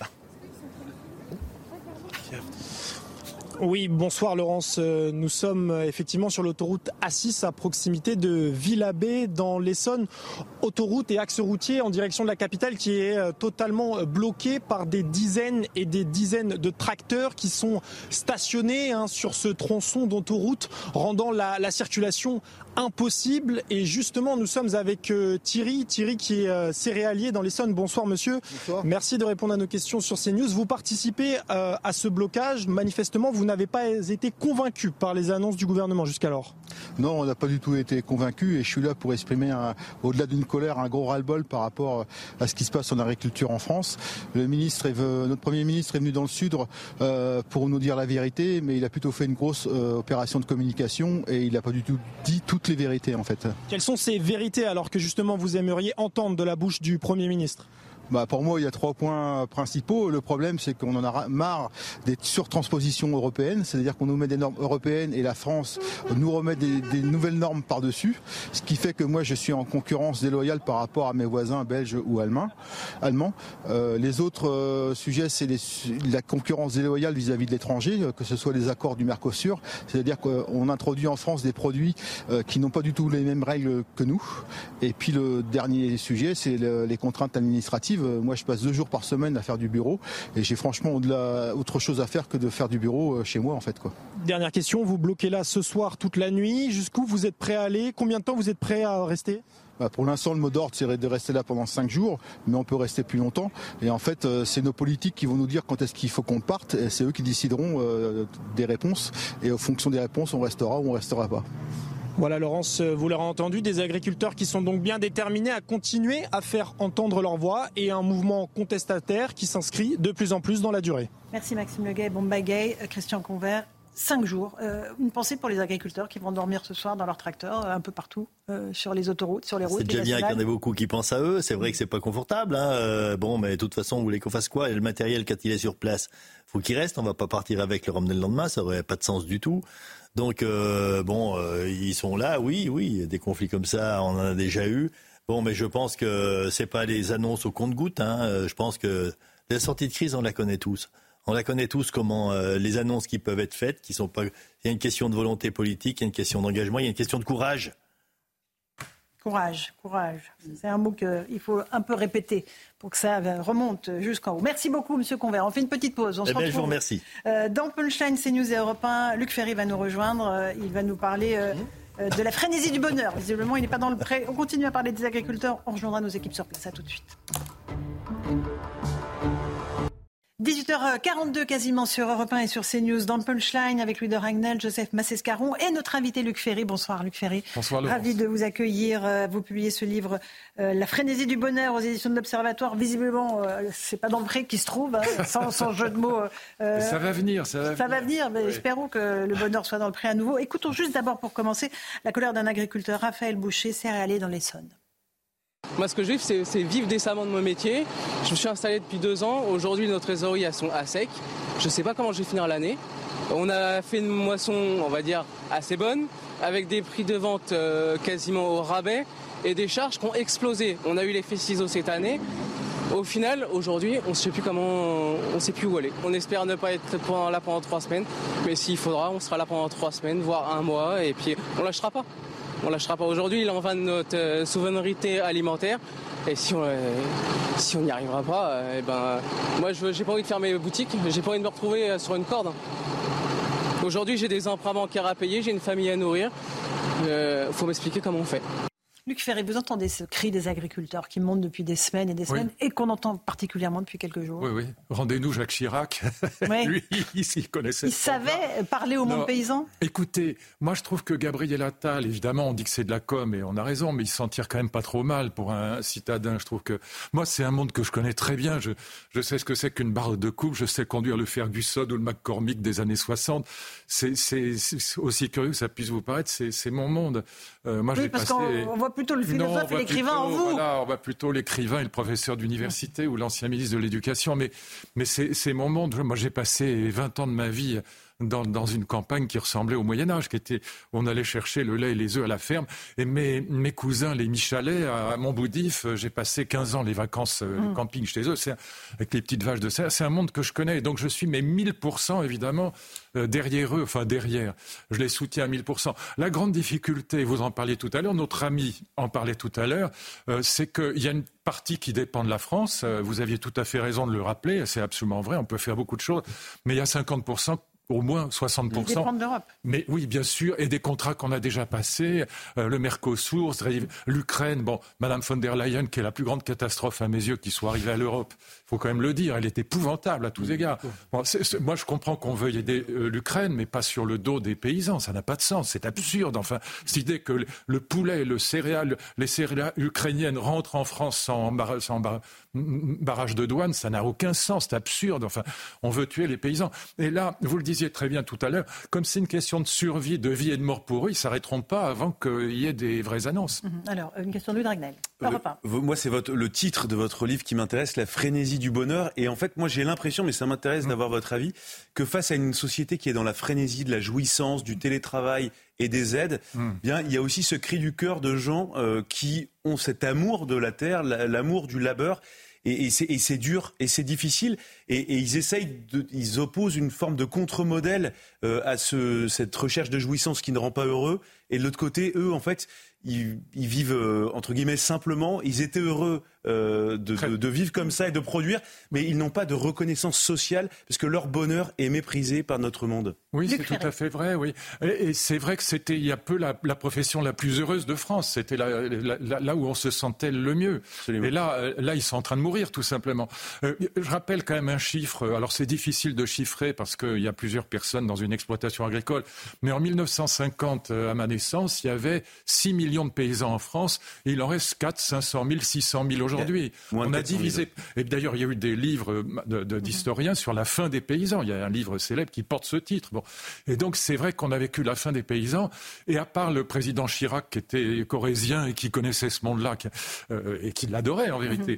I: Oui, bonsoir Laurence. Nous sommes effectivement sur l'autoroute A6 à proximité de Villabé dans l'Essonne. Autoroute et axe routier en direction de la capitale qui est totalement bloquée par des dizaines et des dizaines de tracteurs qui sont stationnés sur ce tronçon d'autoroute, rendant la circulation impossible. Et justement, nous sommes avec Thierry qui est céréalier dans l'Essonne. Bonsoir monsieur. Bonsoir. Merci de répondre à nos questions sur CNews. Vous participez à ce blocage. Manifestement, vous n'avez pas été convaincu par les annonces du gouvernement jusqu'alors.
M: Non, on n'a pas du tout été convaincu et je suis là pour exprimer, au-delà d'une colère, un gros ras-le-bol par rapport à ce qui se passe en agriculture en France. Notre Premier ministre est venu dans le Sud pour nous dire la vérité, mais il a plutôt fait une grosse opération de communication et il n'a pas du tout dit toutes les vérités en fait.
I: Quelles sont ces vérités alors que justement vous aimeriez entendre de la bouche du Premier ministre ?
M: Pour moi, il y a 3 points principaux. Le problème, c'est qu'on en a marre des surtranspositions européennes, c'est-à-dire qu'on nous met des normes européennes et la France nous remet des nouvelles normes par-dessus, ce qui fait que moi, je suis en concurrence déloyale par rapport à mes voisins belges ou allemands. Les autres sujets, c'est la concurrence déloyale vis-à-vis de l'étranger, que ce soit les accords du Mercosur, c'est-à-dire qu'on introduit en France des produits qui n'ont pas du tout les mêmes règles que nous. Et puis le dernier sujet, c'est les contraintes administratives. Moi, je passe 2 jours par semaine à faire du bureau et j'ai franchement autre chose à faire que de faire du bureau chez moi, en fait, quoi.
I: Dernière question, vous bloquez là ce soir toute la nuit. Jusqu'où vous êtes prêt à aller? Combien de temps vous êtes prêt à rester?
M: Pour l'instant, le mot d'ordre, c'est de rester là pendant 5 jours, mais on peut rester plus longtemps. Et en fait, c'est nos politiques qui vont nous dire quand est-ce qu'il faut qu'on parte. Et c'est eux qui décideront des réponses. Et en fonction des réponses, on restera ou on restera pas.
I: Voilà Laurence, vous l'aurez entendu, des agriculteurs qui sont donc bien déterminés à continuer à faire entendre leur voix et un mouvement contestataire qui s'inscrit de plus en plus dans la durée.
D: Merci Maxime Leguet, Bamba Bagay, Christian Convert. 5 jours. Une pensée pour les agriculteurs qui vont dormir ce soir dans leurs tracteurs un peu partout sur les autoroutes, sur les routes.
E: C'est déjà bien qu'il y en ait beaucoup qui pensent à eux. C'est vrai que c'est pas confortable. Mais de toute façon, vous voulez qu'on fasse quoi? Et le matériel, quand il est sur place, faut qu'il reste. On va pas partir avec le ramener le lendemain. Ça aurait pas de sens du tout. Donc ils sont là. Oui, des conflits comme ça, on en a déjà eu. Mais je pense que c'est pas les annonces au compte-gouttes. Je pense que la sortie de crise, on la connaît tous. On la connaît tous comment les annonces qui peuvent être faites, qui sont pas. Il y a une question de volonté politique, il y a une question d'engagement, il y a une question de courage.
D: Courage. C'est un mot qu'il faut un peu répéter pour que ça remonte jusqu'en haut. Merci beaucoup, Monsieur Convert. On fait une petite pause. On se retrouve.
E: Je vous remercie.
D: Dans Punchline, CNews et Europe 1, Luc Ferry va nous rejoindre. Il va nous parler de la frénésie du bonheur. Visiblement, il n'est pas dans le pré. On continue à parler des agriculteurs. On rejoindra nos équipes sur place. À tout de suite. 18h42 quasiment sur Europe 1 et sur CNews dans le Punchline avec Louis de Ragnel, Joseph Massescaron et notre invité Luc Ferry. Bonsoir Luc Ferry.
P: Bonsoir Laurence.
D: Ravi de vous accueillir. Vous publiez ce livre La frénésie du bonheur aux éditions de l'Observatoire. Visiblement, c'est pas dans le pré qui se trouve, sans jeu de mots.
P: Ça va venir.
D: Ça va venir, mais espérons que le bonheur soit dans le pré à nouveau. Écoutons juste d'abord pour commencer la colère d'un agriculteur, Raphaël Boucher, céréalier dans l'Essonne.
X: Moi, ce que je vis, c'est vivre décemment de mon métier. Je me suis installé depuis 2 ans. Aujourd'hui, nos trésoreries sont à sec. Je ne sais pas comment je vais finir l'année. On a fait une moisson, on va dire, assez bonne, avec des prix de vente quasiment au rabais et des charges qui ont explosé. On a eu l'effet ciseaux cette année. Au final, aujourd'hui, on ne sait plus on sait plus où aller. On espère ne pas être là pendant 3 semaines, mais s'il faudra, on sera là pendant 3 semaines, voire 1 mois, et puis on ne lâchera pas. On ne lâchera pas. Aujourd'hui, il en va de notre souveraineté alimentaire. Et si on n'y arrivera pas, moi, j'ai pas envie de fermer mes boutiques. J'ai pas envie de me retrouver sur une corde. Aujourd'hui, j'ai des emprunts bancaires à payer, j'ai une famille à nourrir. Faut m'expliquer comment on fait.
D: Luc Ferry, vous entendez ce cri des agriculteurs qui monte depuis des semaines et des semaines et qu'on entend particulièrement depuis quelques jours.
P: Oui. Rendez-nous Jacques Chirac.
D: Oui.
P: Lui, il connaissait.
D: Il savait parler au monde paysan.
P: Écoutez, moi je trouve que Gabriel Attal, évidemment, on dit que c'est de la com et on a raison, mais il s'en tire quand même pas trop mal pour un citadin. Je trouve que moi, c'est un monde que je connais très bien. Je sais ce que c'est qu'une barre de coupe. Je sais conduire le Ferguson ou le McCormick des années 60. C'est aussi curieux que ça puisse vous paraître. C'est mon monde. Moi,
D: oui, parce qu'on voit plutôt le philosophe et l'écrivain en vous.
P: Voilà, on voit plutôt l'écrivain et le professeur d'université ou l'ancien ministre de l'Éducation. Mais c'est mon monde. Moi, j'ai passé 20 ans de ma vie dans une campagne qui ressemblait au Moyen-Âge, on allait chercher le lait et les œufs à la ferme. Et mes cousins, les Michalet, à Montboudif, j'ai passé 15 ans les vacances camping chez eux, avec les petites vaches de serre. C'est un monde que je connais. Et donc je suis 1000% évidemment derrière eux. Enfin derrière, je les soutiens à 1000%. La grande difficulté, vous en parliez tout à l'heure, notre ami en parlait tout à l'heure, c'est qu'il y a une partie qui dépend de la France. Vous aviez tout à fait raison de le rappeler, c'est absolument vrai, on peut faire beaucoup de choses. Mais il y a 50%, au moins 60%.
D: Ils dépendent d'Europe.
P: Mais oui, bien sûr, et des contrats qu'on a déjà passés, le Mercosur, l'Ukraine, bon, Madame von der Leyen, qui est la plus grande catastrophe à mes yeux qui soit arrivée à l'Europe. Il faut quand même le dire, elle est épouvantable à tous égards. Bon, moi, je comprends qu'on veuille aider l'Ukraine, mais pas sur le dos des paysans, ça n'a pas de sens, c'est absurde. Enfin, cette idée que le poulet, les céréales ukrainiennes rentrent en France sans barrage de douane, ça n'a aucun sens, c'est absurde. Enfin, on veut tuer les paysans. Et là, vous le disiez très bien tout à l'heure, comme c'est une question de survie, de vie et de mort pour eux, ils ne s'arrêteront pas avant qu'il y ait des vraies annonces.
D: Alors, une question de Louis Dragnel.
N: Moi, c'est le titre de votre livre qui m'intéresse, La frénésie du bonheur. Et en fait, moi, j'ai l'impression, mais ça m'intéresse d'avoir votre avis, que face à une société qui est dans la frénésie de la jouissance, du télétravail et des aides, bien, il y a aussi ce cri du cœur de gens qui ont cet amour de la terre, l'amour du labeur. Et c'est dur et c'est difficile et ils opposent une forme de contre-modèle à cette recherche de jouissance qui ne rend pas heureux. Et de l'autre côté, eux, en fait, ils vivent entre guillemets simplement. Ils étaient heureux de vivre comme ça et de produire, mais ils n'ont pas de reconnaissance sociale parce que leur bonheur est méprisé par notre monde.
P: Oui, c'est tout à fait vrai. Oui, et c'est vrai que c'était il y a peu la profession la plus heureuse de France. C'était là où on se sentait le mieux. Absolument. Et là, ils sont en train de mourir tout simplement. Je rappelle quand même un chiffre. Alors c'est difficile de chiffrer parce qu'il y a plusieurs personnes dans une exploitation agricole. Mais en 1950, à ma naissance, il y avait 6 millions de paysans en France. Et il en reste 500 000, 600 000 aujourd'hui. On a divisé. Et d'ailleurs, il y a eu des livres d'historiens sur la fin des paysans. Il y a un livre célèbre qui porte ce titre. Bon. Et donc, c'est vrai qu'on a vécu la fin des paysans. Et à part le président Chirac, qui était corrézien et qui connaissait ce monde-là, et qui l'adorait en vérité,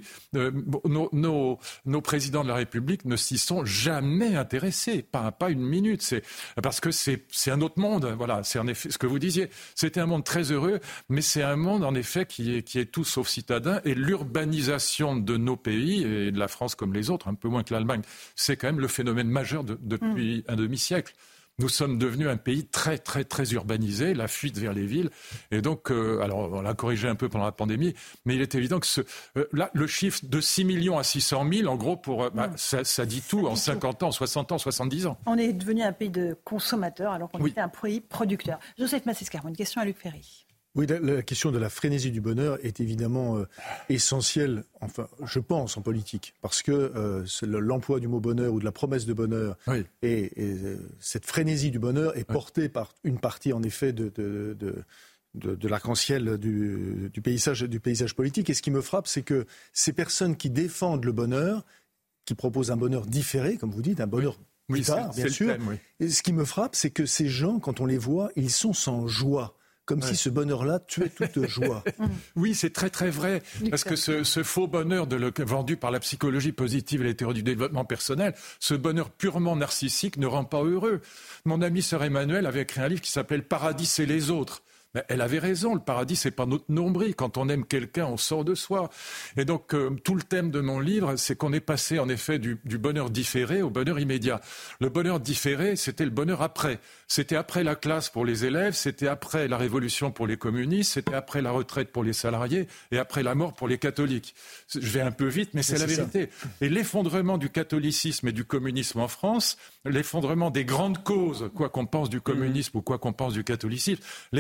P: nos présidents de la République ne s'y sont jamais intéressés. Pas une minute. Parce que c'est un autre monde. Voilà, c'est en effet ce que vous disiez. C'était un monde très heureux, mais c'est un monde en effet qui est tout sauf citadin. Et l'urbanisation de nos pays, et de la France comme les autres, un peu moins que l'Allemagne, c'est quand même le phénomène majeur depuis un demi-siècle. Nous sommes devenus un pays très, très, très urbanisé, la fuite vers les villes. Et donc, alors, on l'a corrigé un peu pendant la pandémie, mais il est évident que là, le chiffre de 6 millions à 600 000, en gros, ça dit tout en 50 ans, 60 ans, 70 ans.
D: On est devenu un pays de consommateurs alors qu'on était un pays producteur. Joseph Massescaron, une question à Luc Ferry.
C: Oui, la question de la frénésie du bonheur est évidemment essentielle, enfin, je pense, en politique, parce que l'emploi du mot bonheur ou de la promesse de bonheur, et cette frénésie du bonheur est portée par une partie, en effet, de l'arc-en-ciel du paysage politique. Et ce qui me frappe, c'est que ces personnes qui défendent le bonheur, qui proposent un bonheur différé, comme vous dites, un bonheur plus tard, bien sûr. Et ce qui me frappe, c'est que ces gens, quand on les voit, ils sont sans joie. Comme si ce bonheur-là tuait toute joie.
P: Oui, c'est très très vrai. Parce que ce faux bonheur vendu par la psychologie positive et les théories du développement personnel, ce bonheur purement narcissique ne rend pas heureux. Mon amie sœur Emmanuelle avait écrit un livre qui s'appelait « Le paradis, c'est les autres ». Mais elle avait raison, le paradis, c'est pas notre nombril. Quand on aime quelqu'un, on sort de soi. Et donc, tout le thème de mon livre, c'est qu'on est passé, en effet, du bonheur différé au bonheur immédiat. Le bonheur différé, c'était le bonheur après. C'était après la classe pour les élèves, c'était après la révolution pour les communistes, c'était après la retraite pour les salariés et après la mort pour les catholiques. Je vais un peu vite, mais c'est la vérité. Ça. Et l'effondrement du catholicisme et du communisme en France, l'effondrement des grandes causes, quoi qu'on pense du communisme ou quoi qu'on pense du catholicisme, l'effondrement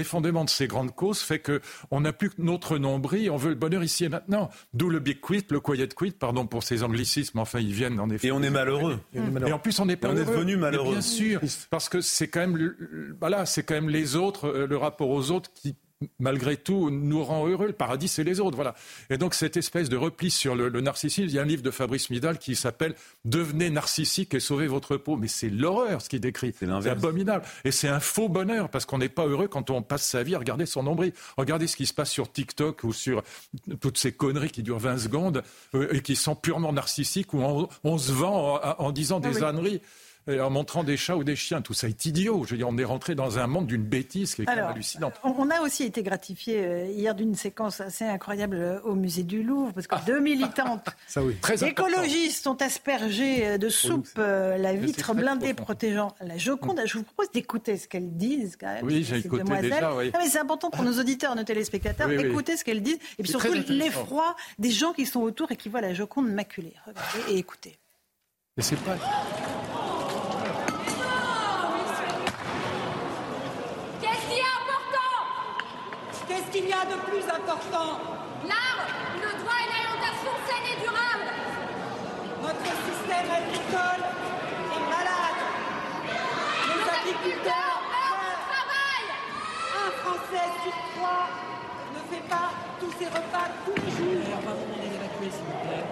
P: de ces grandes causes fait qu'on n'a plus que notre nombril, on veut le bonheur ici et maintenant. D'où le big quit, le quiet quit, pardon pour ces anglicismes, enfin ils viennent en effet.
N: Et on est malheureux.
P: Et en plus on n'est pas heureux.
N: On est devenu malheureux.
P: Et bien sûr, parce que c'est quand même les autres, le rapport aux autres qui malgré tout, nous rend heureux. Le paradis, c'est les autres, voilà. Et donc, cette espèce de repli sur le narcissisme, il y a un livre de Fabrice Midal qui s'appelle « Devenez narcissique et sauvez votre peau ». Mais c'est l'horreur, ce qu'il décrit. C'est abominable. Et c'est un faux bonheur, parce qu'on n'est pas heureux quand on passe sa vie à regarder son nombril. Regardez ce qui se passe sur TikTok ou sur toutes ces conneries qui durent 20 secondes et qui sont purement narcissiques, où on se vend en disant des âneries. En montrant des chats ou des chiens, tout ça est idiot. Je veux dire, on est rentré dans un monde d'une bêtise qui est quand même hallucinante.
D: On a aussi été gratifié hier d'une séquence assez incroyable au musée du Louvre, parce que deux militantes écologistes ont aspergé de soupe la vitre blindée protégeant la Joconde. Je vous propose d'écouter ce qu'elles disent, quand même.
P: Oui, j'ai écouté déjà, oui.
D: Non, mais c'est important pour nos auditeurs, nos téléspectateurs, d'écouter ce qu'elles disent, et puis surtout l'effroi des gens qui sont autour et qui voient la Joconde maculée. Regardez et écoutez.
P: Et c'est pas...
Q: Qu'est-ce qu'il y a de plus important?
R: L'art, le droit et l'alimentation saine et durable.
Q: Notre système agricole est malade. Nos agriculteurs
R: meurent au travail.
Q: Un Français sur 3 ne fait pas tous ses repas tous les jours. On va vous demander d'évacuer, s'il vous plaît.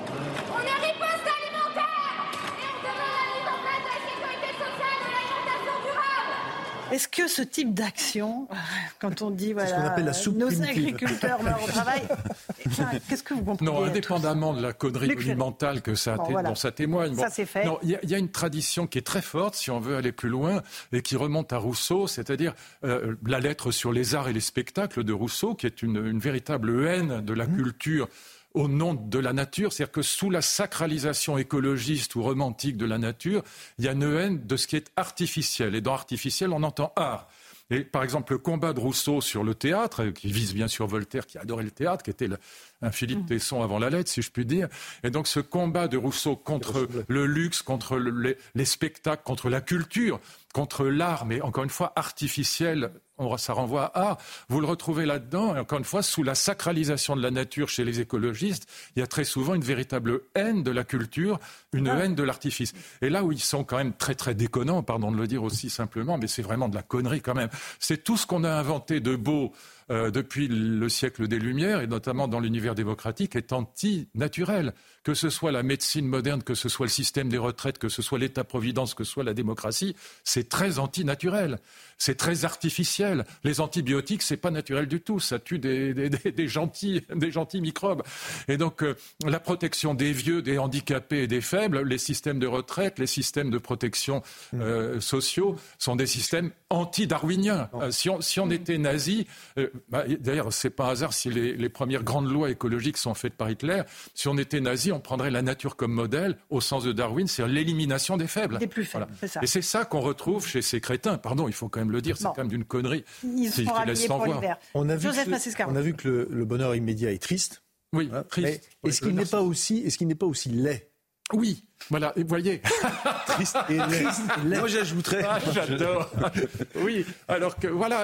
R: On est riposte alimentaire et on demande la mise en place de la sécurité sociale et de l'alimentation durable.
D: Est-ce que ce type d'action, quand on dit voilà,
C: ce qu'on appelle la soupe
D: nos
C: primitive.
D: agriculteurs meurent au travail, qu'est-ce que vous comprenez?
P: Non, indépendamment de la connerie monumentale que ça dont ça témoigne.
D: Ça, c'est fait.
P: Non, il y a une tradition qui est très forte, si on veut aller plus loin, et qui remonte à Rousseau, c'est-à-dire la lettre sur les arts et les spectacles de Rousseau, qui est une véritable haine de la culture au nom de la nature, c'est-à-dire que sous la sacralisation écologiste ou romantique de la nature, il y a une haine de ce qui est artificiel. Et dans artificiel, on entend art. Et par exemple, le combat de Rousseau sur le théâtre, qui vise bien sûr Voltaire, qui adorait le théâtre, qui était un Philippe Tesson avant la lettre, si je puis dire. Et donc ce combat de Rousseau contre le luxe, contre les spectacles, contre la culture, contre l'art, mais encore une fois artificiel, ça renvoie à art. Vous le retrouvez là-dedans, et encore une fois, sous la sacralisation de la nature chez les écologistes, il y a très souvent une véritable haine de la culture, une haine de l'artifice. Et là où ils sont quand même très très déconnants, pardon de le dire aussi simplement, mais c'est vraiment de la connerie quand même. C'est tout ce qu'on a inventé de beau depuis le siècle des Lumières, et notamment dans l'univers démocratique, est anti-naturel. Que ce soit la médecine moderne, que ce soit le système des retraites, que ce soit l'État-providence, que ce soit la démocratie, c'est très antinaturel. C'est très artificiel. Les antibiotiques, c'est pas naturel du tout. Ça tue des gentils microbes. Et donc, la protection des vieux, des handicapés et des faibles, les systèmes de retraite, les systèmes de protection sociaux sont des systèmes anti-darwiniens. Si on était nazi, d'ailleurs, c'est pas un hasard si les premières grandes lois écologiques sont faites par Hitler. Si on était nazi, on prendrait la nature comme modèle, au sens de Darwin, c'est l'élimination des faibles.
D: Des plus faibles, c'est ça.
P: Et c'est ça qu'on retrouve chez ces crétins. Pardon, il faut quand même le dire, c'est quand même d'une connerie.
D: Ils sont ralliés pour l'hiver.
C: On a vu que le bonheur immédiat est triste.
P: Oui, triste.
C: Mais est-ce qu'il n'est pas aussi laid?
P: Oui, voilà, et vous voyez.
C: Triste et laid.
N: Moi, j'ajouterais.
P: J'adore. Oui, alors que voilà,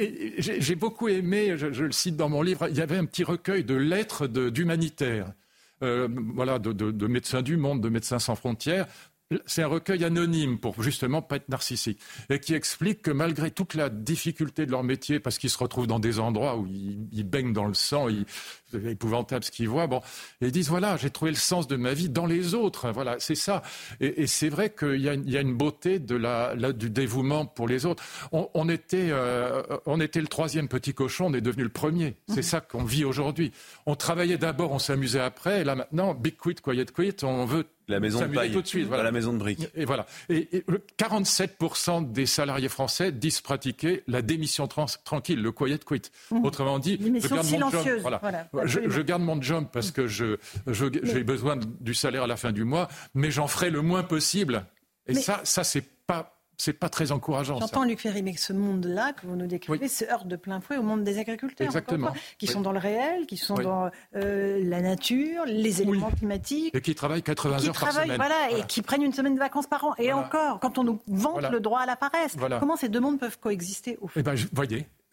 P: j'ai beaucoup aimé, je le cite dans mon livre, il y avait un petit recueil de lettres d'humanitaires, de Médecins du Monde, de Médecins sans frontières. C'est un recueil anonyme pour justement pas être narcissique et qui explique que malgré toute la difficulté de leur métier, parce qu'ils se retrouvent dans des endroits où ils baignent dans le sang, c'est épouvantable ce qu'ils voient. Bon, et ils disent voilà, j'ai trouvé le sens de ma vie dans les autres. Voilà, c'est ça. Et c'est vrai qu'il y a une beauté du dévouement pour les autres. On était le troisième petit cochon, on est devenu le premier. C'est ça qu'on vit aujourd'hui. On travaillait d'abord, on s'amusait après, et là maintenant, big quit, quiet quit, on veut
N: la maison de paille,
P: tout de suite, voilà.
N: La maison de briques.
P: Et voilà. Et 47% des salariés français disent pratiquer la démission tranquille, le quiet quit. Autrement dit, je garde mon job. Voilà. Je garde mon job parce que j'ai besoin du salaire à la fin du mois, mais j'en ferai le moins possible. Et ça c'est pas très encourageant.
D: J'entends Luc Ferry, mais ce monde-là que vous nous décrivez se heurte de plein fouet au monde des agriculteurs.
P: Exactement.
D: Qui sont dans le réel, qui sont dans la nature, les éléments climatiques.
P: Et qui travaillent 80 heures par semaine.
D: Et qui prennent une semaine de vacances par an. Et encore, quand on nous vante le droit à la paresse, comment ces deux mondes peuvent coexister au fond?
P: Voyez.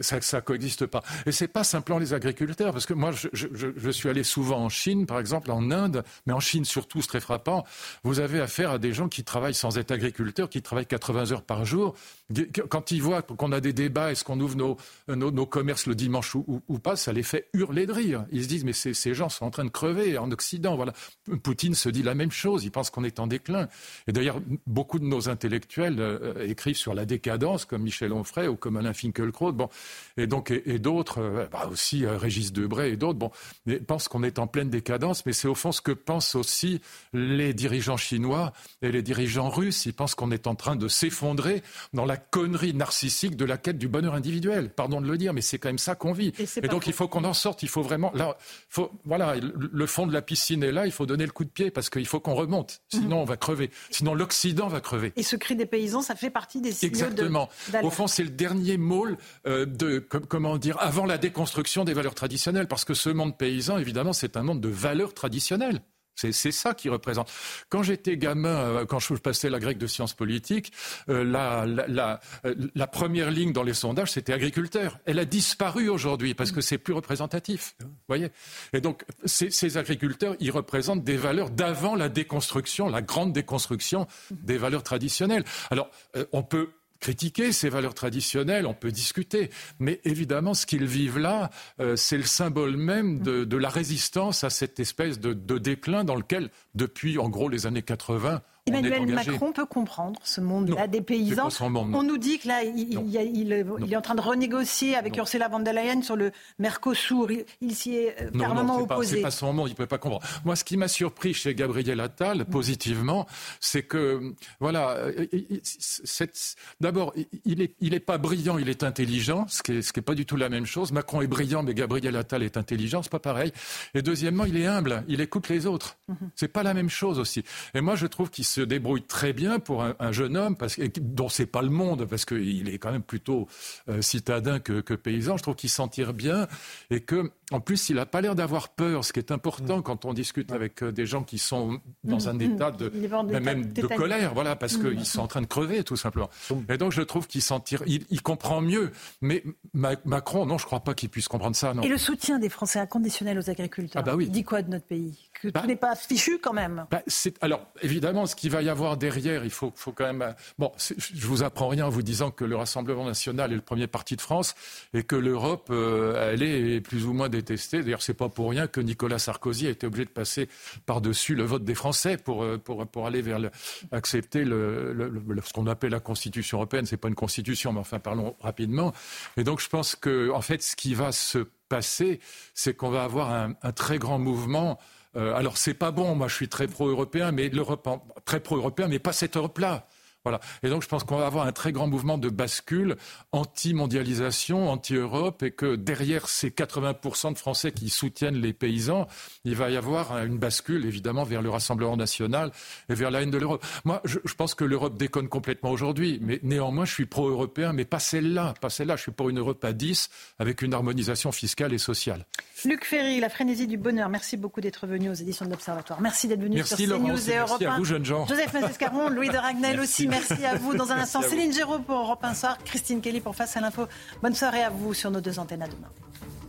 P: Ça coexiste pas. Et c'est pas simplement les agriculteurs, parce que moi, je suis allé souvent en Chine, par exemple, en Inde, mais en Chine surtout, c'est très frappant. Vous avez affaire à des gens qui travaillent sans être agriculteurs, qui travaillent 80 heures par jour. Quand ils voient qu'on a des débats, est-ce qu'on ouvre nos commerces le dimanche ou pas, ça les fait hurler de rire. Ils se disent, mais ces gens sont en train de crever en Occident. Voilà. Poutine se dit la même chose. Il pense qu'on est en déclin. Et d'ailleurs, beaucoup de nos intellectuels écrivent sur la décadence, comme Michel Onfray ou comme Alain Finkielkraut. Bon. Et d'autres, aussi Régis Debray et d'autres, pensent qu'on est en pleine décadence, mais c'est au fond ce que pensent aussi les dirigeants chinois et les dirigeants russes. Ils pensent qu'on est en train de s'effondrer dans la connerie narcissique de la quête du bonheur individuel. Pardon de le dire, mais c'est quand même ça qu'on vit. Et donc il faut qu'on en sorte. Il faut vraiment, le fond de la piscine est là. Il faut donner le coup de pied parce qu'il faut qu'on remonte. Sinon, on va crever. Sinon, l'Occident va crever.
D: Et ce cri des paysans, ça fait partie des signaux.
P: Exactement. Au fond, c'est le dernier môle avant la déconstruction des valeurs traditionnelles. Parce que ce monde paysan, évidemment, c'est un monde de valeurs traditionnelles. C'est ça qui représente. Quand j'étais gamin, quand je passais la grecque de sciences politiques, la première ligne dans les sondages, c'était agriculteur. Elle a disparu aujourd'hui parce que c'est plus représentatif. Vous voyez ? Et donc, ces agriculteurs, ils représentent des valeurs d'avant la déconstruction, la grande déconstruction des valeurs traditionnelles. Alors, on peut critiquer ces valeurs traditionnelles, on peut discuter, mais évidemment, ce qu'ils vivent là, c'est le symbole même de la résistance à cette espèce de déclin dans lequel, depuis, en gros, les années 80,
D: Emmanuel Macron peut comprendre ce monde-là des paysans. On nous dit que là, il est en train de renégocier avec Ursula von der Leyen sur le Mercosur. Il s'y est fermement opposé.
P: C'est pas son monde, il ne peut pas comprendre. Moi, ce qui m'a surpris chez Gabriel Attal, positivement, c'est que, d'abord, il est pas brillant, il est intelligent, ce qui est pas du tout la même chose. Macron est brillant, mais Gabriel Attal est intelligent, c'est pas pareil. Et deuxièmement, il est humble, il écoute les autres. C'est pas la même chose aussi. Et moi, je trouve qu'il se débrouille très bien pour un jeune homme dont c'est pas le monde, parce qu'il est quand même plutôt citadin que paysan. Je trouve qu'il s'en tire bien et que, en plus, il a pas l'air d'avoir peur, ce qui est important quand on discute avec des gens qui sont dans un état de colère, voilà, parce qu'ils sont en train de crever, tout simplement. Et donc, je trouve qu'il s'en tire, il comprend mieux. Mais Macron, non, je crois pas qu'il puisse comprendre ça, non.
D: Et le soutien des Français inconditionnel aux agriculteurs, il dit quoi de notre pays ? Que tout n'est pas fichu, quand même.
P: Alors, évidemment, ce qu'il va y avoir derrière, il faut quand même... je vous apprends rien en vous disant que le Rassemblement national est le premier parti de France et que l'Europe, elle est plus ou moins détestée. D'ailleurs, c'est pas pour rien que Nicolas Sarkozy a été obligé de passer par-dessus le vote des Français pour aller vers accepter ce qu'on appelle la Constitution européenne. C'est pas une constitution, mais enfin, parlons rapidement. Et donc, je pense que, en fait, ce qui va se passer, c'est qu'on va avoir un très grand mouvement. Alors c'est pas bon, moi je suis très pro-européen, mais très pro-européen, mais pas cette Europe-là. Voilà. Et donc je pense qu'on va avoir un très grand mouvement de bascule anti-mondialisation, anti-Europe, et que derrière ces 80% de Français qui soutiennent les paysans, il va y avoir une bascule évidemment vers le Rassemblement national et vers la haine de l'Europe. Moi, je pense que l'Europe déconne complètement aujourd'hui, mais néanmoins je suis pro-européen, mais pas celle-là. Je suis pour une Europe à 10 avec une harmonisation fiscale et sociale.
D: Luc Ferry, la frénésie du bonheur. Merci beaucoup d'être venu aux éditions de l'Observatoire. Merci d'être venu sur CNews et Europe 1.
P: Merci à vous, jeunes gens.
D: Joseph Massescaron, Louis de Ragnel aussi. Merci à vous. Dans un instant, Céline Géraud pour Europe 1 Soir, Christine Kelly pour Face à l'info. Bonne soirée à vous sur nos deux antennes. À demain.